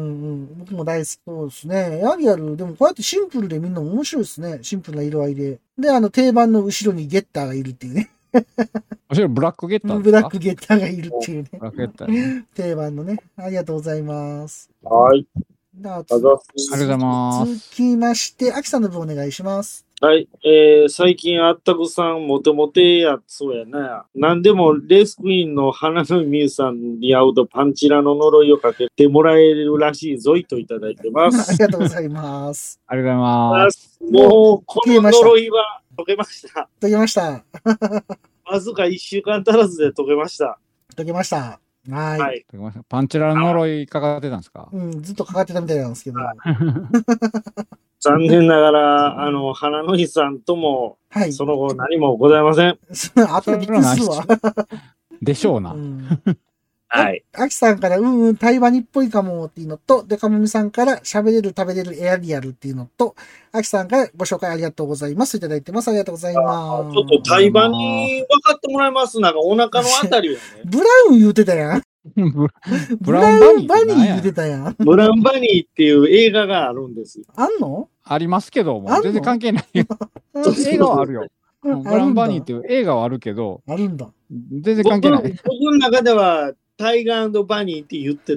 僕も大好き。そうですね。エアリアル、でもこうやってシンプルでみんな面白いですね。シンプルな色合いで。で、あの、定番の後ろにゲッターがいるっていうね。 むしろブラックゲッターですか？ ブラックゲッターがいるっていうね。 ブラックゲッターね。 定番のね。ありがとうございます。 はい。 ではありがとうございます。 続きまして、アキさんの分お願いします。 はい。えー、最近あったくさんモテモテや、そうやな。なんでもレースクイーンの花のみゆさんに会うとパンチラの呪いをかけてもらえるらしいぞいといただいてまあす。 りがとうございます。 ありがとうございます。 もう、この呪いは解けました。 解けました。 わずかいっしゅうかん足らずで解けました。 解けました。はい。 はい。 パンチラの呪いかかってたんですか？ うん、ずっとかかってたみたいなんですけど。 残念ながら、あの、花の日さんとも、 はい。 その後何もございません。 あとびっくりするわ。 でしょうな。 うんはい。 アキさんから、うんうん、台湾にっぽいかもっていうのと、デカモミさんから、喋れる食べれるエアリアルっていうのと、アキさんからご紹介ありがとうございます。いただいてます。ありがとうございます。 ちょっと台湾に分かってもらいます。なんかお腹のあたりをね。 ブラウン言うてたやん。 ブブラウンバニー言うてたやん。 ブラウンバニーっていう映画があるんですよ。 あんの？ ありますけども、 あんの全然関係ないよ。映画はあるよ。ブラウンバニーっていう映画はあるけど、 あるんだ。 全然関係ない。 僕の僕の中では、タイガー&バニーって言ってた。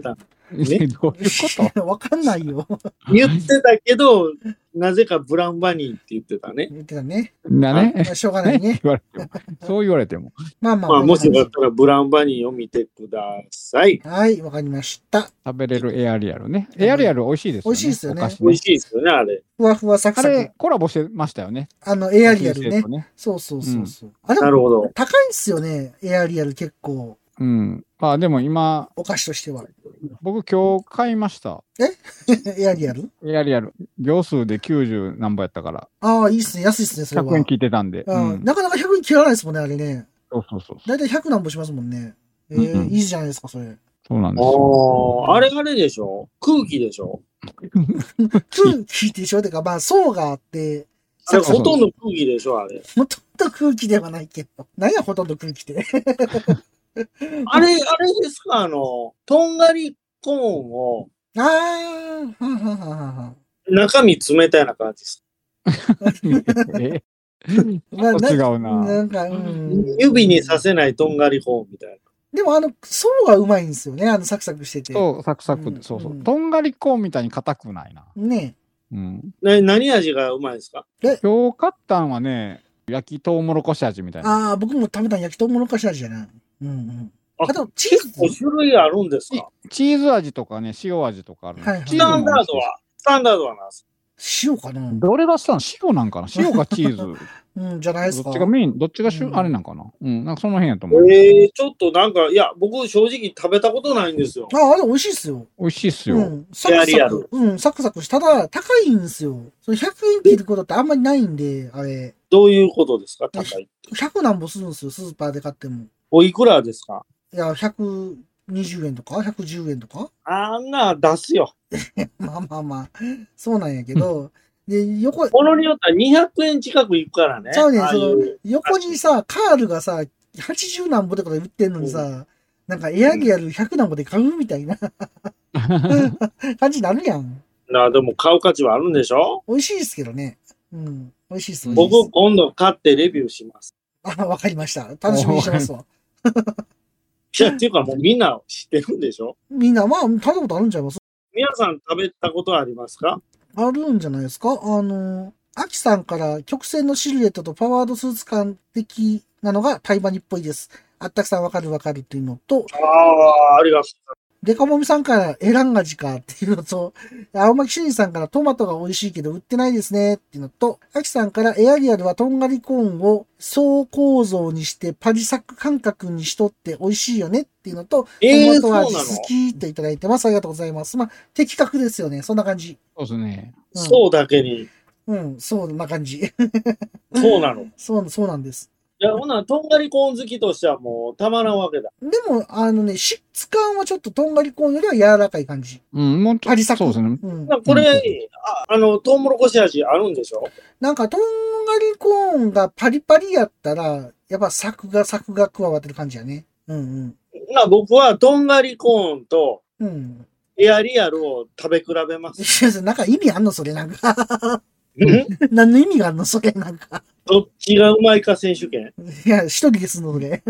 ねどういうこわかんないよ。 言ってたけど、なぜかブラウンバニーって言ってたね。 言ってたね。 とだね。 まあしょうがないね。 言われてもそう言われても。 まあまあ。 まあ、もしよかわかったらブラウンバニーを見てください。 りましたはい、わかりました。 食べれるエアリアルね。エアリアル美味しいですよね。 美味しいですよねお菓子美味しいですよね、あれ。 ふわふわサクあサク。 れコラボしてましたよね。 あの、エアリアルねコーヒーセット。ね。 そうそうそうそう。あれもなるほど。 高いんすよね、エアリアル結構、 うん。あ、でも今、 お菓子としては。 僕今日買いました。 エアリアルエアリアル。行数できゅうじゅう何ぼやったから、 ああ、いいっすね。安いっすね、それひゃくは。 えん聞いてたんで。 ううんん。 なかなかひゃくえん切らないですもんね、あれね。 そうそうそう。 だいたいひゃく何ぼしますもんね。えうんーうんいいじゃないですか、それ。 そうなんですよ。 おー、あれあれでしょ空気でしょ空気でしょてか、まあ、層があって、 あれそうそうほとんど空気でしょあれ。 ほとんど空気ではないけど。何や、ほとんど空気って。 あれ、あれですかあの、とんがりコーンをああ、はんはんはんはんはん。 中身冷たいな感じです。 えまあ違うななんか、うん。 指にさせないとんがりコーンみたいな。 でも、あの、層がうまいんですよね。あの、サクサクしてて。 そう、サクサクうんで、そうそうう。 んとんがりコーンみたいに硬くないな。 ねうん。 な何味がうまいですか今日買ったんはね、焼きとうもろこし味みたいな。 ああ、僕も食べたん焼きとうもろこし味じゃない。うんうん。 ああと、チー結構ズ。 種類あるんですかチーズ味とかね、塩味とかあるんではいはいスタンチーズもダードはスタンダードはなんですか塩かなどれがしたの塩なんかな塩かチーズ。 うん、じゃないですか。 どっちがメイン、どっちがしゅ、 うんあれなんかなうん、なんかその辺やと思う。 ええちょっとなんか、いや、僕正直食べたことないんですよ。 ああ、あれ美味しいっすよ。 美味しいっすよ。 うん。サクエアリアルサク。うん、サクサクしただ、高いんですよ。それひゃくえん切ることってあんまりないんで、あれ。 どういうことですか高いって。 ひゃく何ぼするんですよ、スーパーで買っても。 おいくらですかいや、ひゃくにじゅうえんとか、ひゃくじゅうえんとか。 あんな出すよ。 まあまあまあ、そうなんやけど、で、横、 ものによってはにひゃくえん近くいくからね。 そうね、 ああいそのう、 横にさ、カールがさ、はちじゅう何ぼとかで売ってんのにさ、なんかエアリアルひゃく何ぼで買うみたいな感じになるやん。 なでも買う価値はあるんでしょ美味しいですけどね。うん。美味しいです。美味しいです僕今度買ってレビューします。 あ、わかりました。楽しみにしてますわ。 いや、っていうかもうみんな知ってるんでしょみんな、まあ、食べたことあるんちゃいます皆さん食べたことはありますかあるんじゃないですかあの、アキさんから曲線のシルエットとパワードスーツ感的なのがタイバニっぽいです。あったくさんわかるわかるっていうのと、 ああ、ありがとデカモミさんからエランガジかっていうのと、青巻主任さんからトマトが美味しいけど売ってないですねっていうのと、アキさんからエアリアルはとんがりコーンを層構造にしてパリサク感覚にしとって美味しいよねっていうのと、 えートマト味そうなの好きといただいてます。ありがとうございます。まあ、的確ですよね。そんな感じ。 そうですね。 うんそうだけに。 うん、そんな感じ。 そうなの。いそう、そうなんです。 や、ほな、とんがりコーン好きとしてはもうたまらんわけだ。 でも、あのね、質感はちょっととんがりコーンよりは柔らかい感じ。 うん、もうちょパリサク。 そうですね。 うん。 なこれ、 うんああの、トウモロコシ味あるんでしょなんか、とんがりコーンがパリパリやったら、やっぱサクがサクが加わってる感じやね。うんな僕はとんがりコーンとうん。うん。 エアリアルを食べ比べます。 なんか意味あんのそれなんか。 ん何の意味があんのそれなんか。 どっちがうまいか選手権いや、一人ですのそれ。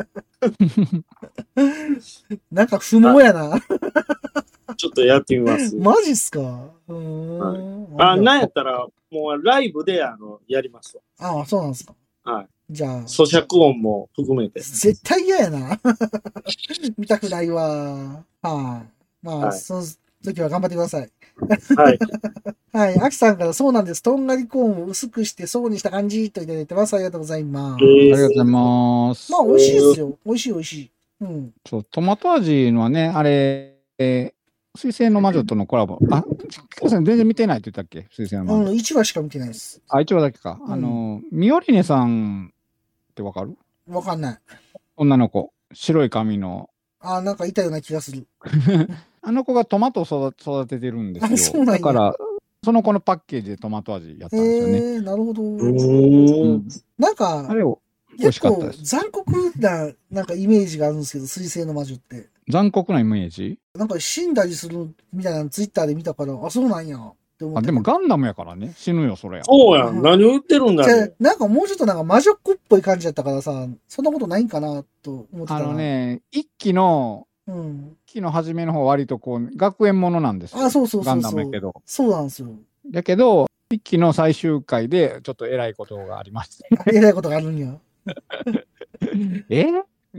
なんか不毛やな。 ちょっとやってみます。 マジっすかうーん。 あ、なんやったら、もうライブであのやりますわ。 ああ、そうなんですか。 はい。 じゃあ。 咀嚼音も含めて。 絶対嫌やな。見たくないわ。はい、まあ、 はいその時は頑張ってください。 はい。 はい。アキさんからそうなんです。とんがりコーンを薄くして層にした感じといただいてます。ありがとうございます。 えありーがとうございます。 まあ、美味しいですよ。美味しい美味しい。うん。 そう、トマト味のはね、あれ、えー、水星の魔女とのコラボ。あ、キコさん全然見てないって言ったっけ水星の魔女。 うん、いちわしか見てないです。 あ、一話だけか。 うんあの、ミオリネさんってわかるわかんない。 女の子。白い髪の。 あーなんかいたような気がする。 あの子がトマトを育育ててるんですよ。 あそうなんやだから、その子のパッケージでトマト味やったんですよね。 えー、なるほど。 うーん。 なんかあ、れを美味し結構かったです。 残酷な、なんかイメージがあるんですけど、水星の魔女って。 残酷なイメージなんか死んだりするみたいなのツイッターで見たから、あ、そうなんやって思っあ、 て。 でもガンダムやからね。死ぬよ、それや。 そうや。 うんん何を言ってるんだじゃあろう。 なんかもうちょっとなんか魔女っ子っぽい感じだったからさ、そんなことないんかなと思ってたあな。 のね、一期のうん。 一期の初めの方割とこう、学園ものなんですよ。 あ、そうそうそうそう。 ガンダムやけど。 そうなんですよ。 だけど、一期の最終回でちょっと偉いことがありました。 偉いことがあるんや。 えうん、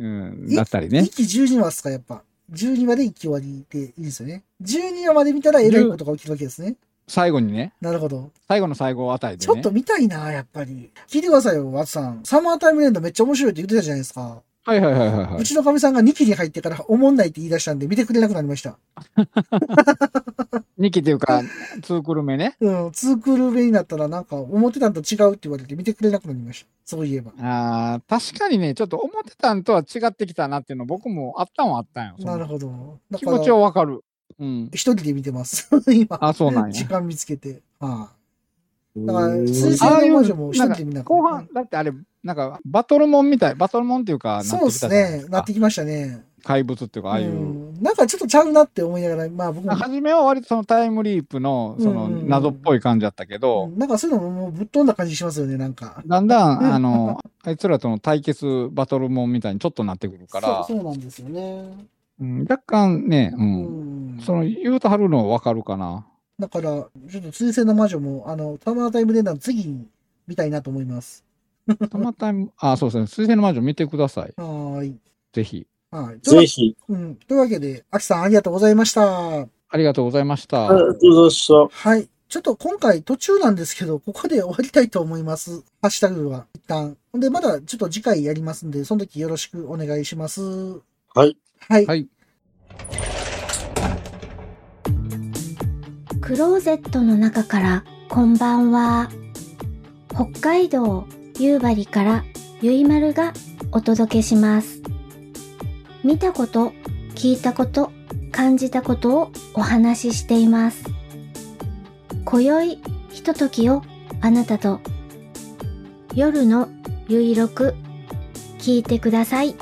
だったりね。 一期じゅうにわっすか、やっぱ。じゅうにわで一期終わりでいいですよね。じゅうにわまで見たら偉いことが起きるわけですね。 最後にね。 なるほど。 最後の最後あたりでね。 ちょっと見たいな、やっぱり。聞いてくださいよ、ワツさん。サマータイムレンドめっちゃ面白いって言ってたじゃないですか。 はいはいはいはい、はい。 うちのかみさんがにきに入ってからおもんないって言い出したんで見てくれなくなりました。 にきっていうか、ツークル目ね。 うん、ツークル目になったらなんか思ってたんと違うって言われて見てくれなくなりました。そういえば。 ああ、確かにね、ちょっと思ってたんとは違ってきたなっていうの僕もあったんはあったんよ。 なるほど。 気持ちはわかる。うん。 一人で見てます。今。 あ、そうなんや。 時間見つけて。はあ。だから、水星の魔女も一人で見な後半、だってあれ、なんか、バトルモンみたい、バトルモンっていうか、 そうですね。なってきましたね。 怪物っていうか、ああいう。うん、なんかちょっとちゃうなって思いながら、まあ僕も。 初めは割とそのタイムリープの、その謎っぽい感じだったけど、 うんうん、なんかそういうのももうぶっ飛んだ感じしますよね、なんか。 だんだん、あの、あいつらとの対決バトルモンみたいにちょっとなってくるから。 そう、そうなんですよね。 うん、若干ね、うん。うん、その、言うとはるのわかるかな。 だから、ちょっと水星の魔女も、あの、タマタイムレンダーの次に見たいなと思います。 タマタイム、あ、そうですね。水星の魔女見てください。 はい。 ぜひ。 はい。 ぜひ。 うん。というわけで、アキさんありがとうございました。 ありがとうございました。 ありがとうございました。 はい。ちょっと今回途中なんですけど、ここで終わりたいと思います。ハッシュタグは一旦。で、まだちょっと次回やりますんで、その時よろしくお願いします。 はい。 はい。 はい。 クローゼットの中からこんばんは。北海道夕張からゆいまるがお届けします。見たこと、聞いたこと、感じたことをお話ししています。今宵ひとときをあなたと。夜のゆいろく、聞いてください。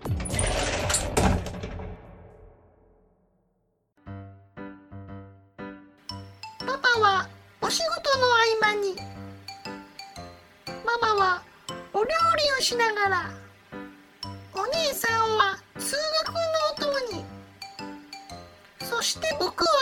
パパはお仕事の合間に、ママはお料理をしながら、お姉さんは通学のお供に、そして僕は。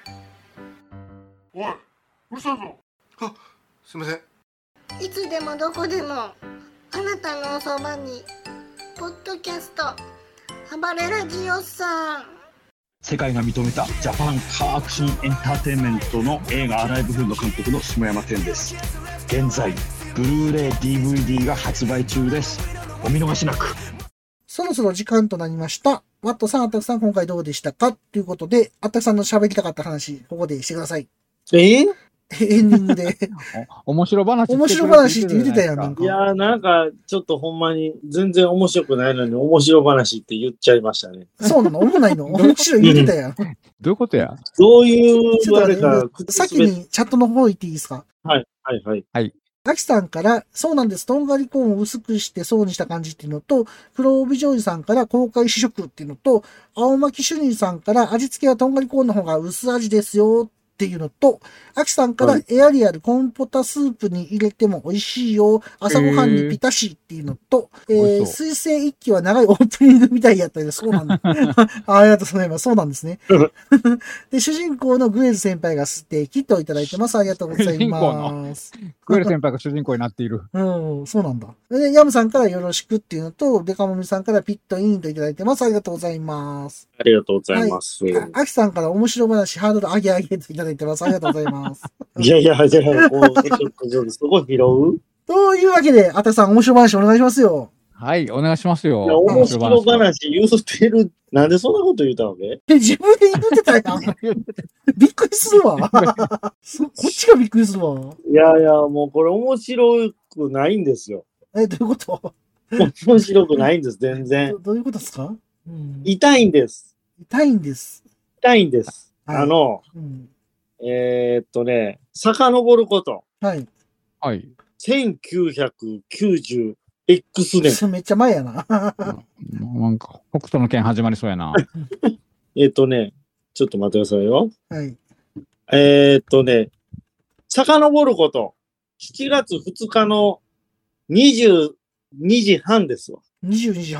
おい、うるさいぞ。あ、すいません。 いつでもどこでもあなたのおそばに、ポッドキャスト暴れラジオさん。 世界が認めたジャパンカーアクションエンターテインメントの映画アライブフード監督の下山天です。現在ブルーレイ ディーブイディー が発売中です。お見逃しなく。 そろそろ時間となりました。ワットさん、アタクさん、今回どうでしたかということで、アタクさんの喋りたかった話、ここでしてください。 えー、 エンディングで。 面白話。 面白話って言ってたやん、なんか。 いやー、なんか、ちょっとほんまに、全然面白くないのに、面白話って言っちゃいましたね。 そうなの？思ないの？面白い言ってたやん。 どういうことや？ どういう、あれか、 先にチャットの方行っていいですか？ はい、はい、はい。 はい。 アキさんから、そうなんです。とんがりコーンを薄くして層にした感じっていうのと、黒帯ジョージさんから公開試食っていうのと、青巻主任さんから味付けはとんがりコーンの方が薄味ですよっていうのと、アキさんからエアリアルコンポタスープに入れても美味しいよ。朝ごはんにピタシっていうのと、えー、水星一期は長いオープニングみたいやったりそうなんだ。ありがとうございます。そうなんですね。で、主人公のグエル先輩がステーキといただいてます。ありがとうございます。 グエル先輩が主人公になっている。 うん、そうなんだ。で、ヤムさんからよろしくっていうのと、デカモミさんからピットインといただいてます。ありがとうございます。 ありがとうございます。 はい、アキさんから面白話ハードル上げ上げといただいてます。ありがとうございます。 いやいや、じゃあ、こう、ちょっと、すごい拾うというわけで、アタさん面白話お願いしますよ。 はい、お願いしますよ。 いや、面白話言うてる。なんでそんなこと言うたわけ？ え、自分で言ってたやん。びっくりするわ。こっちがびっくりするわ。 いやいや、もうこれ面白くないんですよ。 え、どういうこと？ 面白くないんです、全然。 ど, どういうことですか？ うん、痛いんです。 痛いんです。 痛いんです。はい、あの、 うん、 えー、っとね、遡ること。 はい。 はい。 せんきゅうひゃくきゅうじゅうエックス 年。 めっちゃ前やな。 なんか、北斗の拳始まりそうやな。 えっとね、ちょっと待ってくださいよ。 はい。 えー、っとね、遡ること。しちがつふつかのにじゅうにじはんですわ。 にじゅうにじはん。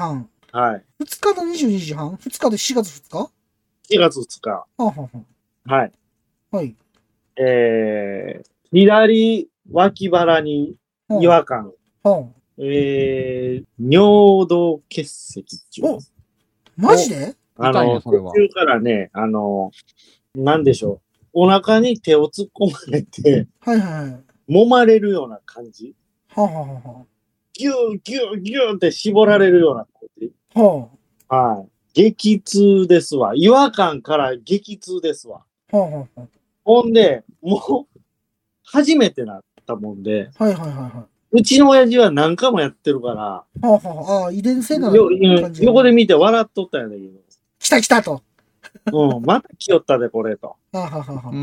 はい。 ふつかのにじゅうにじはん ?ふつ 日でしがつふつかしがつふつか。 はあ、はあはあ、はい。 はい。 えー、左脇腹に違和感。はあ、えー、尿道結石っていう。 マジで？ あの、途中からね、あの、なんでしょう。お腹に手を突っ込まれて、 はいはい。 揉まれるような感じ。 はあ、はあはあ、 ギューギューギューって絞られるような感じ。はあ、はい。激痛ですわ。違和感から激痛ですわ。はあはあ、ほんで、もう、初めてなったもんで、 はいはいはいはい。 うちの親父は何回もやってるから、はあはあ、あ遺伝性な感じ。横で見て笑っとったんやけど。 来た来たと。 うん、また来よったで、これと。 はははは。 うん。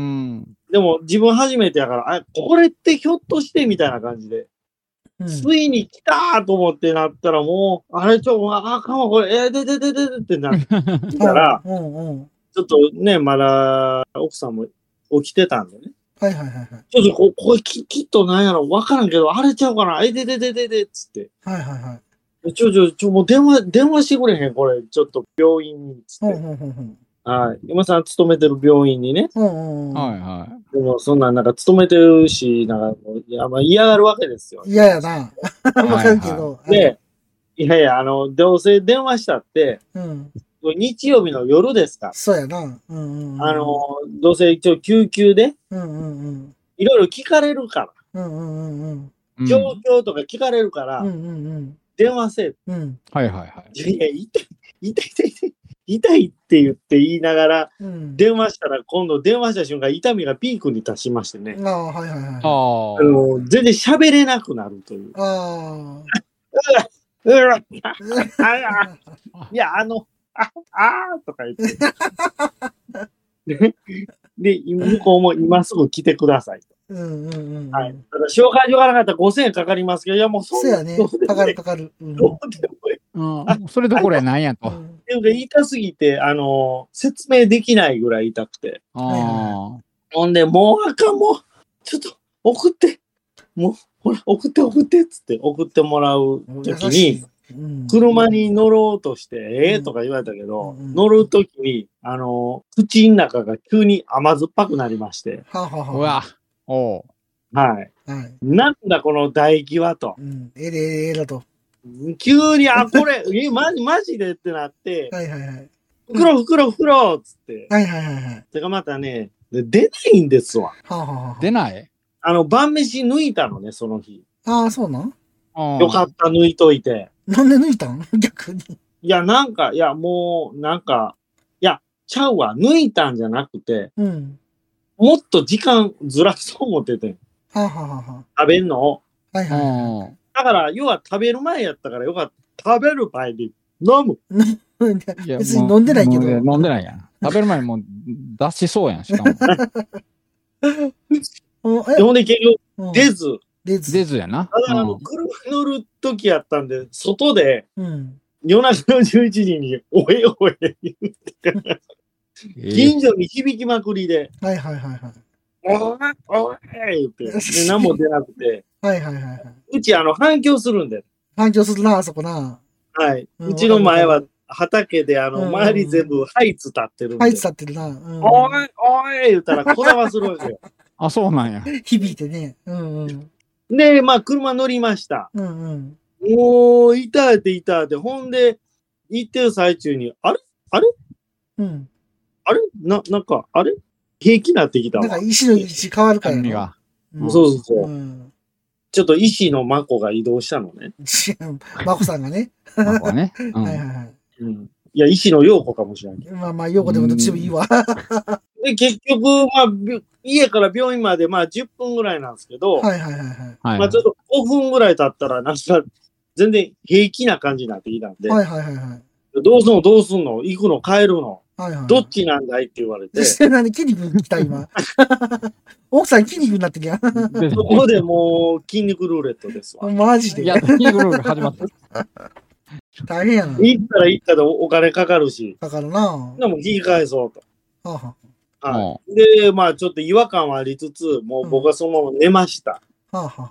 でも、自分初めてやから、あ、これってひょっとしてみたいな感じで。うん、ついに来たーと思ってなったら、もう、あれちょ、あかんわ、これ、えー、でででででってなったら、うんうん、ちょっとね、まだ、奥さんも起きてたんでね。 はいはいはいはい。 ちょっとこ、これき、きっとなんやろ、わからんけど、あれちゃうかな、えでででででっつって。 はいはいはい。 ちょ、ちょ、ちょ、もう電話、電話してくれへん、これ、ちょっと病院に、つって。うんうんうん、はい。今さん勤めてる病院にね。 うんうん、 はいはい。 でも、そんなんなんか勤めてるし、なんか、いや、まあ嫌がるわけですよ。 嫌やな。わかるけど。 で、いやいや、あの、どうせ電話したって、 うん、 日曜日の夜ですか。 そうやな。うんうんうん、 あの、どうせ一応救急で、 うんうんうん、 いろいろ聞かれるから。 うんうんうんうん、 状況とか聞かれるから、 うんうんうん、 電話せえ。 うん。 はいはいはい。 いや、痛い、痛い、痛い、痛い。痛いって言って言いながら、うん、電話したら今度電話した瞬間痛みがピークに達しましてね。 ああ、はいはいはい。あの全然喋れなくなるという。 ああ。うわ、いや、あの、あ、あーとか言って。で、向こうも今すぐ来てくださいと。 うんうんうん。 はい。ただ、紹介所がなかったらごせんえんかかりますけど、いや、もうそうやね。かかるかかる。 うん、どうでもいい。 うん、それどころやなんやと。 っていうか、痛すぎて、あのー、説明できないぐらい痛くて。 あほんで、もうあかん、もう、ちょっと、送って。もう、ほら、送って、送って、つって送ってもらうときに、うん、車に乗ろうとして、うん、ええー、とか言われたけど、うん、乗るときに、あのー、口の中が急に甘酸っぱくなりまして。 はははうわ、おう。 はい。はい、なんだ、この唾液はと。 うん、えれえれえれと。 急に、あ、これ、え、マジ、マジでってなって、 はいはいはい。 袋、袋、袋つって。 はいはいはいはい。 てかまたね、出ないんですわ。 はあはあ、 出ない？ あの、晩飯抜いたのね、その日。 ああ、そうなん？ よかった、抜いといて。 なんで抜いたん？逆に。 いや、なんか、いや、もう、なんか、いや、ちゃうわ、抜いたんじゃなくて、 うん、 もっと時間ずらそう思ってて。 はあはあはあ、 食べんのを。 はいはいはい。 だから、要は食べる前やったからよかった。食べる前に飲む。 別に飲んでないけど。 飲んでないやん。食べる前にもう出しそうやん、しかも。 ほんで結局、出ず。 出ず。 出ずやな。 ただ、あの、車乗る時やったんで、外で、 うん、 夜中のじゅういちじに、おえおえ言ってから、近所に響きまくりで、 はいはいはいはい。 おいおい言って、で何も出なくて、 はいはいはいはい。 うち、あの、反響するんで。 反響するな、あそこな。 はい。うちの前は畑で、あの、周り全部ハイツ立ってるんで。 ハイツ立ってるな。うん、 おいおい言ったら、こだわするわけよ。 あ、そうなんや。 響いてね。うんうん。 で、まあ、車乗りました。 うんうん。 もう、いたっていたって、ほんで、行ってる最中に、あれあれうん。 あれな、なんか、あれ平気になってきたわ。 なんか石の位置変わるからね。 が。 うん、そうそうそう。うん、ちょっと石のマコが移動したのね。 マコさんがね。 マコね。うん、 はいはいはい。 うん、いや、石の陽子かもしれない。 まあまあ、陽子でもどっちでもいいわ。 で、結局、まあ、家から病院まで、まあ、じゅっぷんぐらいなんですけど、 はいはいはいはい。 まあ、ちょっとごふんぐらい経ったら、なんか、全然平気な感じになってきたんで、 はいはいはいはい。 どうすんのどうすんの行くの帰るの、 はいはい、 どっちなんだいって言われて。 なんで筋肉来た今。奥さん筋肉になってきや。 そこでもう筋肉ルーレットですわ。 マジで。 いや、筋肉ルーレット始まった。 大変やな。 行ったら行ったでお金かかるし。 かかるな。 でも引き返そうと。 はあ、はい。で、まあちょっと違和感はありつつ、もう僕はそのまま寝ました。 はあは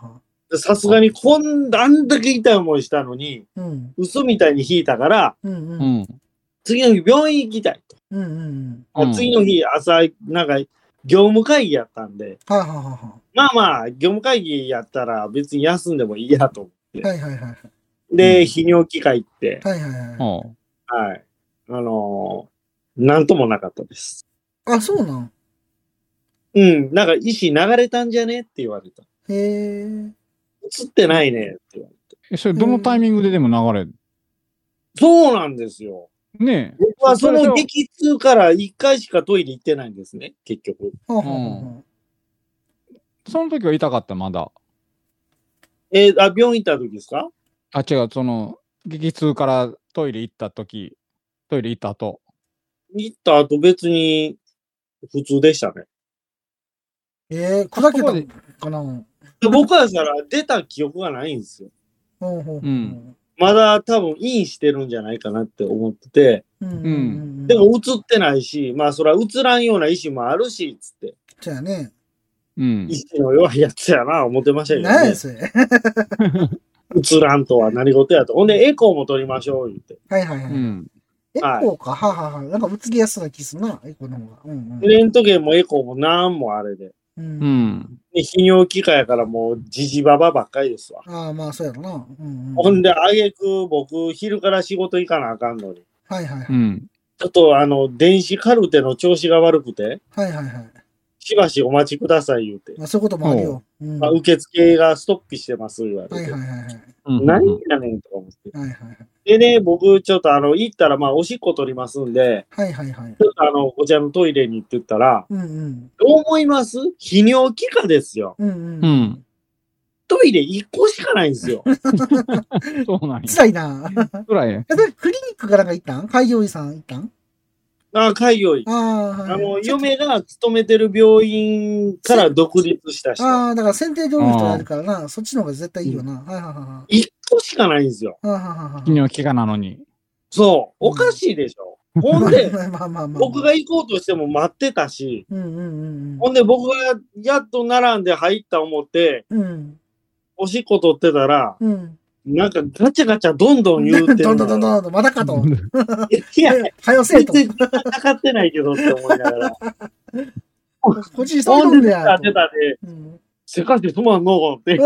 さすがにこんあんだけ痛い思いしたのに、 うん。 嘘みたいに引いたから、 うんうん。 うん。 次の日病院行きたいと。 うんうんうん次の日朝、なんか業務会議やったんで、 はいはいはまあまあ、業務会議やったら別に休んでもいいやと思って。 いはい。はいはいはい。 で、泌尿器科行って、 はいはいはい。 おうはい。あのーなんともなかったです。 あ、そうなん。 うん、なんか石流れたんじゃねって言われた。 へえ。 映ってないねって言われて。 え、それどのタイミングででも流れるそうなんですよ。 ねえ。 僕はそのそれ激痛からいっかいしかトイレ行ってないんですね、結局。 はあはあはその時は痛かった、まだ。 えーあ、病院行った時ですか？ あ、違う、その、激痛からトイレ行った時、トイレ行った後。 行った後別に普通でしたね。 えー、砕けたのかな。 で僕はしたら出た記憶がないんですよ。 ほうほうほう。 うん。 まだ多分インしてるんじゃないかなって思ってて、 うんうんううん。 ん。 でも映ってないし、まあそれは映らんような石もあるし、つって。 そうやね。 うん。 石の弱いやつやな、思ってましたけどね。 何やそれ。 映らんとは何事やと。ほんでエコーも取りましょう、言って。 はいはいはい。 うん。 エコーか。ははは。なんか映りやすそうな気するな、エコーの方が。うんうん。 レントゲンもエコーもなんもあれで。 う。 うんん。 で泌尿器科やからもうジジババばっかりですわ。 ああ、まあそうやろな。うんうん。 ほんで、あげく僕、昼から仕事行かなあかんのに。 はいはいはい。 うん。 ちょっとあの、電子カルテの調子が悪くて、 はいはいはい。 しばしお待ちください言うて。 まあそういうこともあるよ。うん。 まあ、 はい受付がストップしてます言われて。 はいはいはい。 うん。 何やねんとか思って。 はいはいはい。 でね、僕ちょっとあの、行ったらまあ、おしっこ取りますんで、 はいはいはい。 ちょっとあの、こちらのトイレにって言ったら、 うんうん。 どう思います泌尿器科ですよ。 うんう。 うんん。 トイレいっこしかないんですよ。 そうなんや。 辛いな。 ぐらいね。 え、でクリニックからが行ったん開業医さん行ったんああ、開業医。 ああ、はい。 あの、嫁が勤めてる病院から独立した人。 ああ、だから選定業の人がやるからな。そっちの方が絶対いいよな。はいはいはいっこしかないんですよ。 はい。はいはいはいはい。 泌尿器科なのに。 そう。おかしいでしょ。ほんで、 まあまあまあまあ。 僕が行こうとしても待ってたし、 うんうんうんほんで僕がやっと並んで入った思って、 うん。うん。 おしっこ取ってたら、 うん。 なんかガチャガチャどんどん言うてるの。 どんどんどんどんどん、まだかと。 いや、 はよせえと。 全然かかってないけどって思いながら。 こっちにそうほんで、 なんだよ。 出たで、 うん。 せかしてすまんのって。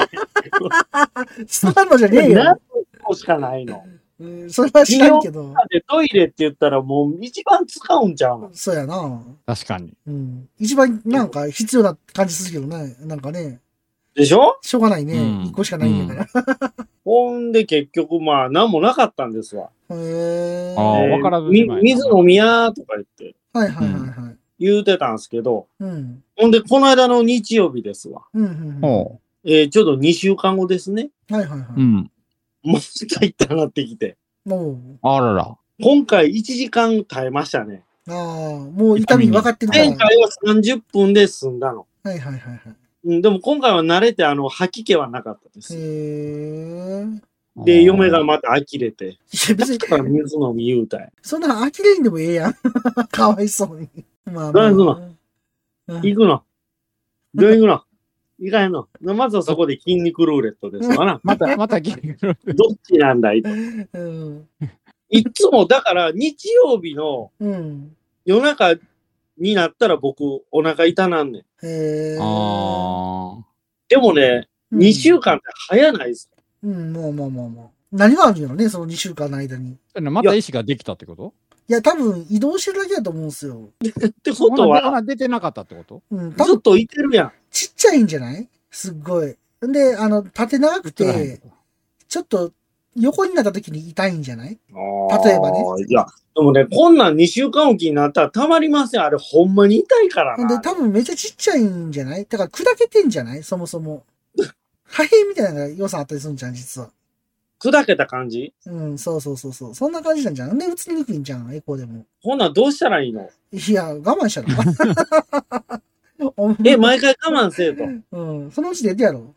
すまんのじゃねえよ。 何個しかないの。 うんそれは知らんけど。 でトイレって言ったらもう一番使うんちゃうの。 そうやな。 確かに。 うん。一番なんか必要な感じするけどね。なんかね。 でしょしょうがないね。 うん一個しかないんだから。 ほんで結局まあ何もなかったんですわ。 へえ。 ああ、 えーわからずみじまい水飲みやとか言ってはいはいはいはい。 言うてたんですけど、 うん。 ほんでこの間の日曜日ですわ。 うんうんうん。 ほえーちょうどにしゅうかんごですね。 はいはいはう。うん。 もう痛いってなってきて。 い。もう、 あらら。 今回いちじかん耐えましたね。 ああ、もう痛み分かってるから。 前回はさんじゅっぷんで済んだの。 はいはいはいはい。 うん、でも今回は慣れてあの吐き気はなかったです。 へえ。 で、嫁がまた呆れて。 いや別に、 だから水飲み言うたい。 そんな呆れんでもええやん。かわいそうに。まあまあ。 何すんのうん行くの病院行くの行かへんのまずはそこで筋肉ルーレットですわな。 また、また筋肉ルーレット。 どっちなんだいと。 うん。 いつもだから日曜日のうん。 夜中になったら僕お腹痛なんねん。 へえ。 ああ。 でもね、 うんにしゅうかんって早ないですか？ うん、まあまあまあまあ。何があるんやろね、そのにしゅうかんの間に。 また意思ができたってこといや、多分移動してるだけだと思うんですよ。 ってことほなほは、 な出てなかったってことうん、多分ずっといてるやん。 ちっちゃいんじゃないすっごい。んで、あの、縦長くて、ちょっと横になった時に痛いんじゃない例えばね。 いや、でもね、こんなんにしゅうかんおきになったらたまりません。あれ、ほんまに痛いからほんで、 な。 多分めっちゃちっちゃいんじゃないだから砕けてんじゃないそもそも。破片みたいなのが良さあったりするんじゃん、実は。 砕けた感じ？ うん、そうそうそうそう。そんな感じなんじゃん。で、映りにくいんじゃん、エコーでも。 ほんなんどうしたらいいの？ いや、我慢したら。 え、毎回我慢せえと。 うん、そのうちでやってやろ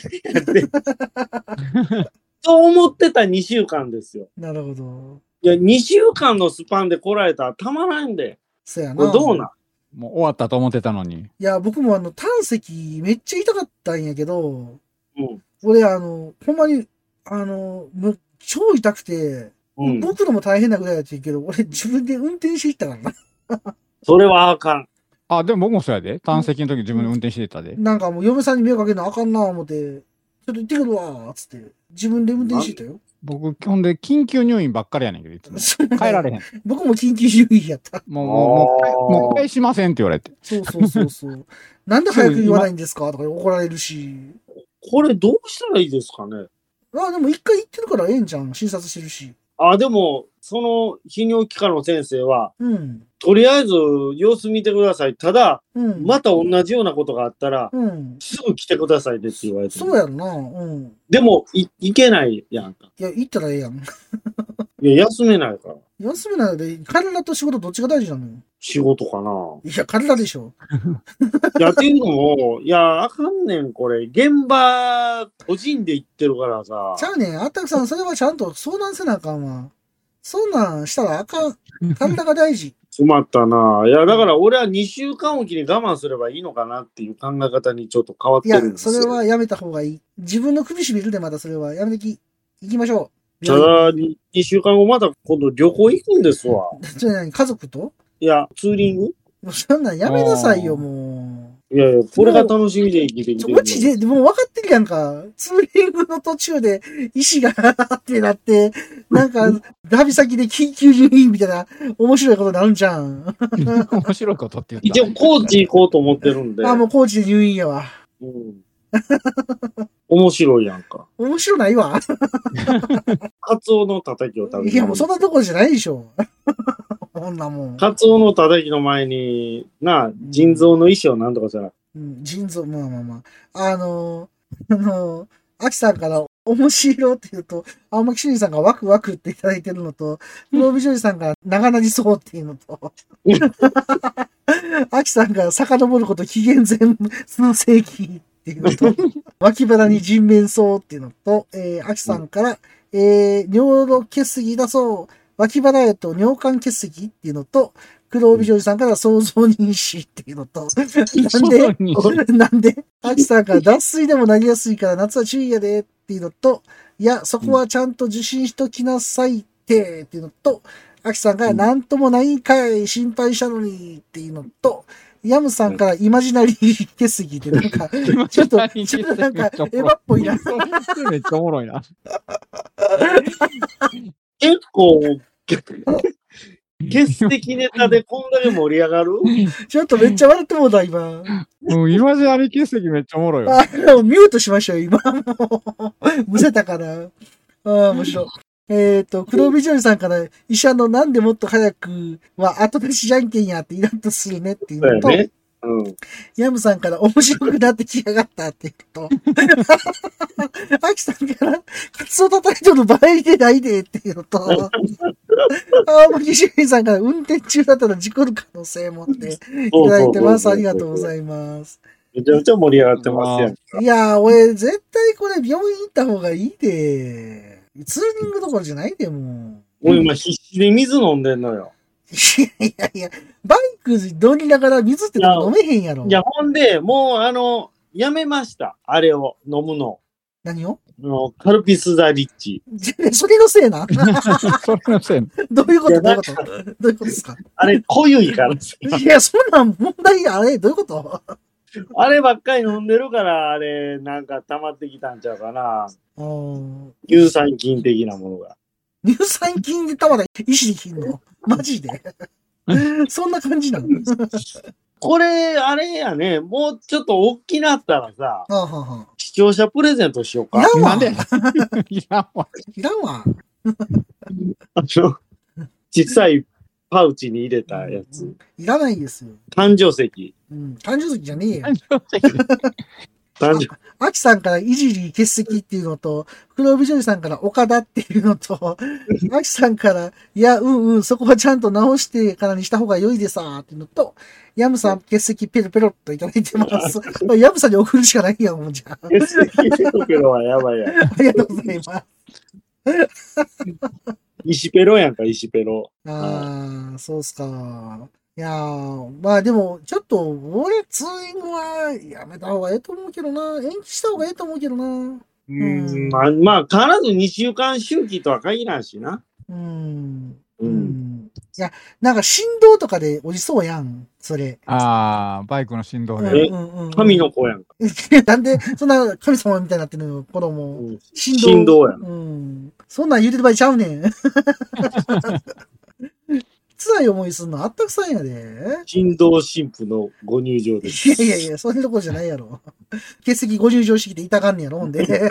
そう思ってたにしゅうかんですよ。 う。なるほど。 いや、にしゅうかんのスパンで来られたらたまらんで。 そうやな。 これどうなん？ もう終わったと思ってたのに。 いや、僕もあの、胆石めっちゃ痛かったんやけど、 うん。 俺、あの、ほんまに、あの、もう超痛くて、 うん。 僕のも大変なぐらいだったけど、俺自分で運転していったからな。 それはあかん。 あ、でも僕もそうやで。単席の時自分で運転してたで。 なんかもう嫁さんに迷惑かけるのあかんな思って、ちょっと行ってくるわ、つって。自分で運転してたよ。 僕、ほんで、緊急入院ばっかりやねんけど、いつも。帰られへん。 僕も緊急入院やった。 もう、もう、もう、もう返しませんって言われて。 そうそうそうそう。なんで早く言わないんですかとか怒られるし。 これどうしたらいいですかね。 あ、でも一回行ってるからええんじゃん。診察してるし。 あ、でも、その泌尿器科の先生は、 うん。 とりあえず様子見てください。ただ、 うん、 また同じようなことがあったら、 うん、 すぐ来てくださいねって言われて。 そうやろな。うん。 でも、い、行けないやんか。 いや、行ったらええやん。 いや、休めないから。 休めないので、体と仕事どっちが大事なのよ。 仕事かな。 いや、体でしょ。 いや、っていうのも、いや、あかんねん、これ。現場、個人で行ってるからさ。 ちゃうねん。あったくさん、それはちゃんと相談せなあかんわ。そんなんしたらあかん。体が大事。 困ったな。いや、だから俺はにしゅうかんおきに我慢すればいいのかなっていう考え方にちょっと変わっていやるん、ですよ。 それはやめた方がいい。自分の首絞めるでまたそれは。やめてき。行きましょう。 ただ、にしゅうかんごまた今度旅行行くんですわ。 じゃあ何家族といや、ツーリングもうそんなんやめなさいよ、もう。 いやいや、これが楽しみで生きてきてる。 マジで、もう分かってるやんか。ツーリングの途中で石がってなって、なんか、旅先で緊急入院みたいな面白いことになるんじゃん。 面白いことって言った。 一応、高知行こうと思ってるんで。 あ、もう高知で入院やわ。 うん。面白いやんか。 面白ないわ。 カツオのたたきを食べる。 いや、もうそんなところじゃないでしょ。こんなもん。 カツオのたたきの前に、な、腎臓の石をなんとかしたら。 うん、腎臓、まあまあまあ。あのー、あのー、アキさんから面白って言うと、青巻主任さんがワクワクっていただいてるのと、黒帯女優さんが長なりそうっていうのと、アキさんが遡ること紀元前数世紀っていうのと、脇腹に人面相っていうのと、えー、アキさんから、えー、尿路結石だそう、脇腹へと尿管結石っていうのと、黒帯女優さんから想像妊娠っていうのと、なんで、なんで、アキさんから脱水でもなりやすいから夏は注意やでっていうのと、いや、そこはちゃんと受診しときなさいってっていうのと、アキさんがなんともないんかい、心配したのにっていうのと、ヤムさんからイマジナリー結石ってなんか、ちょっと、ちょっとなんかエヴァっぽいな。 めっちゃおもろいな。 結構、欠席ネタでこんだけ盛り上がるちょっとめっちゃ笑ってもうた、今。 もうイマジナリー欠席めっちゃおもろいよ。 あ、ミュートしましょう、今。もう、むせたから。ああ、面白い。えっ、ー、と、黒帯女優さんから、医者のなんでもっと早くは後出しじゃんけんやってイラッとするねっていうのと、ね、うん、ヤムさんから面白くなってきやがったっていうと、アキさんから、カツオ叩いとる場合でないでっていうのと、青巻主任さんから運転中だったら事故る可能性もっていただいてます。ありがとうございます。 めちゃめちゃ盛り上がってますやんか。 いやー、俺絶対これ病院行った方がいいで。ツーリングどころじゃないでもう。俺今必死で水飲んでんのよ。 いやいや、バイク乗りながら水って飲めへんやろ。 いや、ほんで、もうあの、やめました。あれを飲むの。 何をのカルピスザリッチ。 それのせいなそれのせいな。 どういうことどういうことどういうことですかあれ、濃ゆいから。 いや、そんなん問題あれどういうことあればっかり飲んでるから、あれ、なんか溜まってきたんちゃうかな。乳酸菌的なものが。 乳酸菌で溜まら石で切んのマジでそんな感じなのこれ、あれやね、もうちょっと大きなったらさ、 はあはあ、 視聴者プレゼントしようか。 いらんわ。 なんでいらんわ。 いらんわ。 あの、小さいパウチに入れたやつ。 いらないですよ。 誕生石。 うん、誕生石じゃねえよ。 誕生アキさんからいじり欠席っていうのと、黒帯女優さんから岡田っていうのと、アキさんから、いや、うんうん、そこはちゃんと直してからにした方が良いでさ、っていうのと、ヤムさん欠席ペロペロっといただいてます。ヤムさんに送るしかないよ、もうじゃあ。 欠席ペロペロはやばいや。 ありがとうございます。 石ペロやんか、石ペロ。 ああ、そうっすか。 いやー、まあでも、ちょっと、俺、ツーリングはやめた方がええと思うけどな。延期した方がええと思うけどな。 うん、まあ、まあ、必ずにしゅうかん周期とは限らんしな。 うん。 うん。 いや、なんか振動とかで降りそうやん、それ。 ああ、バイクの振動で。 え、神の子やんか。 なんで、そんな神様みたいになってるのよ、子供。うん、振動。 振動やん。 うん。そんなん言うてる場合ちゃうねん。辛い思いすんのあったくさんやで。 振動神父のご入場です。 いやいやいや、そういうとこじゃないやろ。欠席ご入場式でいたかんねやろ、ほんで。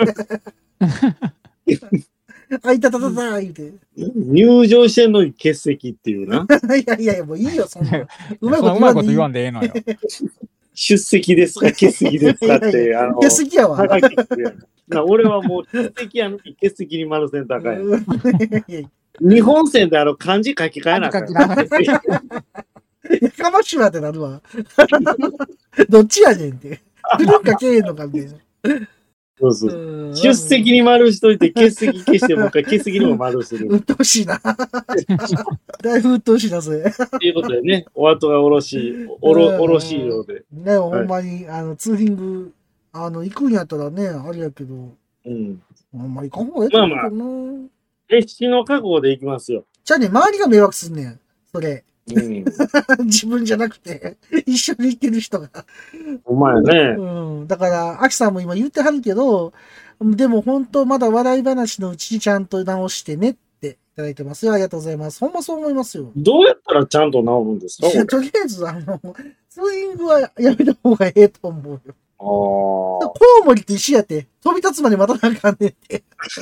あ、いたたたた、言うて。 入場してんのに欠席っていうな。 いやいやいや、もういいよ、そんな。うまいこと言わんで言わんでええのよ。 出席ですか、欠席ですかって、いやいやあの、 欠席やわ。 俺はもう欠席やのに欠席に丸線高い。日本線であの漢字書き換えなきゃ。 やかましいわってなるわ。どっちやねんって。振るんかけえんのかみたいな。 そうそう。出席に丸しといて、欠席消して、もう一回欠席にも丸する。 うっとうしいな。だいぶうっとうしいな、それ。 ということでね、お後がおろしい、おろ、おろしいようで。 ね、ほんまに、あの、ツーリング、あの、行くんやったらね、あれやけど。 うん。 あんまり行かん方がええと思うけどな。 決死の覚悟で行きますよ。 じゃあね、周りが迷惑すんねん。それ。 うん、 自分じゃなくて、一緒に行ってる人が。 お前ね。 うん。だから、アキさんも今言ってはるけど、でも本当まだ笑い話のうちにちゃんと直してねっていただいてますよ。ありがとうございます。ほんまそう思いますよ。 どうやったらちゃんと治るんですか？ いや、とりあえず、あの、ツーリングはやめた方がええと思うよ。 ああ。コウモリと一緒やって。飛び立つまで待たなあかんねんって。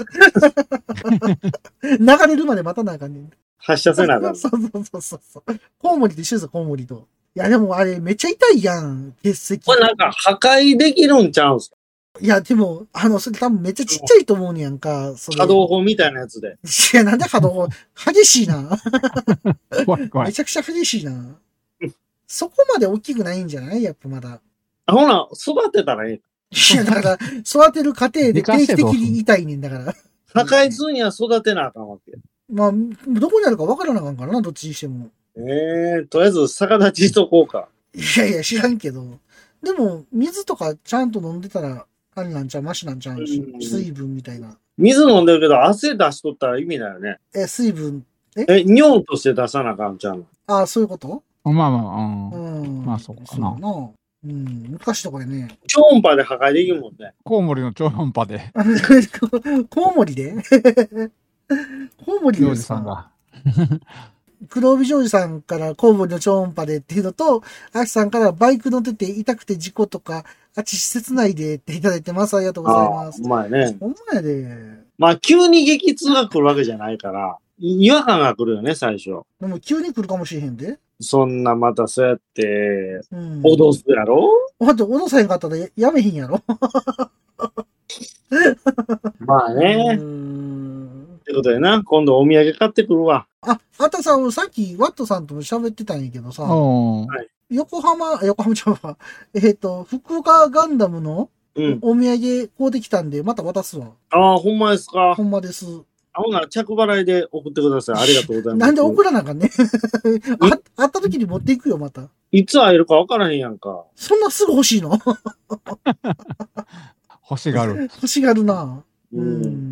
流れるまで待たなあかんねん。 発射せなあかん。 そうそうそうそう。コウモリと一緒ですよ、コウモリと。いや、でもあれ、めっちゃ痛いやん、血石。 これなんか破壊できるんちゃうんすか？ いや、でも、あの、それ多分めっちゃちっちゃいと思うねやんか。それ波動砲みたいなやつで。 いや、なんで波動砲激しいな。 怖い怖い。 めちゃくちゃ激しいな。そこまで大きくないんじゃないやっぱまだ。 あ、ほな、育てたらいい。 いや、だから、育てる過程で定期的に痛いねんだから。 破壊するには育てなあかんわけ。 まあ、どこにあるか分からなあかんからな、どっちにしても。 ええー、とりあえず逆立ちしとこうか。 いやいや、知らんけど。でも、水とかちゃんと飲んでたら、あれなんちゃう、マシなんちゃうし、水分みたいな。 水飲んでるけど、汗出しとったら意味だよね。 え、水分、 ええ、尿として出さなあかんちゃうの。 ああ、そういうこと？ まあまあ、うん。 うん。 まあそうかな。 うん、難しいところね。 超音波で破壊できるもんね。 コウモリの超音波で。 コウモリでコウモリジョージさんが。 黒帯ジョージさんからコウモリの超音波でっていうのと、アキさんからバイク乗ってて痛くて事故とか、あち施設内でっていただいてます。ありがとうございます。 うまいね。 ほんまやで。 まあ、急に激痛が来るわけじゃないから、違和感が来るよね、最初。 でも急に来るかもしれへんで。 そんなまたそうやって、脅すやろ？ だって脅さへんかったらやめへんやろ？ まあね。ってことでな、今度お土産買ってくるわ。 あ、あたさん、さっきワットさんとも喋ってたんやけどさ、 はい、 横浜、横浜ちゃうわ。えっ、ー、と、福岡ガンダムのお土産買うてきたんで、また渡すわ。 ああ、ほんまですか。 ほんまです。 あ、ほな、着払いで送ってください。ありがとうございます。 なんで送らなあかんねあ。会った時に持っていくよ、また。 いつ会えるか分からへんやんか。 そんなすぐ欲しいの欲しがる。 欲しがるな。 うん。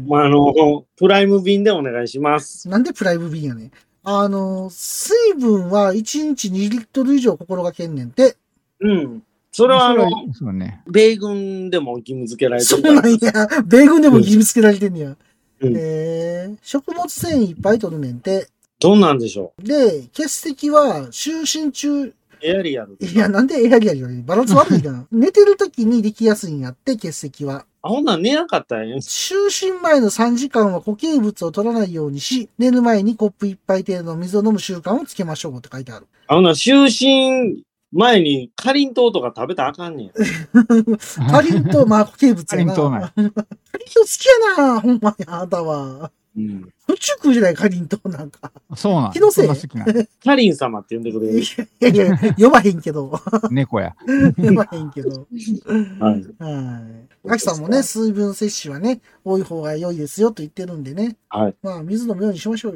まあ、あの、プライム便でお願いします。 なんでプライム便やねん。あの、水分はいちにちにリットル以上心がけんねんて。 うん。それはあの、 そうね、 米軍でも義務付けられてる。 そうなんや。米軍でも義務付けられてんねや。うん、えー、食物繊維いっぱい取るねんて。 どうなんでしょう。で、欠席は就寝中。 エアリアル。 いや、なんでエアリアルよりバランス悪いな。寝てる時にできやすいんやって、欠席は。 あ、ほんなん寝なかったんや。 就寝前のさんじかんは固形物を取らないようにし、寝る前にコップいっぱい程度の水を飲む習慣をつけましょうって書いてある。 あほんなん、就寝前にかりんとうとか食べたらあかんねん。 かりんとう、まあ固形物やな。 かりんとうない。 かりんとう好きやな、ほんまにあなたは。 うん。 宇宙食うじゃない、かりんとうなんか。 そうなん。 気のせい。 かりん様って呼んでくれる。 いやいや、呼ばへんけど。 猫や。 呼ばへんけど。 はい。 はい。アキさんもね、水分摂取はね、多い方が良いですよと言ってるんでね。 はい。 まあ、水飲むようにしましょうよ。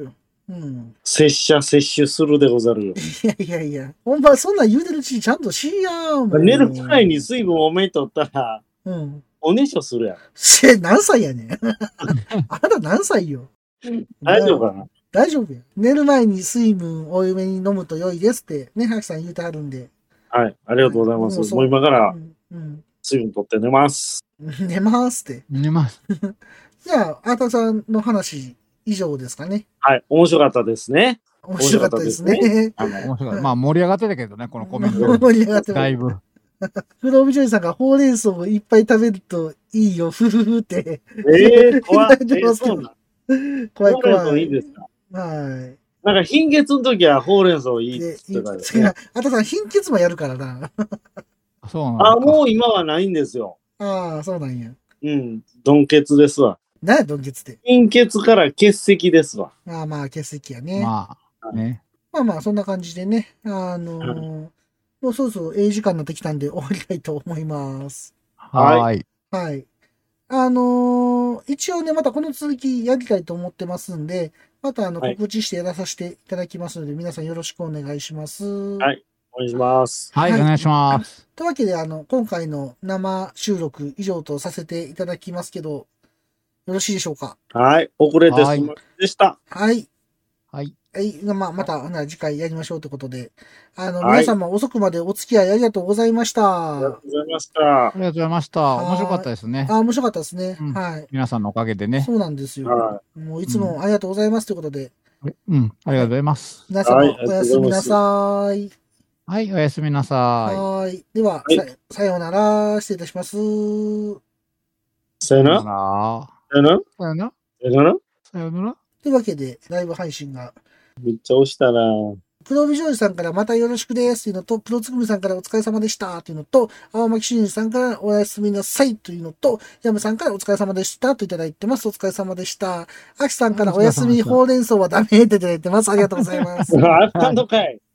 うん。 拙者摂取するでござるよ。 いやいやいや。ほんま、そんなん言うてるうちにちゃんとしやもん。 寝る前に水分多めに取ったら、 うん。 おねしょするやん。 せ、何歳やねん。あなた何歳よ。 大丈夫かな？ 大丈夫や。寝る前に水分多めに飲むと良いですって、ね、はきさん言うてはるんで。 はい、ありがとうございます。 もうそうもう今からうん。 水分取って寝ます。 寝ますって。 寝ます。 じゃあ、あたさんの話以上ですかね。 はい、面白かったですね。 面白かったですね。 あの面白かった。まあ盛り上がってたけどね、このコメント。 盛り上がってますだいぶ。 黒帯ジョイさんがほうれん草をいっぱい食べるといいよ、ふふふって。 えー、怖い。え言ってますけどーそうなん怖いほうれん怖い。 草いいですか？ はい。 なんか貧血の時はほうれん草いいって言ってたよ違うね。 あたさん、貧血もやるからな。 そうなんだ。 あ、もう今はないんですよ。 ああ、そうなんや。 うん、鈍血ですわ。 何や、ドンケツって。 貧血から結石ですわ。 まあまあ、欠席やね。 まあ、ね。 まあまあ、そんな感じでね。あのーもうそろそろええ時間になってきたんで終わりたいと思います。 はーい。 はい。あのー一応ね、またこの続きやりたいと思ってますんで、またあのはい告知してやらさせていただきますので、皆さんよろしくお願いします。 はい、お願いします。 はい、お願いします。 というわけで、あの、今回の生収録以上とさせていただきますけど、よろしいでしょうか。 はい、遅れてはいすみませんでした。 はい。 はい。 はい。まあ、また、ほな次回やりましょうということで、あの、 はい皆様遅くまでお付き合いありがとうございました。 ありがとうございました。 ありがとうございました。面白かったですね。 あ、面白かったですね。 うんはい。 皆さんのおかげでね。 そうなんですよ。 はもういつもありがとうございますということで、 うん、ありがとうございます。 皆様はいおやすみなさい。 はい、おやすみなさはーい。では、 はいさ、さようなら。失礼いたします。 さよなら。 さよなら。 さよなら。 さよなら。 さよなら。 さよなら。 というわけで、ライブ配信が、 めっちゃ押したな。 黒帯ジョージさんからまたよろしくですというのと、プロつぐみさんからお疲れ様でしたというのと、青巻俊二さんからおやすみなさいというのと、ヤムさんからお疲れ様でしたといただいてます。お疲れ様でした。アキさんからおやすみほうれん草はダメっていただいてます。ありがとうございます。 あったのかい。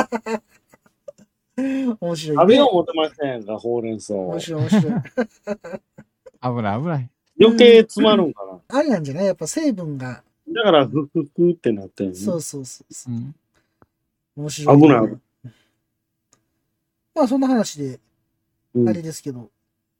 面白い、ね。 食べよう思ってましたやんか、ほうれん草。 面白い、面白い。 危ない、危ない。 余計詰まるんかな。 あれなんじゃないやっぱ成分が。 だから、ふふふってなってんの。 そうそうそうそう。 うん。 面白い、 危ない危ない。 まあそんな話で、 うんあれですけど。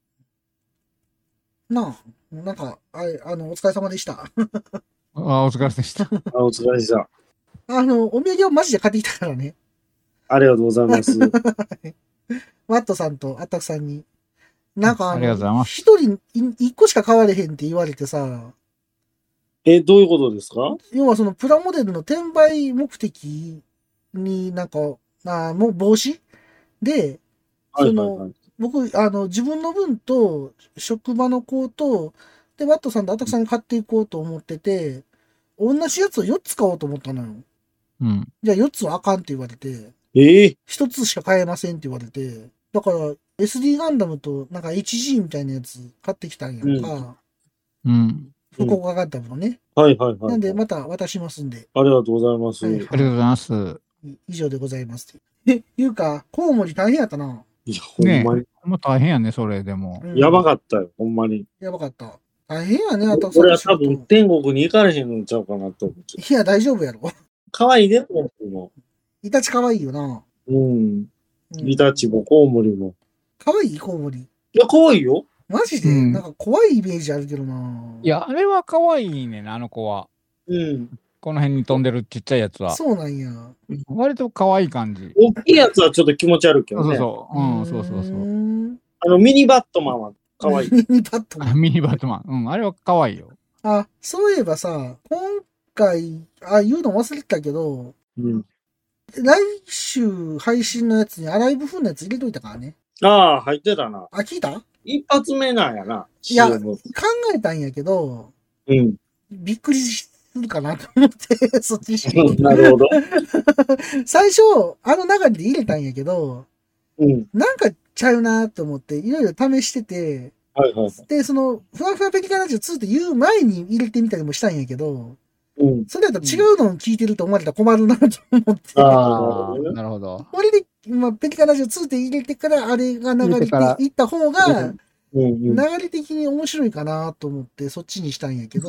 なあ、なんか、あれ、あの、お疲れ様でした。 あ、お疲れ様でした。 あ、お疲れ様。 あの、お土産をマジで買ってきたからね。 ありがとうございます。 ワットさんとアッタクさんに。なんかあありがとうございの、 ます一人い一個しか買われへんって言われてさ、 え、どういうことですか？ 要はそのプラモデルの転売目的になんか、あもう防止で、 はいはいその、 はい。 僕、あの、自分の分と、職場の子と、で、ワットさんとアタクさんに買っていこうと思ってて、同じやつをよっつ買おうと思ったのよ。 うん。 じゃあよっつはあかんって言われて、 ええひとつしか買えませんって言われて、だから エスディー ガンダムとなんか エイチジー みたいなやつ買ってきたんやんか。 うん。 福岡ガンダムのね。 はいはいはい。 なんでまた渡しますんで、 ありがとうございます。 はいありがとうございます。 い以上でございます。え、いうか、コウモリ大変やったな。 いや、ほんねまに。 え。もう大変やね、それでも。 うんやばかったよ、ほんまに。 やばかった。大変やね、アタクさん俺は多の仕事。 分天国に行かれへんのちゃうかなと思って。 いや、大丈夫やろ。 可愛いね、コウモリも。 イタチ可愛いよな。 うん。 うんイタチもコウモリも。 可愛いコウモリ。 いや、可愛いよ。 マジで、 うんなんか怖いイメージあるけどな。 いや、あれは可愛いねんな、あの子は。 うん。 この辺に飛んでるちっちゃいやつは。 そうなんや。 割と可愛い感じ。 大きいやつはちょっと気持ち悪いけどね。 そうそう。うん、そうそうそう。 う。 あの、ミニバットマンは可愛い。 ミニバットマン。 ミニバットマン。うん、あれは可愛いよ。 あ、そういえばさ、今回、あ、言うの忘れてたけど、 うん。 来週配信のやつにアライブ風のやつ入れといたからね。 ああ、入ってたな。 あ、聞いた一発目なんやな。 いやシーエム考えたんやけど、 うん。 びっくりするかなと思って、そっちしなるほど。 最初、あの流れで入れたんやけど、 うん。 なんかちゃうなと思って、いろいろ試してて、 はいはい。 で、その、ふわふわペリカンラジオツーって言う前に入れてみたりもしたんやけど、 うん。 それだと違うのを聞いてると思われたら困るなと思って、 ああ、なるほど。 これで、まあ、ペリカンラジオツーって入れてから、あれが流れて入れてからいった方が、 うんうん。 流れ的に面白いかなと思って、そっちにしたんやけど、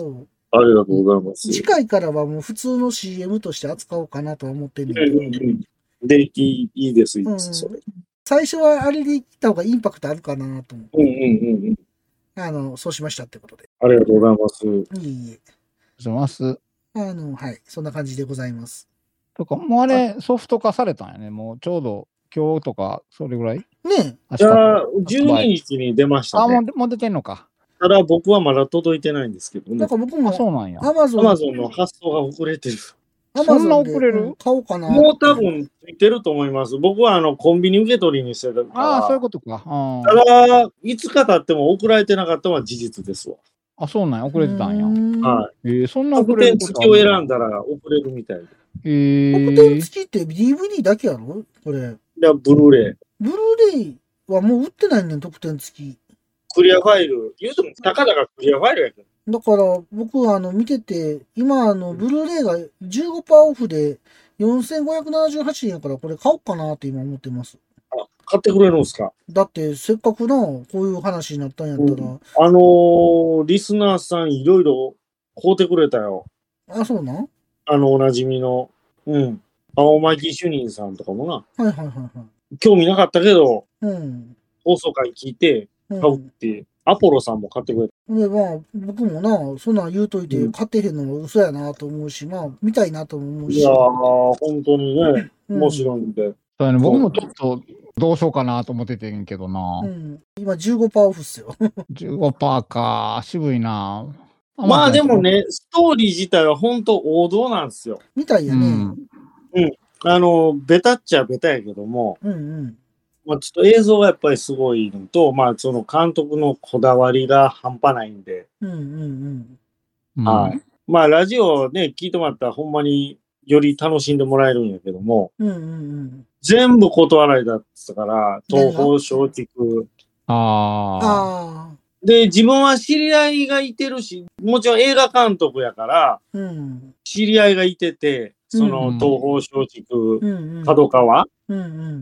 ありがとうございます。 次回からはもう普通の シーエム として扱おうかなとは思ってるんだけど。 うんうんうんで、いい、いいです、いいです、それ。 最初はあれで言った方がインパクトあるかなと思って。 うんうんうんうん。 あの、そうしましたってことで。 ありがとうございます。 いいえ。 します。 あの、はい。そんな感じでございます。 とか、もうあれ、ソフト化されたんやね。もうちょうど今日とか、それぐらいねえ。 じゃあ、じゅうににちに出ましたね。 あ、もう、もう出てんのか。 ただ僕はまだ届いてないんですけどね。 なんか僕も、 そうなんや。 アマゾン。 アマゾンの発送が遅れてる。 アマそんなゾンで遅れる買おうかな。 もう多分ついてると思います。僕はあの、コンビニ受け取りにしてたから。 ああ、そういうことか。うんただ、いつか経っても送られてなかったのは事実ですわ。 あ、そうなんや。遅れてたんや。 はい。 えー、そんな遅特れる典付きを選んだら遅れるみたいで。 えー、 特典付きって ディーブイディー だけやろこれ。 いや、ブルーレイ。 ブルーレイはもう売ってないねん、特典付き。 クリアファイル。言うても、たかだかクリアファイルやけど。 だから、僕はあの、見てて、今、あの、ブルーレイが じゅうごパーセント オフでよんせんごひゃくななじゅうはちえんやから、これ買おうかなって今思ってます。 あ、買ってくれるんですか？ だって、せっかくな、こういう話になったんやったら。 うん、あのー、リスナーさんいろいろ買うてくれたよ。 あ、そうなん？ あの、おなじみの。うん。青巻主任さんとかもな。 はいはいはいはい。 興味なかったけど、 うん。 放送回聞いて、買うって、うん、アポロさんも買ってくれた。 で、まあ、僕もな、そんなん言うといて、買ってへんのも嘘やなと思うし、まあ、見たいなと思うし。 いやー、本当にね、面白いんで。 そうね、僕もちょっと、どうしようかなと思っててんけどな。 うん。今 じゅうごパーセント オフっすよ。 じゅうごパーセント か、渋いな。 まあでもね、ストーリー自体は本当王道なんですよ。 みたいやね。うん。 うん、あの、ベタっちゃベタやけども、 うんうん。 まあちょっと映像がやっぱりすごいのと、まあその監督のこだわりが半端ないんで。 うんうんうん。 はい。まあラジオね、聞いてもらったらほんまにより楽しんでもらえるんやけども、 うんうんうん。 全部断られたって言ったから、東方松竹。 ああ。 で、自分は知り合いがいてるし、もちろん映画監督やから、 うん、 知り合いがいてて、その東方松竹、 うんうん、 角川、 うんうん、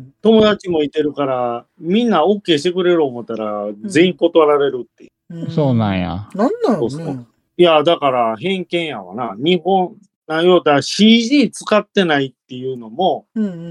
友達もいてるから、みんな OK してくれる思ったら、全員断られるっていう。 うん、そうなんや。 なんなのね。 いや、だから偏見やわな。日本、なんようたら シージー 使ってないっていうのも、 うんうんうん、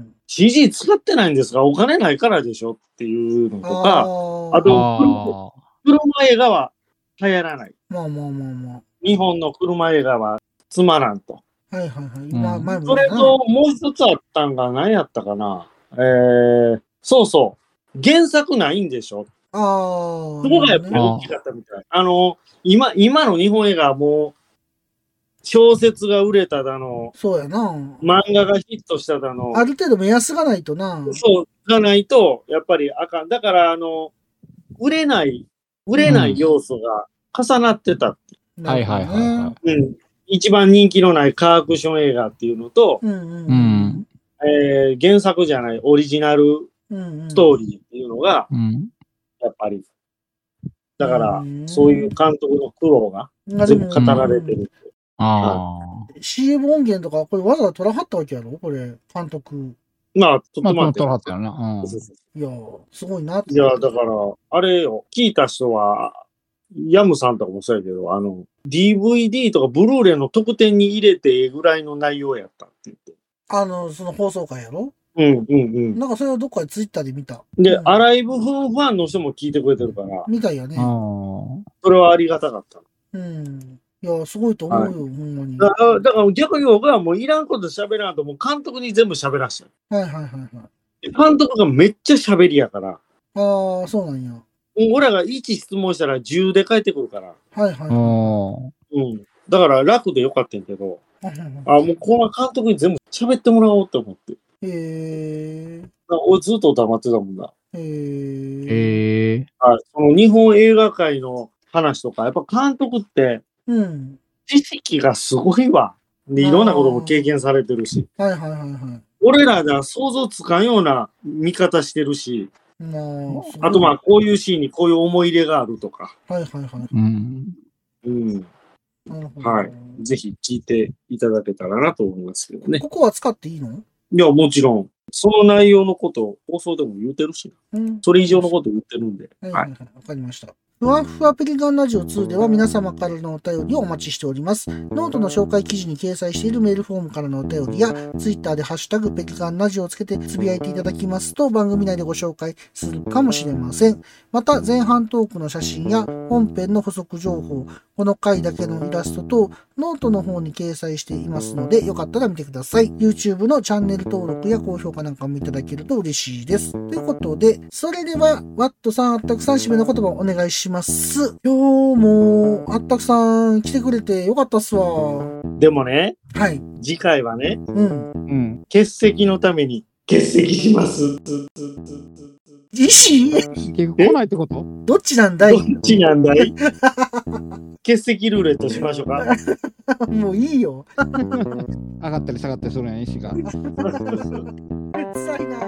シージー 使ってないんですが、お金ないからでしょっていうのとか、あ, あと、車映画は流行らない。 まあまあまあまあ。 日本の車映画はつまらんと。 はいはいはい。まあ、前もそれともう一つあったんが何やったかな。えー、そうそう。原作ないんでしょ。 ああ。 そこがやっぱり大きかったみたい。あの、今、今の日本映画はもう、小説が売れただの。 そうやな。 漫画がヒットしただの。 ある程度目安がないとな。 そう、がないと、やっぱりあかん。だから、あの、売れない、売れない要素が重なってたって。 うん、はいはいはいはい。 うん。一番人気のないカーアクション映画っていうのと、 うんうんうんえー、原作じゃないオリジナルストーリーっていうのが、 うん、 やっぱり。だから、そういう監督の苦労が全部語られてる。 ああ。シーエム 音源とか、これわざわざ撮らはったわけやろこれ、監督。 まあ、ちょっと待って。撮らはったよな。うん、 いや、すごいなって。 いや、だから、あれよ、聞いた人は、ヤムさんとかもそうやけど、あの、ディーブイディー とかブルーレイの特典に入れてええぐらいの内容やったって言って。 あの、その放送回やろうんうんうん。 なんかそれをどっかでツイッターで見た。 で、 うん、 アライブフファンの人も聞いてくれてるから。 みたいやね。 それはありがたかった。 うん。いや、すごいと思うよ、はい、ほんまに。 だから、だから逆に僕はもういらんこと喋らんと、もう監督に全部喋らした。 はいはいはいはい。 監督がめっちゃ喋りやから。 ああ、そうなんや。 俺らがいち質問したらじゅうで返ってくるから。 はいはいはい。 うん。だから楽でよかったんやけど、あ、もうこの監督に全部喋ってもらおうって思って。 へえ。 俺ずっと黙ってたもんな。 へえ。 へえ。 はい。その日本映画界の話とか、やっぱ監督って、 うん。 知識がすごいわ。で、いろんなことも経験されてるし。 はいはいはいはい。 俺らでは想像つかんような見方してるし。 まあ、あとまあ、こういうシーンにこういう思い入れがあるとか。 はいはいはい。 うん。 うん。はい。ぜひ聞いていただけたらなと思いますけどね。 ここは使っていいの？ いや、もちろん。その内容のことを放送でも言うてるし、うん、それ以上のこと言ってるんで。 はいはいはい。わかりました。 ふわふわペリカンラジオツーでは皆様からのお便りをお待ちしております。ノートの紹介記事に掲載しているメールフォームからのお便りや、ツイッターでハッシュタグペリカンラジオをつけてつぶやいていただきますと番組内でご紹介するかもしれません。また、前半トークの写真や本編の補足情報、この回だけのイラストとノートの方に掲載していますので、よかったら見てください。YouTube のチャンネル登録や高評価なんかもいただけると嬉しいです。ということで、それでは、ワットさん、あったくさん、締めの言葉をお願いします。今日も、あったくさん来てくれてよかったっすわ。 でもね、 はい。 次回はね、 うん。 うん。 欠席のために欠席します。 意思結局来ないってこと？ どっちなんだい？ どっちなんだい？欠席ルーレットしましょうか。 もういいよ。 上がったり下がったりするんや、石が。 うるさいな。